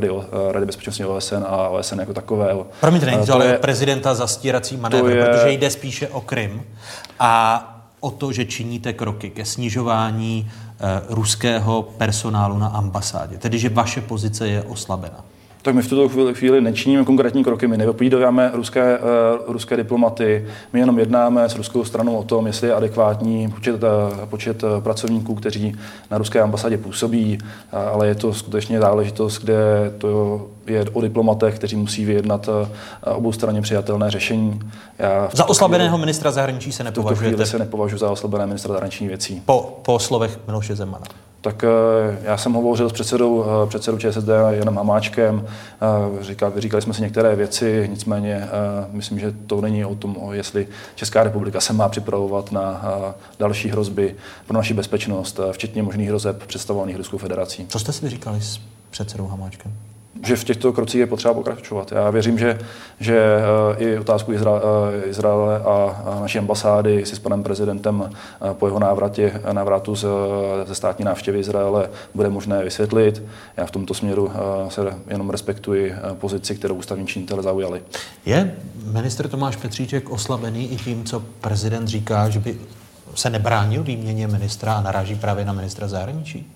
OSN a OSN jako takového. Promiňte, není to ale prezidenta zastírací manévr, protože jde spíše o Krym a o to, že činíte kroky ke snižování ruského personálu na ambasádě, tedy že vaše pozice je oslabena. Tak my v tuto chvíli nečiníme konkrétní kroky, my nevypovídáme ruské diplomaty, my jenom jednáme s ruskou stranou o tom, jestli je adekvátní počet pracovníků, kteří na ruské ambasádě působí, ale je to skutečně záležitost, kde to je o diplomatech, kteří musí vyjednat oboustranně přijatelné řešení. Za oslabeného ministra zahraničí se nepovažujete? V tuto chvíli se nepovažuji za oslabené ministra zahraničních věcí. Po slovech Miloše Zemana. Tak já jsem hovořil s předsedou ČSSD Janem Hamáčkem, říkali jsme si některé věci, nicméně myslím, že to není o tom, jestli Česká republika se má připravovat na další hrozby pro naši bezpečnost, včetně možných hrozeb představovaných Ruskou federací. Co jste si říkali s předsedou Hamáčkem? že v těchto krocích je potřeba pokračovat. Já věřím, že i otázku Izraele a naší ambasády si s panem prezidentem po jeho návratu ze státní návštěvy Izraele bude možné vysvětlit. Já v tomto směru se jenom respektuji pozici, kterou ústavní činitelé zaujali. Je ministr Tomáš Petříček oslabený i tím, co prezident říká, že by se nebránil výměně ministra a naráží právě na ministra zahraničí?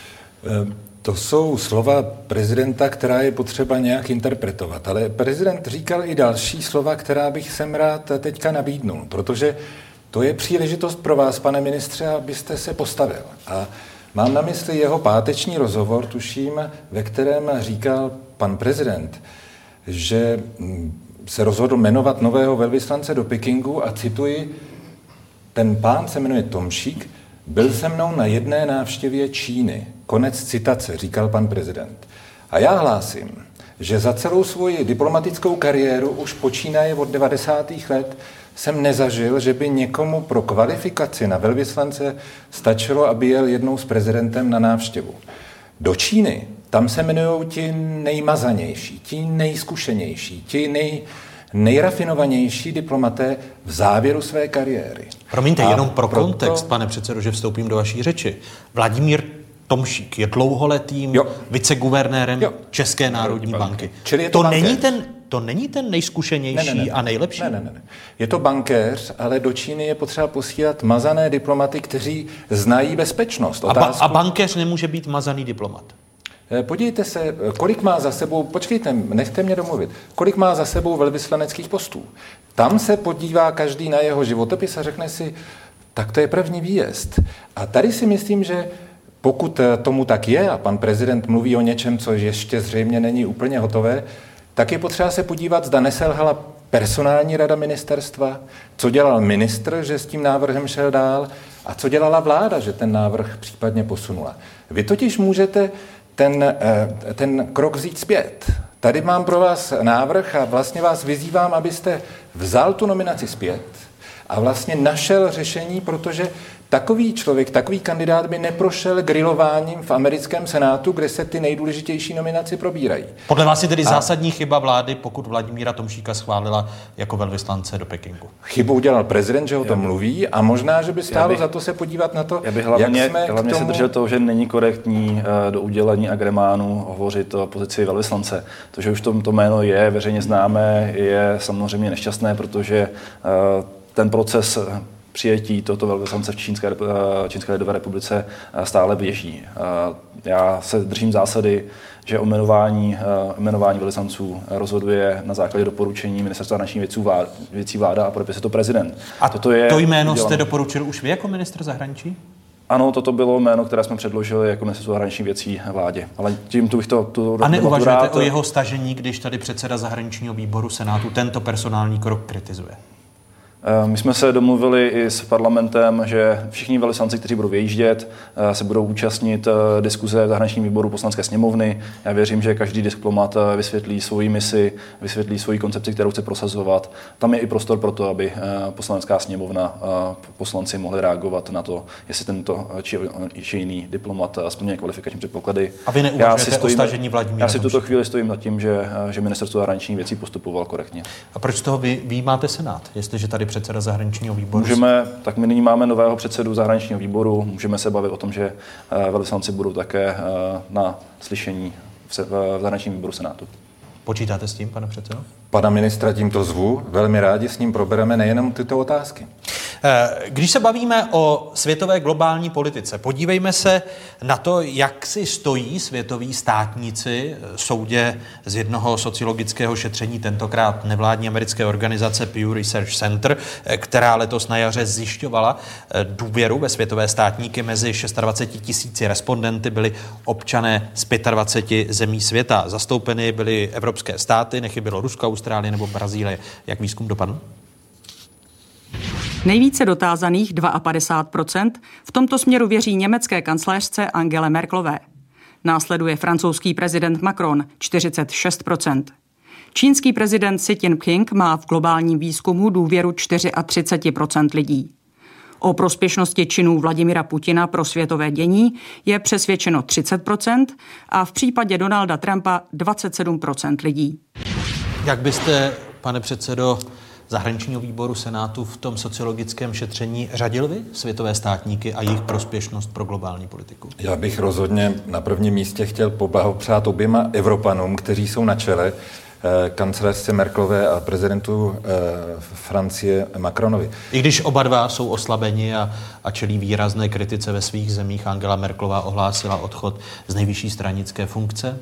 To jsou slova prezidenta, která je potřeba nějak interpretovat. Ale prezident říkal i další slova, která bych sem rád teďka nabídnul, protože to je příležitost pro vás, pane ministře, abyste se postavil. A mám na mysli jeho páteční rozhovor, tuším, ve kterém říkal pan prezident, že se rozhodl jmenovat nového velvyslance do Pekingu a cituji, ten pán se jmenuje Tomšík, byl se mnou na jedné návštěvě Číny. Konec citace, říkal pan prezident. A já hlásím, že za celou svoji diplomatickou kariéru už počínaje od 90. let jsem nezažil, že by někomu pro kvalifikaci na velvyslance stačilo, aby jel jednou s prezidentem na návštěvu. Do Číny, tam se jmenují ti nejmazanější, ti nejzkušenější, ti nejrafinovanější diplomaté v závěru své kariéry. Promiňte, jenom pro kontext, pane předsedo, že vstoupím do vaší řeči. Vladimír Tomšík je dlouholetým viceguvernérem České národní banky. Čili to není ten nejzkušenější a nejlepší? Ne. Je to bankéř, ale do Číny je potřeba posílat mazané diplomaty, kteří znají bezpečnost. A bankéř nemůže být mazaný diplomat? Podívejte se, kolik má za sebou, počkejte, nechte mě domluvit, kolik má za sebou velvyslaneckých postů. Tam se podívá každý na jeho životopis a řekne si, tak to je první výjezd. A tady si myslím, že pokud tomu tak je a pan prezident mluví o něčem, co ještě zřejmě není úplně hotové, tak je potřeba se podívat, zda neselhala personální rada ministerstva, co dělal ministr, že s tím návrhem šel dál a co dělala vláda, že ten návrh případně posunula. Vy totiž můžete ten krok vzít zpět. Tady mám pro vás návrh a vlastně vás vyzývám, abyste vzal tu nominaci zpět a vlastně našel řešení, protože takový člověk, takový kandidát by neprošel grilováním v americkém senátu, kde se ty nejdůležitější nominaci probírají. Podle vás je tedy zásadní chyba vlády, pokud Vladimíra Tomšíka schválila jako velvyslance do Pekingu? Chybu udělal prezident, že o tom mluví a možná, že by stálo za to se podívat na to, jak jsme se držel toho, že není korektní do udělení agremánu hovořit o pozici velvyslance. To, že už to jméno je veřejně známé, je samozřejmě nešťastné, protože ten proces přijetí tohoto velvyslance v Čínské lidové republice stále běží. Já se držím zásady, že o jmenování velvyslanců rozhoduje na základě doporučení Ministerstva zahraničních věcí vláda a podepisuje to prezident. A to jméno jste doporučil už vy jako ministr zahraničí? Ano, toto bylo jméno, které jsme předložili jako Ministerstvo zahraničních věcí vládě. Ale tím bych to A neuvažujete o jeho stažení, když tady předseda zahraničního výboru Senátu tento personální krok kritizuje? My jsme se domluvili i s parlamentem, že všichni velvyslanci, kteří budou vyjíždět, se budou účastnit diskuze v zahraničním výboru Poslanecké sněmovny. Já věřím, že každý diplomat vysvětlí svoji misi, vysvětlí svoji koncepci, kterou chce prosazovat. Tam je i prostor pro to, aby Poslanecká sněmovna poslanci mohli reagovat na to, jestli tento či jiný diplomat splňuje kvalifikační předpoklady. A vy neuvažujete o stažení Vladimíra? Já si v tuto chvíli stojím za tím, že Ministerstvo zahraničních věcí postupoval korektně. A proč z toho vyjímáte Senát, jestliže tady předseda zahraničního výboru? Tak my nyní máme nového předsedu zahraničního výboru, můžeme se bavit o tom, že velvyslanci budou také na slyšení v zahraničním výboru Senátu. Počítáte s tím, pane předsedo? Pana ministra tímto zvu, velmi rádi s ním probereme nejenom tyto otázky. Když se bavíme o světové globální politice, podívejme se na to, jak si stojí světoví státníci. Soudě z jednoho sociologického šetření, tentokrát nevládní americké organizace Pew Research Center, která letos na jaře zjišťovala důvěru ve světové státníky. Mezi 26 000 respondenty byli občané z 25 zemí světa. Zastoupeny byly evropské státy, nechybělo Rusko, Austrálie nebo Brazílie. Jak výzkum dopadl? Nejvíce dotázaných 52% v tomto směru věří německé kancléřce Angele Merkelové. Následuje francouzský prezident Macron 46%. Čínský prezident Xi Jinping má v globálním výzkumu důvěru 34% lidí. O prospěšnosti činů Vladimira Putina pro světové dění je přesvědčeno 30% a v případě Donalda Trumpa 27% lidí. Jak byste, pane předsedo zahraničního výboru Senátu, v tom sociologickém šetření řadil vy světové státníky a jejich prospěšnost pro globální politiku? Já bych rozhodně na prvním místě chtěl poblahopřát oběma Evropanům, kteří jsou na čele, kancléřce Merkelové a prezidentu Francie Macronovi. I když oba dva jsou oslabeni a čelí výrazné kritice ve svých zemích, Angela Merkelová ohlásila odchod z nejvyšší stranické funkce.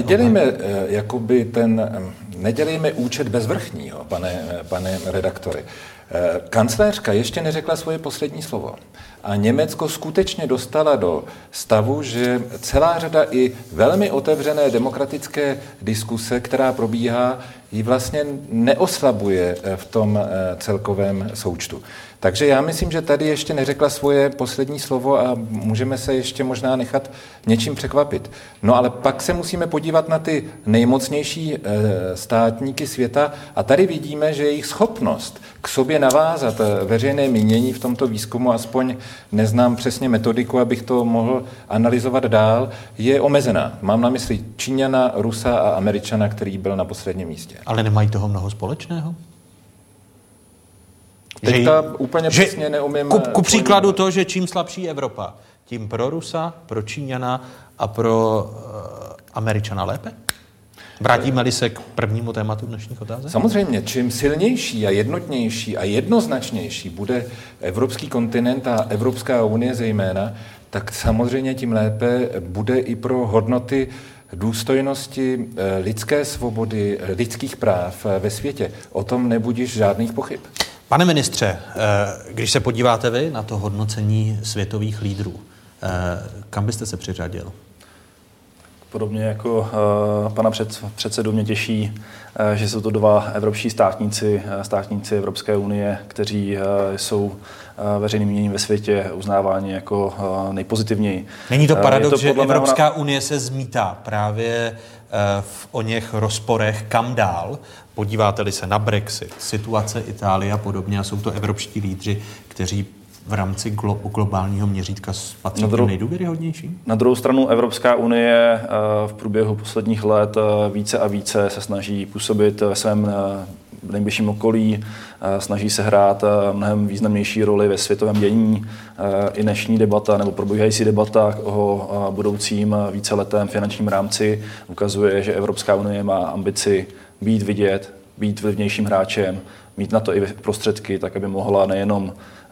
Nedělejme účet bezvrchního, pane redaktore. Kancléřka ještě neřekla svoje poslední slovo. A Německo skutečně dostala do stavu, že celá řada i velmi otevřené demokratické diskuse, která probíhá, ji vlastně neoslabuje v tom celkovém součtu. Takže já myslím, že tady ještě neřekla svoje poslední slovo a můžeme se ještě možná nechat něčím překvapit. No ale pak se musíme podívat na ty nejmocnější státníky světa a tady vidíme, že jejich schopnost k sobě navázat veřejné mínění v tomto výzkumu, aspoň neznám přesně metodiku, abych to mohl analyzovat dál, je omezená. Mám na mysli Číňana, Rusa a Američana, který byl na posledním místě. Ale nemají toho mnoho společného? Teďka úplně přesně neumím... Ku příkladu to, že čím slabší Evropa, tím pro Rusa, pro Číňana a pro Američana lépe? Vrátíme-li se k prvnímu tématu dnešních otázek? Samozřejmě, čím silnější a jednotnější a jednoznačnější bude evropský kontinent a Evropská unie zejména, tak samozřejmě tím lépe bude i pro hodnoty důstojnosti, lidské svobody, lidských práv ve světě. O tom nebudíš žádných pochyb. Pane ministře, když se podíváte vy na to hodnocení světových lídrů, kam byste se přiřadil? Podobně jako pana předsedu mě těší, že jsou to dva evropští státníci Evropské unie, kteří jsou veřejným míněním ve světě uznáváni jako nejpozitivněji. Není to paradox, že Evropská unie se zmítá právě v oněch rozporech, kam dál? Podíváte-li se na Brexit, situace Itálie a podobně, a jsou to evropští lídři, kteří v rámci globálního měřítka patří k nejdůvěryhodnějším? Na druhou stranu Evropská unie v průběhu posledních let více a více se snaží působit ve svém nejbližším okolí, snaží se hrát mnohem významnější roli ve světovém dění. I dnešní debata nebo probíhající debata o budoucím víceletém finančním rámci ukazuje, že Evropská unie má ambici být vidět, být vlivnějším hráčem, mít na to i prostředky, tak aby mohla nejenom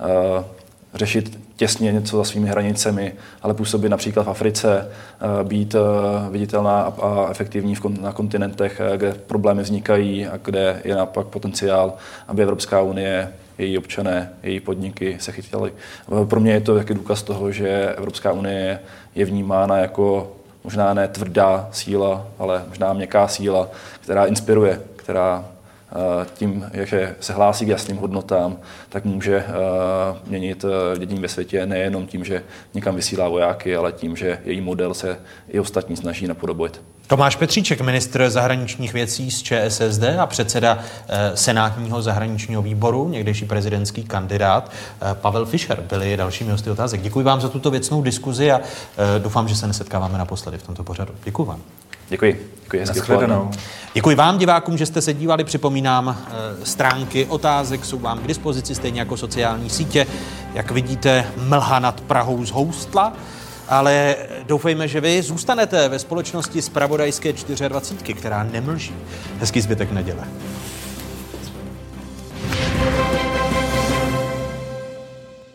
řešit těsně něco za svými hranicemi, ale působit například v Africe, být viditelná a efektivní na kontinentech, kde problémy vznikají a kde je naopak potenciál, aby Evropská unie, její občané, její podniky se chytali. Pro mě je to taky důkaz toho, že Evropská unie je vnímána jako možná ne tvrdá síla, ale možná měkká síla, která inspiruje, která tím, jak se hlásí k jasným hodnotám, tak může měnit dění ve světě nejenom tím, že někam vysílá vojáky, ale tím, že její model se i ostatní snaží napodobit. Tomáš Petříček, ministr zahraničních věcí z ČSSD a předseda senátního zahraničního výboru, někdejší prezidentský kandidát Pavel Fischer byli dalšími hosty otázek. Děkuji vám za tuto věcnou diskuzi a doufám, že se nesetkáváme naposledy v tomto pořadu. Děkuji vám. Děkuji. Děkuji vám, divákům, že jste se dívali. Připomínám, stránky otázek jsou vám k dispozici, stejně jako sociální sítě. Jak vidíte, mlha nad Prahou zhoustla, ale doufejme, že vy zůstanete ve společnosti zpravodajské 24, která nemlží. Hezký zbytek neděle.